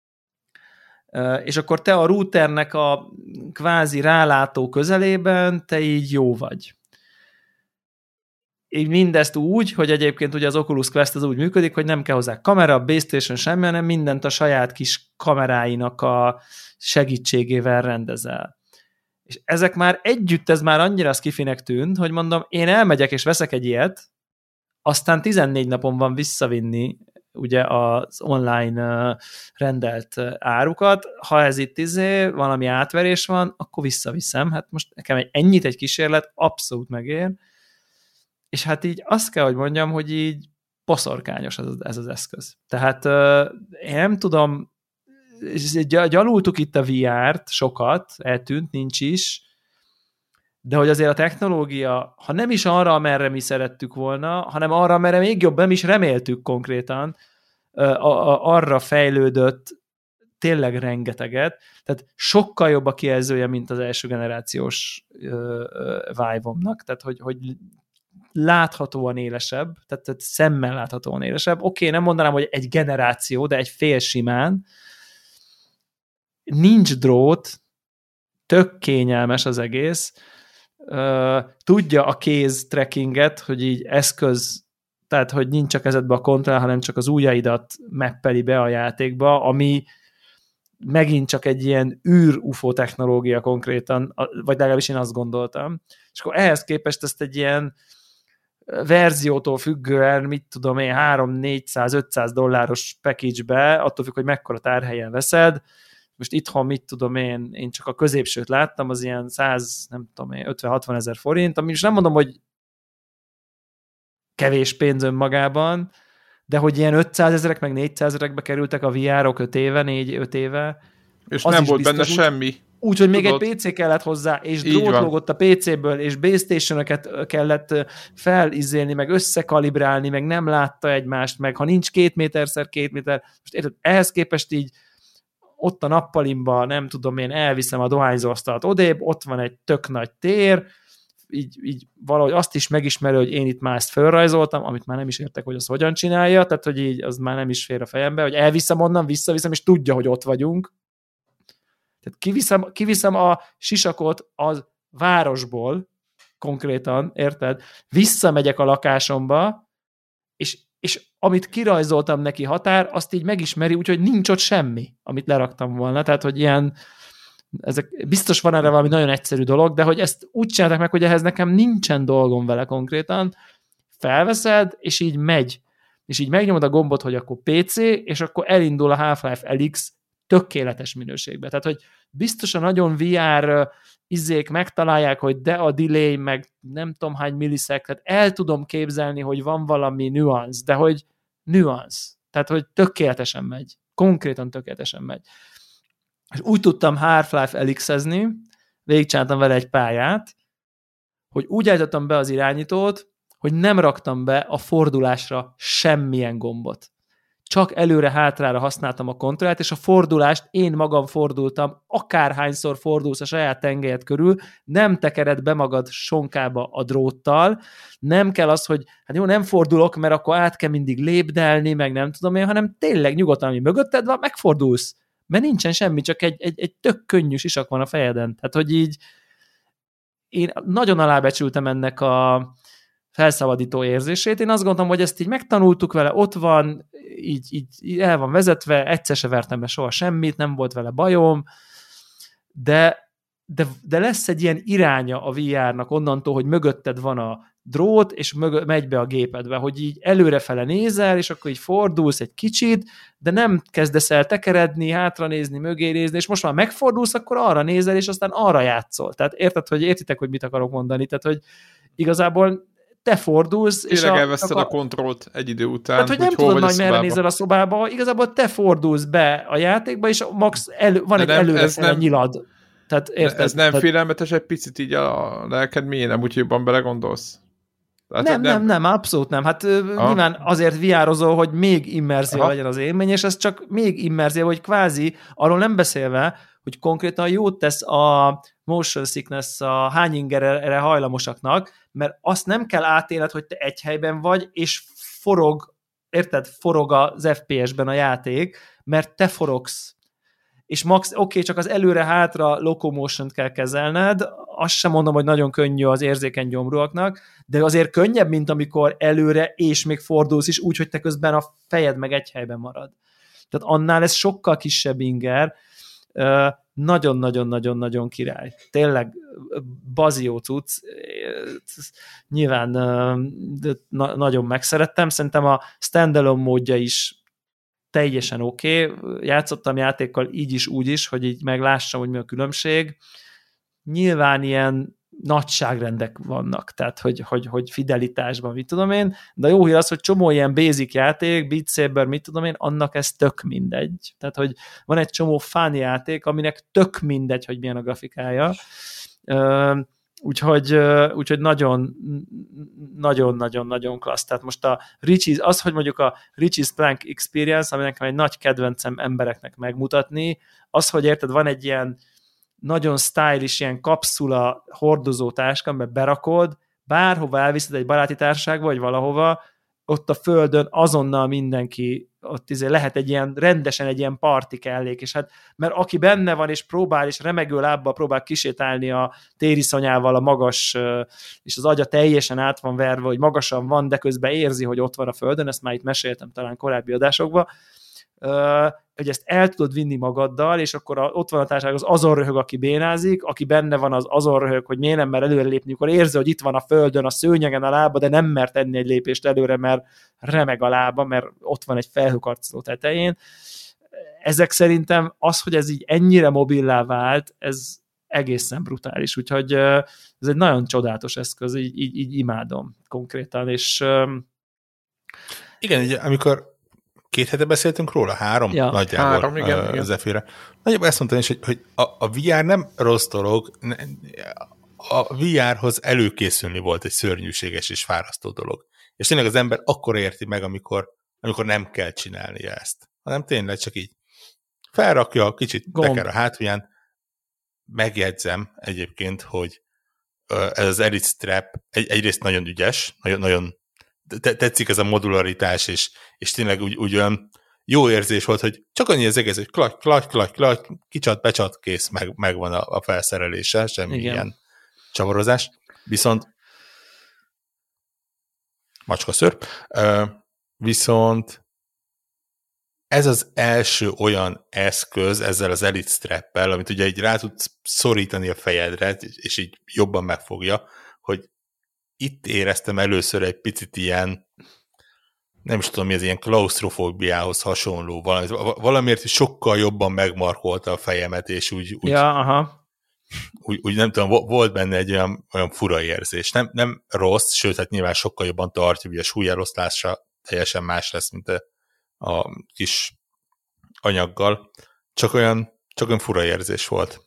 És akkor te a routernek a kvázi rálátó közelében, te így jó vagy. így mindezt úgy, hogy egyébként ugye az Oculus Quest az úgy működik, hogy nem kell hozzá kamera, base station, semmi, hanem mindent a saját kis kameráinak a segítségével rendezel. És ezek már együtt, ez már annyira skifinek tűnt, hogy mondom, én elmegyek és veszek egy ilyet, aztán tizennégy napon van visszavinni ugye az online uh, rendelt uh, árukat, ha ez itt izé, valami átverés van, akkor visszaviszem. Hát most nekem egy, ennyit egy kísérlet abszolút megér, és hát így azt kell, hogy mondjam, hogy így boszorkányos ez, ez az eszköz. Tehát uh, én nem tudom, gyalultuk itt a vé er-t sokat, eltűnt, nincs is, de hogy azért a technológia, ha nem is arra, amerre mi szerettük volna, hanem arra, amerre még jobb, nem is reméltük konkrétan, a, a, arra fejlődött tényleg rengeteget, tehát sokkal jobb a kijelzője, mint az első generációs Vive-omnak, tehát hogy, hogy láthatóan élesebb, tehát, tehát szemmel láthatóan élesebb. Oké, okay, nem mondanám, hogy egy generáció, de egy fél simán. Nincs drót, tök kényelmes az egész, Uh, tudja a kéz trackinget, hogy így eszköz, tehát hogy nincs a kezedbe a kontroll, hanem csak az ujjaidat mappeli be a játékba, ami megint csak egy ilyen űr-u f o technológia konkrétan, vagy legalábbis én azt gondoltam. És akkor ehhez képest ezt egy ilyen verziótól függően, mit tudom én, három, négyszáz, ötszáz dolláros package-be, attól függ, hogy mekkora tárhelyen veszed. Most itthon, mit tudom én, én csak a középsőt láttam, az ilyen száz, nem tudom én, ötven-hatvan ezer forint, ami is nem mondom, hogy kevés pénz önmagában, de hogy ilyen ötszázezerek meg négyszázerekbe kerültek a vé er-ok öt éve, négy-öt éve. És nem volt benne úgy, semmi. Úgy, hogy még egy pé cé kellett hozzá, és drót logott a pé céből, és base station-öket kellett felizélni, meg összekalibrálni, meg nem látta egymást, meg ha nincs két méterszer két méter, most érted, ehhez képest így ott a nappalimba, nem tudom én, elviszem a dohányzóasztalt odébb, ott van egy tök nagy tér, így, így valahogy azt is megismerő, hogy én itt már ezt felrajzoltam, amit már nem is értek, hogy az hogyan csinálja, tehát hogy így az már nem is fér a fejembe, hogy elviszem onnan, visszaviszem, és tudja, hogy ott vagyunk. Tehát kiviszem, kiviszem a sisakot az városból, konkrétan, érted? Visszamegyek a lakásomba, és és amit kirajzoltam neki határ, azt így megismeri, úgyhogy nincs ott semmi, amit leraktam volna. Tehát, hogy ilyen, ezek, biztos van erre valami nagyon egyszerű dolog, de hogy ezt úgy csinálták meg, hogy ehhez nekem nincsen dolgom vele konkrétan, felveszed, és így megy. És így megnyomod a gombot, hogy akkor pé cé, és akkor elindul a Half-Life Alyx tökéletes minőségbe. Tehát, hogy biztosan nagyon vé er izzék megtalálják, hogy de a delay, meg nem tudom hány milliszek, tehát el tudom képzelni, hogy van valami nüansz, de hogy nüansz. Tehát, hogy tökéletesen megy. Konkrétan tökéletesen megy. És úgy tudtam Half-Life Alyx-ezni, végigcsináltam vele egy pályát, hogy úgy állítottam be az irányítót, hogy nem raktam be a fordulásra semmilyen gombot. Csak előre-hátrára használtam a kontrollt, és a fordulást én magam fordultam, akárhányszor fordulsz a saját tengelyed körül, nem tekered be magad sonkába a dróttal, nem kell az, hogy hát jó, nem fordulok, mert akkor át kell mindig lépdelni, meg nem tudom én, hanem tényleg nyugodtan, ami mögötted van, megfordulsz, mert nincsen semmi, csak egy, egy, egy tök könnyű sisak van a fejeden. Tehát, hogy így én nagyon alábecsültem ennek a felszabadító érzését. Én azt gondolom, hogy ezt így megtanultuk vele, ott van, így, így, így el van vezetve, egyszer se vertem be soha semmit, nem volt vele bajom, de, de, de lesz egy ilyen iránya a vé er-nak onnantól, hogy mögötted van a drót, és mögö, megy be a gépedbe, hogy így előrefele nézel, és akkor így fordulsz egy kicsit, de nem kezdesz el tekeredni, hátranézni, mögé nézni, és most már megfordulsz, akkor arra nézel, és aztán arra játszol. Tehát érted, hogy értitek, hogy mit akarok mondani? Tehát, hogy igazából te fordulsz, tényleg és a, elveszted a, a kontrollt egy idő után. Tehát, hogy, hogy nem tudod majd merre nézel a szobába, igazából te fordulsz be a játékba, és max elő, van de egy előrefele nyilad. Tehát, érted? Ez nem Tehát, félelmetes egy picit így a lelked mélyén, nem úgy jobban belegondolsz? Hát, nem, nem, nem, abszolút nem. Hát ah. nyilván azért vé er-ozol, hogy még immerzió legyen az élmény, és ez csak még immerzió, hogy kvázi, arról nem beszélve, hogy konkrétan jót tesz a motion sickness a hány ingerre hajlamosaknak, mert azt nem kell átéled, hogy te egy helyben vagy, és forog, érted, forog az ef pé es-ben a játék, mert te forogsz. És max, oké, okay, csak az előre-hátra locomotion-t kell kezelned, azt sem mondom, hogy nagyon könnyű az érzékeny gyomruaknak, de azért könnyebb, mint amikor előre, és még fordulsz is úgy, hogy te közben a fejed meg egy helyben marad. Tehát annál ez sokkal kisebb inger, nagyon-nagyon-nagyon-nagyon király. Tényleg bazió cucc, nyilván nagyon megszerettem, szerintem a standalone módja is teljesen oké. Okay. Játszottam játékkal így is, úgy is, hogy így meglássam, hogy mi a különbség. Nyilván ilyen nagyságrendek vannak, tehát hogy, hogy, hogy fidelitásban, mit tudom én, de a jó hír az, hogy csomó ilyen basic játék, Beat Saber, mit tudom én, annak ez tök mindegy. Tehát, hogy van egy csomó fun játék, aminek tök mindegy, hogy milyen a grafikája. Úgyhogy, úgyhogy nagyon nagyon-nagyon-nagyon klassz. Tehát most a Richie's, az, hogy mondjuk a Richie's Plank Experience, ami nekem egy nagy kedvencem embereknek megmutatni, az, hogy érted, van egy ilyen nagyon stylish, ilyen kapszula hordozó táska, amiben berakod, bárhova elviszed egy baráti társaságba, vagy valahova, ott a földön azonnal mindenki, ott izé lehet egy ilyen, rendesen egy ilyen parti kellék, és hát, mert aki benne van, és próbál, és remegő lábbal próbál kisétálni a tériszonyával a magas, és az agya teljesen át van verve, hogy magasan van, de közben érzi, hogy ott van a földön, ezt már itt meséltem talán korábbi adásokban, hogy ezt el tudod vinni magaddal, és akkor a, ott van a társaság, az azon röhög, aki bénázik, aki benne van, az azon röhög, hogy miért nem mer előrelépni, akkor érzi, hogy itt van a földön, a szőnyegen a lába, de nem mer tenni egy lépést előre, mert remeg a lába, mert ott van egy felhőkarcoló tetején. Ezek szerintem az, hogy ez így ennyire mobillá vált, ez egészen brutális, úgyhogy ez egy nagyon csodálatos eszköz, így, így, így imádom konkrétan, és igen, ugye, amikor két hete beszéltünk róla, három ja, nagyjából három, igen, uh, igen. Zephyrre. Nagyjából ezt mondtam is, hogy, hogy a, a vé er nem rossz dolog, a vé er-hoz előkészülni volt egy szörnyűséges és fárasztó dolog. És tényleg az ember akkor érti meg, amikor, amikor nem kell csinálnia ezt. Hanem tényleg csak így felrakja, kicsit teker a hátulján. Megjegyzem egyébként, hogy ez az Elite Strap egy, egyrészt nagyon ügyes, nagyon, nagyon tetszik ez a modularitás, és, és tényleg úgy, úgy olyan jó érzés volt, hogy csak annyi az egész, hogy klaty, klaty, klaty, klaty, kicsat, becsat, kész, meg, megvan a, a felszerelése, semmi igen. Ilyen csavarozás. Viszont macskaszőr. Uh, viszont ez az első olyan eszköz ezzel az Elite Strappel, amit ugye így rá tudsz szorítani a fejedre, és így jobban megfogja, hogy itt éreztem először egy picit ilyen, nem is tudom mi, ez ilyen klausztrofóbiához hasonló, valami, valamiért sokkal jobban megmarkolta a fejemet, és úgy, úgy, ja, aha. úgy, úgy nem tudom, volt benne egy olyan, olyan fura érzés. Nem, nem rossz, sőt, hát nyilván sokkal jobban tartja, ugye a súlyeloszlása teljesen más lesz, mint a, a kis anyaggal. Csak olyan, csak olyan fura érzés volt.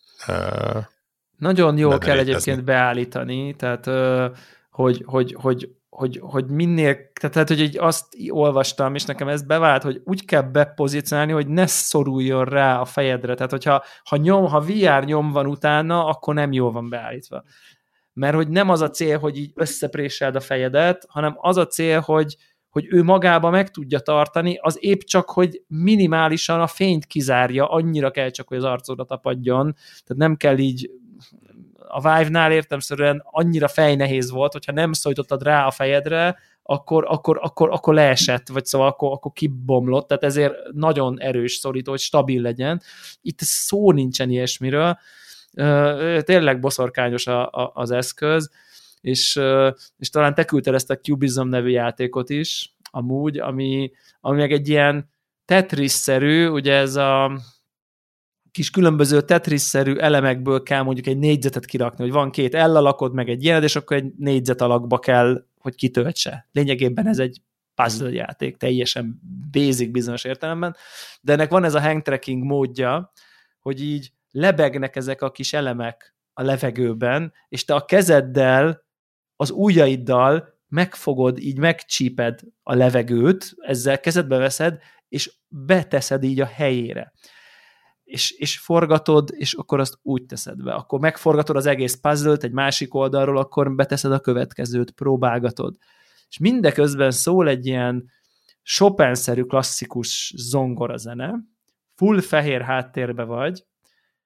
Nagyon jól kell egyébként beállítani, tehát hogy, hogy, hogy, hogy, hogy minél, tehát hogy így azt olvastam, és nekem ez bevált, hogy úgy kell bepozícionálni, hogy ne szoruljon rá a fejedre, tehát hogyha ha, nyom, ha vé er nyom van utána, akkor nem jól van beállítva. Mert hogy nem az a cél, hogy így összepréseld a fejedet, hanem az a cél, hogy, hogy ő magába meg tudja tartani, az épp csak, hogy minimálisan a fényt kizárja, annyira kell csak, hogy az arcodra tapadjon, tehát nem kell így. A Vive-nál értelemszerűen annyira fejnehéz volt, hogyha nem szólítottad rá a fejedre, akkor, akkor, akkor, akkor leesett, vagy szóval akkor, akkor kibomlott, tehát ezért nagyon erős szorító, hogy stabil legyen. Itt szó nincsen ilyesmiről. Tényleg boszorkányos a, a, az eszköz, és, és talán te küldted ezt a Cubism nevű játékot is, amúgy, ami, ami meg egy ilyen Tetris-szerű, ugye ez a kis különböző Tetris-szerű elemekből kell mondjuk egy négyzetet kirakni, hogy van két ellalakod, meg egy ilyened, és akkor egy négyzet alakba kell, hogy kitöltse. Lényegében ez egy puzzle játék, teljesen basic bizonyos értelemben, de ennek van ez a hand tracking módja, hogy így lebegnek ezek a kis elemek a levegőben, és te a kezeddel, az ujjaiddal megfogod, így megcsíped a levegőt, ezzel kezedbe veszed, és beteszed így a helyére. És, és forgatod, és akkor azt úgy teszed be. Akkor megforgatod az egész puzzle-t egy másik oldalról, akkor beteszed a következőt, próbálgatod. És mindeközben szól egy ilyen Chopin-szerű klasszikus zongorazene, full fehér háttérbe vagy,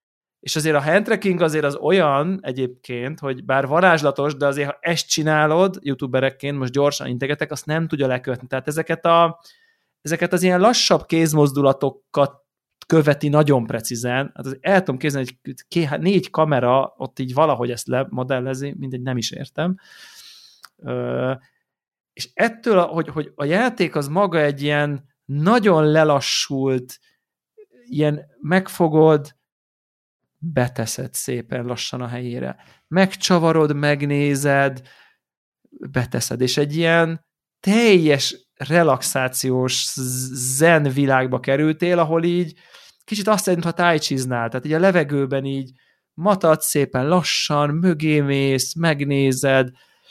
És azért a handtracking azért az olyan egyébként, hogy bár varázslatos, de azért ha ezt csinálod, youtuberekként most gyorsan integetek, azt nem tudja lekötni. Tehát ezeket, a, ezeket az ilyen lassabb kézmozdulatokat követi nagyon precízen. Hát az, el tudom képzelni, hogy ké, négy kamera ott így valahogy ezt lemodellezi, mindegy, nem is értem. Ö, és ettől, hogy, hogy a játék az maga egy ilyen nagyon lelassult, ilyen megfogod, beteszed szépen lassan a helyére. Megcsavarod, megnézed, beteszed, és egy ilyen teljes relaxációs zen világba kerültél, ahol így kicsit azt szerint, ha tájcsiznál, tehát így a levegőben így matad szépen lassan, mögé mész, megnézed,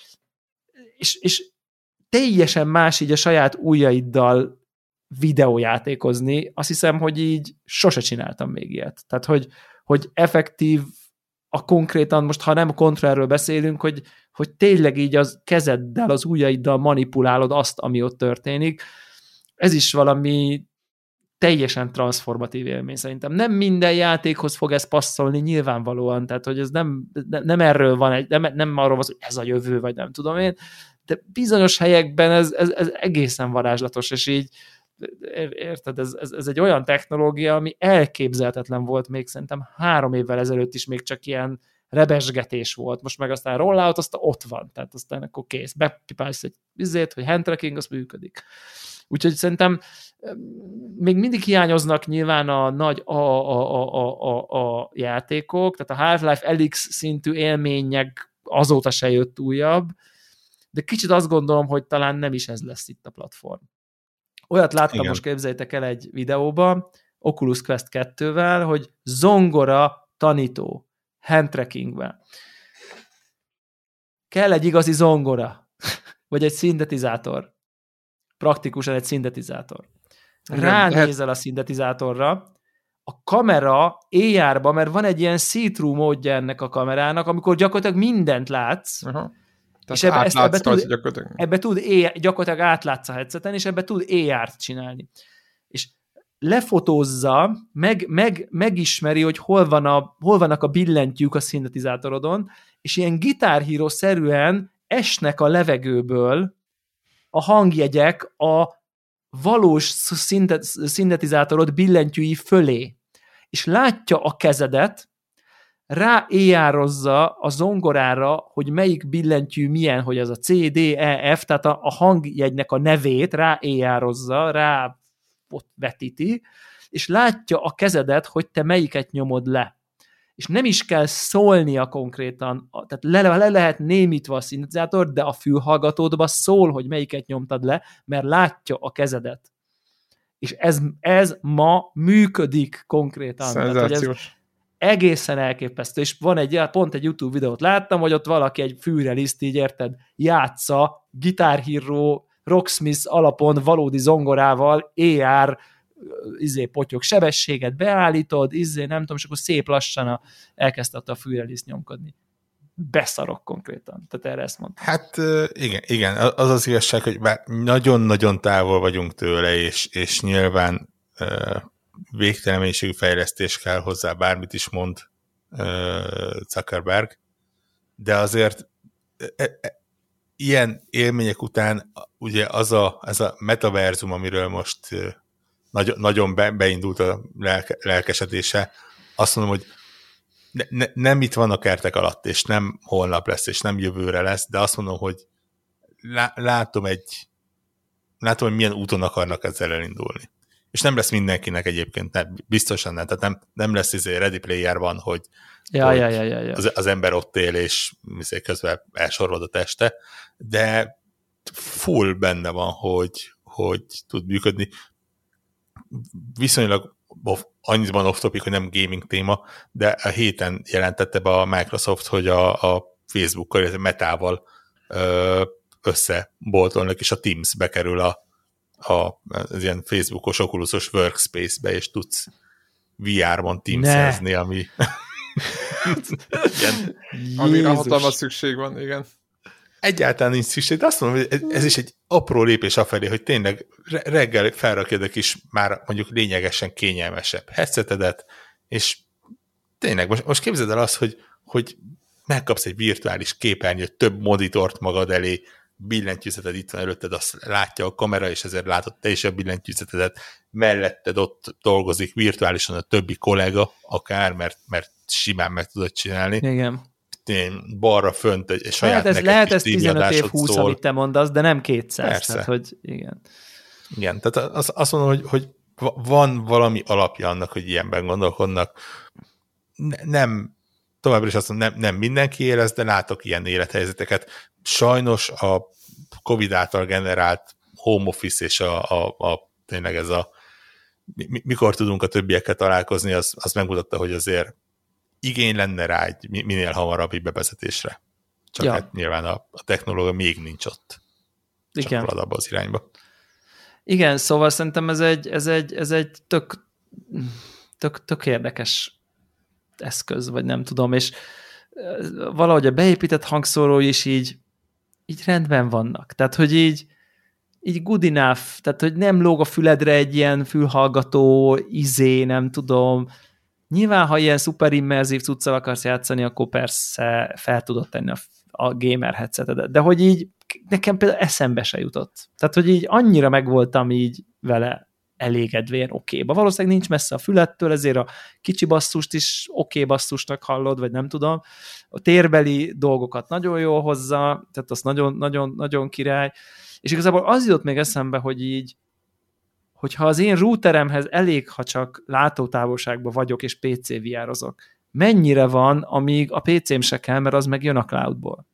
és, és teljesen más így a saját ujjaiddal videójátékozni. Azt hiszem, hogy így sose csináltam még ilyet. Tehát, hogy, hogy effektív a konkrétan, most ha nem a kontrollerről beszélünk, hogy, hogy tényleg így az kezeddel, az ujjaiddal manipulálod azt, ami ott történik. Ez is valami teljesen transformatív élmény szerintem. Nem minden játékhoz fog ez passzolni nyilvánvalóan, tehát hogy ez nem, nem erről van, egy, nem, nem arról van, hogy ez a jövő, vagy nem tudom én, de bizonyos helyekben ez, ez, ez egészen varázslatos, és így érted, ez, ez, ez egy olyan technológia, ami elképzelhetetlen volt még szerintem három évvel ezelőtt is még csak ilyen rebesgetés volt, most meg aztán rollout, aztán ott van, tehát aztán akkor kész, bepipálsz egy vizét, hogy handtracking, az működik. Úgyhogy szerintem még mindig hiányoznak nyilván a nagy a, a, a, a, a játékok, tehát a Half-Life Alyx szintű élmények azóta se jött újabb, de kicsit azt gondolom, hogy talán nem is ez lesz itt a platform. Olyat láttam, igen, most képzeljétek el egy videóban, Oculus Quest kettővel, hogy zongora tanító, handtrackingben. Kell egy igazi zongora, vagy egy szintetizátor. Praktikusan egy szintetizátor. Ránézel a szintetizátorra, a kamera á er-ba, mert van egy ilyen see-through módja ennek a kamerának, amikor gyakorlatilag mindent látsz, uh-huh. És ebbe, ezt, ebbe, tud, gyakorlatilag. ebbe tud gyakorlatilag átlátsz a headseten, és ebbe tud á er-t csinálni. És lefotózza, meg, meg, megismeri, hogy hol, van a, hol vannak a billentyűk a szintetizátorodon, és ilyen Guitar Hero-szerűen esnek a levegőből a hangjegyek a valós szintetizátorod billentyűi fölé. És látja a kezedet, rá á er-ozza a zongorára, hogy melyik billentyű milyen, hogy az a C, D, E, F, tehát a, a hangjegynek a nevét rá á er-ozza, rá ott vetíti, és látja a kezedet, hogy te melyiket nyomod le. És nem is kell szólnia konkrétan, tehát le, le lehet némítva a szintetizátor, de a fülhallgatódba szól, hogy melyiket nyomtad le, mert látja a kezedet. És ez, ez ma működik konkrétan. Szenzációs. Egészen elképesztő, és van egy, pont egy YouTube videót láttam, hogy ott valaki egy fűreliszt, így érted, játsza Guitar Hero, Rocksmith alapon valódi zongorával, á er, izé, potyog sebességet beállítod, izé, nem tudom, és akkor szép lassan a, elkezdte a fűreliszt nyomkodni. Beszarok konkrétan, tehát erre ezt mondtam. Hát igen, igen, az az igazság, hogy bár nagyon-nagyon távol vagyunk tőle, és, és nyilván végtelen mennyiségű fejlesztés kell hozzá, bármit is mond uh, Zuckerberg, de azért e, e, ilyen élmények után ugye az a, az a metaverzum, amiről most uh, nagy, nagyon be, beindult a lelke, lelkesedése, azt mondom, hogy ne, ne, nem itt van a kertek alatt, és nem holnap lesz, és nem jövőre lesz, de azt mondom, hogy lá, látom egy látom, hogy milyen úton akarnak ezzel elindulni. És nem lesz mindenkinek egyébként, nem, biztosan nem, tehát nem, nem lesz izé Ready Player van, hogy, ja, hogy ja, ja, ja, ja. Az, az ember ott él, és izé közben elsorvad a teste, de full benne van, hogy, hogy tud működni. Viszonylag off, annyiban off-topic, hogy nem gaming téma, de a héten jelentette be a Microsoft, hogy a, a Facebookkal, illetve Metával összeboltolnak, és a Teams bekerül a A, az ilyen Facebookos, Oculusos workspace-be, és tudsz vé er-ban teamsezni, ami igen. Amire hatalmas szükség van, igen. Egyáltalán nincs szükség, de azt mondom, hogy ez is egy apró lépés afelé, hogy tényleg reggel felrakjad is már mondjuk lényegesen kényelmesebb headsetedet, és tényleg, most, most képzeld el azt, hogy, hogy megkapsz egy virtuális képernyőt, több monitort magad elé, billentyűzeted itt van előtted, azt látja a kamera, és ezért látod te is a billentyűzetedet, melletted ott dolgozik virtuálisan a többi kollega, akár, mert, mert simán meg tudod csinálni. Igen. Én balra fönt egy saját lehet ez, neked lehet kis ez tizenöt év húsz, szól. amit te mondasz, de nem kétszáz. Persze. Tehát, hogy igen. Igen, tehát az, azt mondom, hogy, hogy van valami alapja annak, hogy ilyenben gondolkodnak. Ne, nem, továbbra is azt mondom, nem, nem mindenki érez, de látok ilyen élethelyzeteket. Sajnos a Covid által generált home office és a, a, a tényleg ez a mi, mikor tudunk a többiekkel találkozni, az, az megmutatta, hogy azért igény lenne rá egy minél hamarabbi bevezetésre. Csak ja. hát nyilván a, a technológia még nincs ott. Csak igen. halad abba az irányba. Igen, szóval szerintem ez egy, ez egy, ez egy tök, tök, tök érdekes eszköz, vagy nem tudom, és valahogy a beépített hangszóró is így, így rendben vannak. Tehát, hogy így, így good enough, tehát, hogy nem lóg a füledre egy ilyen fülhallgató izé, nem tudom. Nyilván, ha ilyen szuper immerzív cuccal akarsz játszani, akkor persze fel tudod tenni a, a gamer headsetedet. De hogy így nekem például eszembe se jutott. Tehát, hogy így annyira megvoltam így vele elégedvén okéba. Valószínűleg nincs messze a fülettől, ezért a kicsi basszust is oké basszusnak hallod, vagy nem tudom. A térbeli dolgokat nagyon jól hozza, tehát az nagyon, nagyon, nagyon király. És igazából az jutott még eszembe, hogy így, hogyha az én routeremhez elég, ha csak látótávolságban vagyok, és pé cé vé er-ozok, mennyire van, amíg a pé cém se kell, mert az meg jön a cloudból.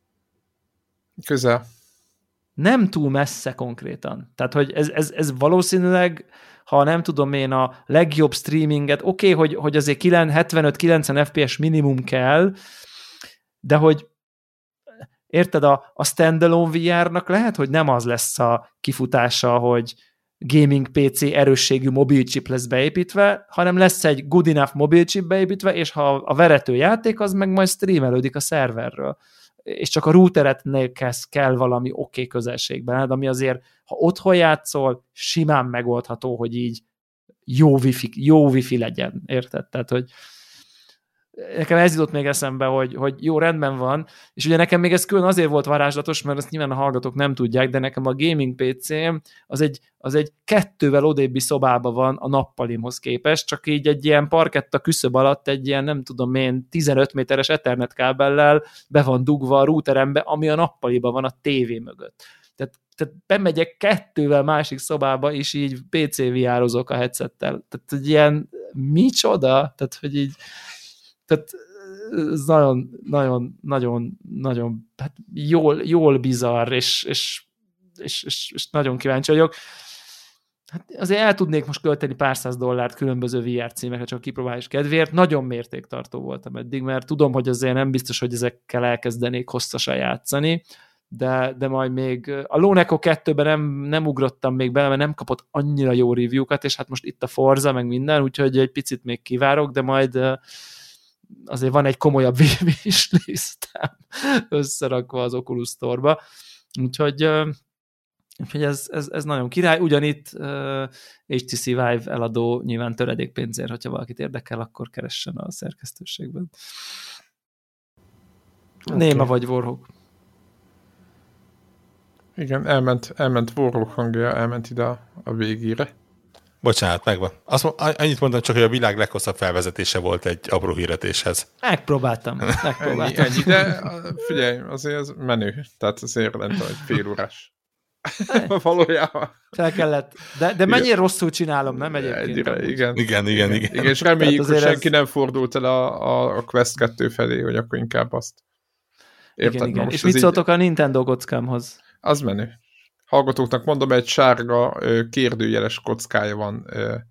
Közel. Nem túl messze konkrétan. Tehát, hogy ez, ez, ez valószínűleg, ha nem tudom én a legjobb streaminget, oké, okay, hogy, hogy azért hetvenöt-kilencven ef pé es minimum kell, de hogy érted, a, a standalone vé er-nak lehet, hogy nem az lesz a kifutása, hogy gaming pé cé erősségű mobilchip lesz beépítve, hanem lesz egy good enough mobilchip beépítve, és ha a verető játék, az meg majd streamelődik a szerverről. És csak a routeretnél kell valami oké okay közelségben, ami azért, ha otthon játszol, simán megoldható, hogy így jó wifi, jó wifi legyen, érted? Tehát, hogy nekem ez jutott még eszembe, hogy, hogy jó, rendben van, és ugye nekem még ez külön azért volt varázslatos, mert ezt nyilván a hallgatók nem tudják, de nekem a gaming pé cém az egy, az egy kettővel odébbi szobában van a nappalimhoz képest, csak így egy ilyen parketta küszöb alatt egy ilyen, nem tudom én, tizenöt méteres Ethernet kábellel be van dugva a routerembe, ami a nappaliban van a tévé mögött. Tehát, tehát bemegyek kettővel másik szobába, és így pé cé vé er-ozok a headsettel. Tehát egy ilyen micsoda? Tehát, hogy így tehát ez nagyon, nagyon, nagyon, nagyon hát jól, jól bizarr, és, és, és, és, és nagyon kíváncsi vagyok. Hát azért el tudnék most költeni pár száz dollárt különböző vé er címekre, csak kipróbálás kedvéért. Nagyon mértéktartó voltam eddig, mert tudom, hogy azért nem biztos, hogy ezekkel elkezdenék hosszasan játszani, de, de majd még a Lone Echo kettőben nem, nem ugrottam még bele, mert nem kapott annyira jó review-kat, és hát most itt a Forza, meg minden, úgyhogy egy picit még kivárok, de majd azért van egy komolyabb wishlistám összerakva az Oculus Store-ba. Úgyhogy, úgyhogy ez, ez, ez nagyon király. Ugyanitt uh, há té cé Vive eladó nyilván töredék pénzért, hogyha valakit érdekel, akkor keressen a szerkesztőségben. Okay. Néma vagy Warhawk. Igen, elment, elment Warhawk hangja, elment ide a, a végére. Bocsánat, megvan. Azt, annyit mondom csak, hogy a világ leghosszabb felvezetése volt egy apró hirdetéshez. Megpróbáltam. Megpróbáltam. Ennyi, ennyi, de figyelj, azért ez menő. Tehát azért nem tudom, egy fél órás. Valójában. Fel kellett. De, de mennyire rosszul csinálom, nem egyébként? Egyre, igen. Igen, igen, igen. igen. És reméljük, hogy senki ez... nem fordult el a, a, a Quest kettő felé, hogy akkor inkább azt. Érted? Igen, igen. És mit szóltok így... a Nintendo kockámhoz? Az menő. Hallgatóknak mondom, egy sárga kérdőjeles kockája van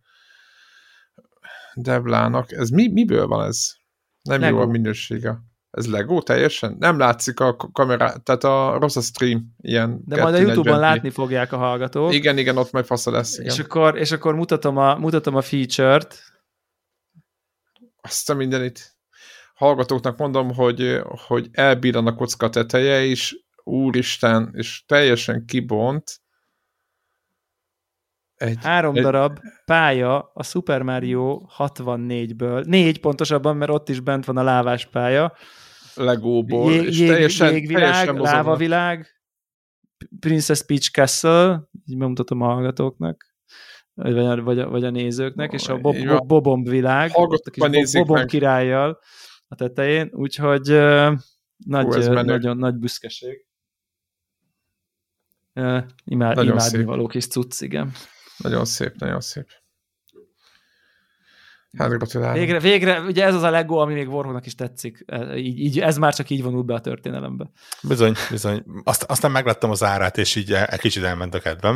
Devlának. Ez mi, miből van ez? Nem Lego. Jó a minősége. Ez Lego teljesen? Nem látszik a kamerá, tehát a rossz a stream ilyen. De majd a YouTube-on látni fogják a hallgatók. Igen, igen, ott majd fasza lesz. Igen. És akkor, és akkor mutatom, a, mutatom a feature-t. Azt a mindenit. Hallgatóknak mondom, hogy, hogy elbírran a kocka teteje, és úristen, és teljesen kibont. egy, három egy... darab pálya a Super Mario hatvannégyből. Négy pontosabban, mert ott is bent van a lávás pálya. Legóból. Jég, és jég, teljesen, jégvilág, teljesen lávavilág, Princess Peach Castle, így bemutatom a hallgatóknak, vagy a, vagy a, vagy a nézőknek, oh, és a Bob, Bob, Bobomb világ, a kis Bobomb királlyal a tetején, úgyhogy uh, nagy, uh, nagyon nagy büszkeség. Uh, imád, imádni való kis cucc, igen. Nagyon szép, nagyon szép. Hát gratulálom. Végre, végre, ugye ez az a Lego, ami még Warhawknak is tetszik. Így, így, ez már csak így vonult be a történelembe. Bizony, bizony. Azt, aztán megláttam az árát, és így egy kicsit elment a kedvem.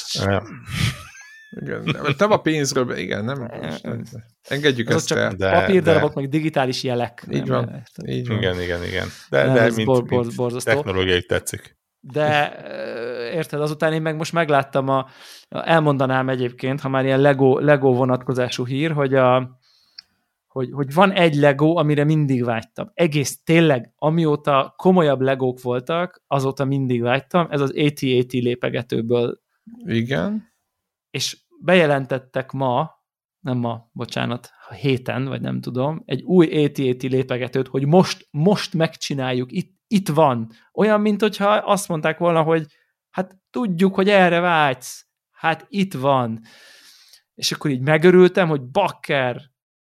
Igen, nem a pénzről, igen, nem. nem. Engedjük ez ezt csak el. De, papírdarabok, meg digitális jelek. Így van, nem, így van. Igen, igen, igen. De, de mint, bor, bor, mint technológiai tetszik. De érted, azután én meg most megláttam, a, elmondanám egyébként, ha már ilyen Lego, Lego vonatkozású hír, hogy, a, hogy, hogy van egy Lego, amire mindig vágytam. Egész tényleg, amióta komolyabb Legók voltak, azóta mindig vágytam. Ez az á té á té lépegetőből. Igen. És bejelentettek ma, nem ma, bocsánat, héten, vagy nem tudom, egy új á té á té lépegetőt, hogy most, most megcsináljuk, itt, itt van. Olyan, mint hogyha azt mondták volna, hogy hát tudjuk, hogy erre vágysz. Hát itt van. És akkor így megörültem, hogy bakker,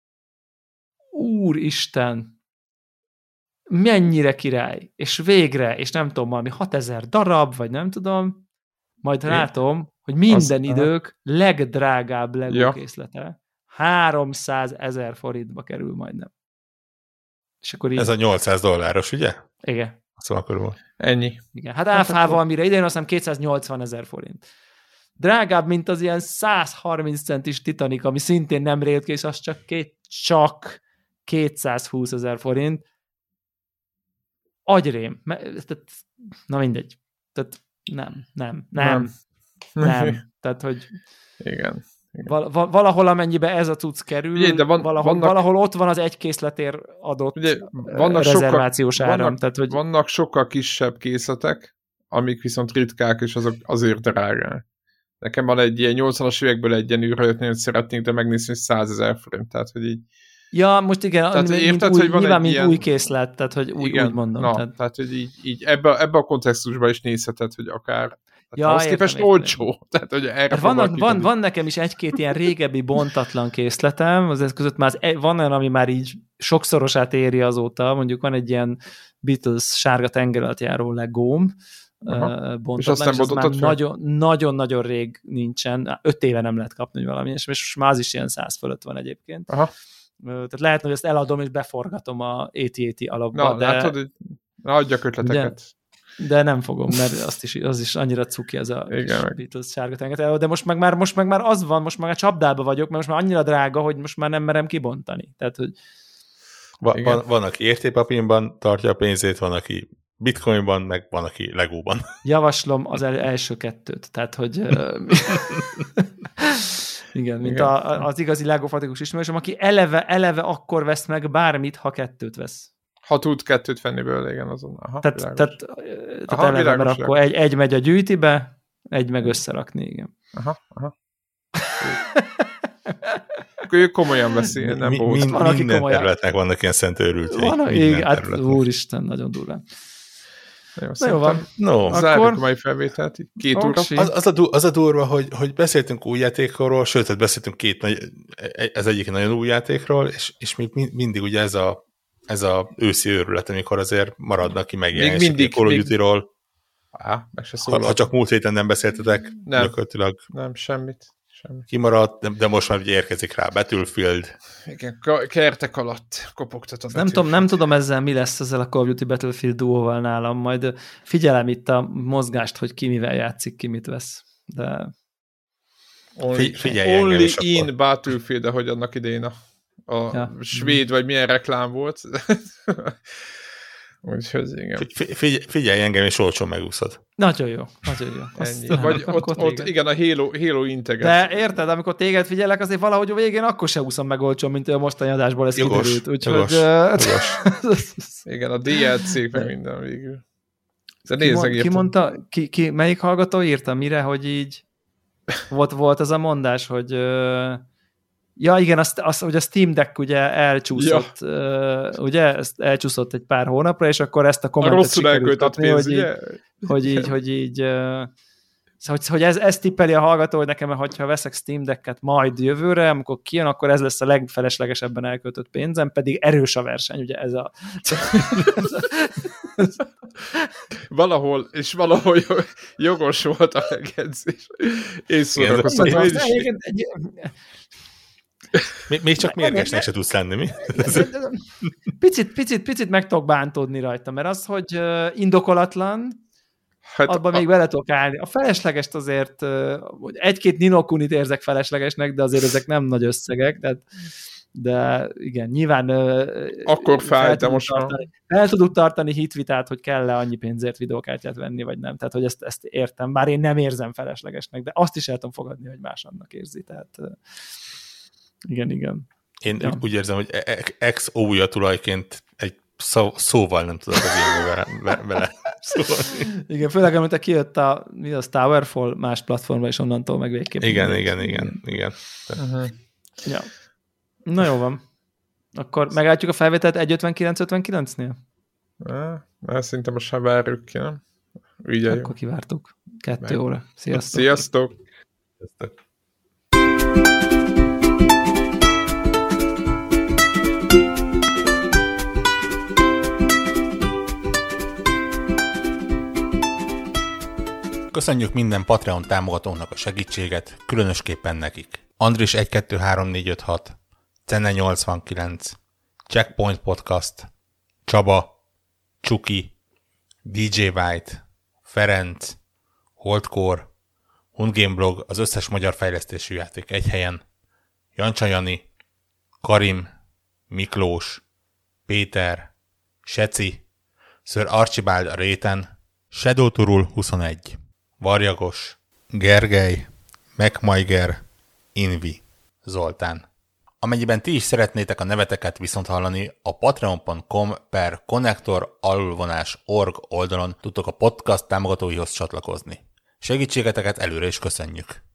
úristen, mennyire király. És végre, és nem tudom, valami hatezer darab, vagy nem tudom, majd é. látom, hogy minden az, idők aha. legdrágább Lego ja. készlete háromszázezer forintba kerül majdnem. És akkor így... Ez a nyolcszáz dolláros, ugye? Igen. Szóval akkor ennyi. Igen. Hát áfával, amire idén azt hiszem kétszáznyolcvan ezer forint. Drágább, mint az ilyen száz harminc centis Titanic, ami szintén nem railkész, az csak, két, csak kétszázhúsz ezer forint. Agyrém. Na mindegy. Tehát nem, nem, nem, nem. nem. Tehát, hogy igen. Val- valahol amennyibe ez a cucc kerül, ugye, de van, valahol, vannak, valahol ott van az egy készletér adott ugye, vannak rezervációs sokkal, áram. Vannak, tehát, hogy... vannak sokkal kisebb készletek, amik viszont ritkák, és azok azért drágák. Nekem van egy ilyen nyolcvanas évekből egy ilyen űrhajót, hogy szeretnénk, de megnézni, hogy százezer forint, tehát hogy így... Ja, most igen, tehát, mint, érted, új, hogy van nyilván, mint ilyen... új készlet, tehát hogy úgy, igen, úgy mondom. Na, tehát, tehát hogy így, így ebbe, ebbe a kontextusban is nézheted, hogy akár ja, ahhoz képest olcsó. Tehát, hogy erre vannak, van, van nekem is egy-két ilyen régebbi bontatlan készletem, az között már az, van olyan, ami már így sokszorosát éri azóta, mondjuk van egy ilyen Beatles sárga tenger alatt járó Legóm, uh, bontatlan, és, és az már nagyon, nagyon-nagyon rég nincsen, öt éve nem lehet kapni valami, és most már az is ilyen száz fölött van egyébként. Aha. Tehát lehet, hogy ezt eladom, és beforgatom a á té á té alapba. Na, de... látod, hogy adjak ötleteket. De, de nem fogom, mert azt is, az is annyira cuki ez a Beatles sárga tenger. De most meg, már, most meg már az van, most már csapdába vagyok, mert most már annyira drága, hogy most már nem merem kibontani. Tehát, hogy... Va, van, van, aki értékpapírban tartja a pénzét, van, aki bitcoinban, meg van, aki Legóban. Javaslom az el, első kettőt. Tehát, hogy... Igen, mint Igen. A, az igazi Lego fanatikus ismerősöm, aki eleve, eleve akkor vesz meg bármit, ha kettőt vesz. Ha tud kettőt venni belőle, igen, azon. Aha, tehát tehát, tehát aha, eleve, világos, mert akkor egy, egy megy a gyűjtibe, egy meg összerakni, igen. Aha, aha. Akkor ő komolyan veszi, nem mi, volt. Min, van, minden komolyan. Területnek vannak ilyen szent őrültjei. Van, igen, hát úristen, nagyon durván. Jó, Na jó van. No, zárjuk a mai felvételt. Két óra. Az, az, a, az a durva, hogy, hogy beszéltünk új játékról, sőt, hogy beszéltünk két nagy, ez egyik nagyon új játékról, és, és még mindig ugye ez a, ez a őszi őrület, amikor azért maradnak ki megjelenések a Call of Duty-ról. Á, ha, ha csak múlt héten nem beszéltetek, nem, gyakorlatilag nem, semmit. Semmi. Kimaradt, de, de most már ugye érkezik rá Battlefield. Igen, kertek alatt kopogtat a nem tudom, nem tudom ezzel mi lesz ezzel a Call of Duty Battlefield duóval nálam, majd figyelem itt a mozgást, hogy ki mivel játszik, ki mit vesz. De... Only, Figyelj only engem, in akkor. Battlefield, ahogy annak idején a, a ja. svéd, vagy milyen reklám volt. Úgyhogy igen. Figyelj, figyelj engem, és olcsón megúszod. Nagyon jó, nagyon jó. Azt, vagy ott, ott, ott igen, a Halo, Halo integet. De érted, amikor téged figyelek, azért valahogy a végén akkor se úszom meg olcsón, mint a mostani adásból ez jogos, kiderült. Úgyhogy, jogos, jogos. Igen, a dé el cé meg minden végül. De ki, mond, ki mondta, ki, ki, melyik hallgató írta, mire, hogy így volt, volt az a mondás, hogy ja, igen, azt, azt, hogy a Steam Deck ugye elcsúszott, ja. uh, ugye, ezt elcsúszott egy pár hónapra, és akkor ezt a kommentet sikerült kapni, hogy így, hogy így, hogy így, uh, hogy, hogy ez, ez tippeli a hallgató, hogy nekem, hogyha veszek Steam Decket majd jövőre, amikor kijön, akkor ez lesz a legfeleslegesebben elköltött pénzem, pedig erős a verseny, ugye ez a... valahol, és valahol jogos volt a megjegyzés. Én szórakoztatom. Még csak mérgesnek se tudsz lenni, mi? Picit, picit, picit meg tudok bántódni rajta, mert az, hogy indokolatlan, hát abban a... még bele tudok állni. A feleslegest azért, egy-két Ninokunit érzek feleslegesnek, de azért ezek nem nagy összegek, de, de igen, nyilván akkor fáj, de most tartani, el tudjuk tartani hitvitát, hogy kell-e annyi pénzért videókártyát venni, vagy nem. Tehát, hogy ezt, ezt értem, bár én nem érzem feleslegesnek, de azt is el tudom fogadni, hogy más annak érzi. Tehát igen, igen. Én ja. úgy érzem, hogy ex-ója tulajként egy szó, szóval nem tudok az ilyen vele szólni. Igen, főleg, amit kijött a, mi az, Towerfall más platformra, és onnantól meg végképp. Igen, igen, igen, igen. Uh-huh. Ja. Na jó van. Akkor megálltjuk a felvételt egy ötvenkilenc ötvenkilencnél? Ezt szerintem most sem várjuk ki, nem? Ügyeljük. Akkor kivártuk. Kettő óra. Sziasztok. Sziasztok. Sziasztok. Köszönjük minden Patreon támogatónak a segítséget, különösképpen nekik. Andris egy kettő három négy öt hat, Cenne nyolcvankilenc, Checkpoint Podcast, Csaba, Csuki, dé dzsé White, Ferenc, Holdcore, Hundgameblog, az összes magyar fejlesztésű játék egy helyen, Jancsa Jani, Karim, Miklós, Péter, Seci, Sir Archibald a réten, Shadow Turul huszonegy, Varjagos, Gergely, MacMaiger, Invi, Zoltán. Amennyiben ti is szeretnétek a neveteket viszont hallani, a patreon pont com per connector alulvonás org oldalon tudtok a podcast támogatóihoz csatlakozni. Segítségeteket előre is köszönjük!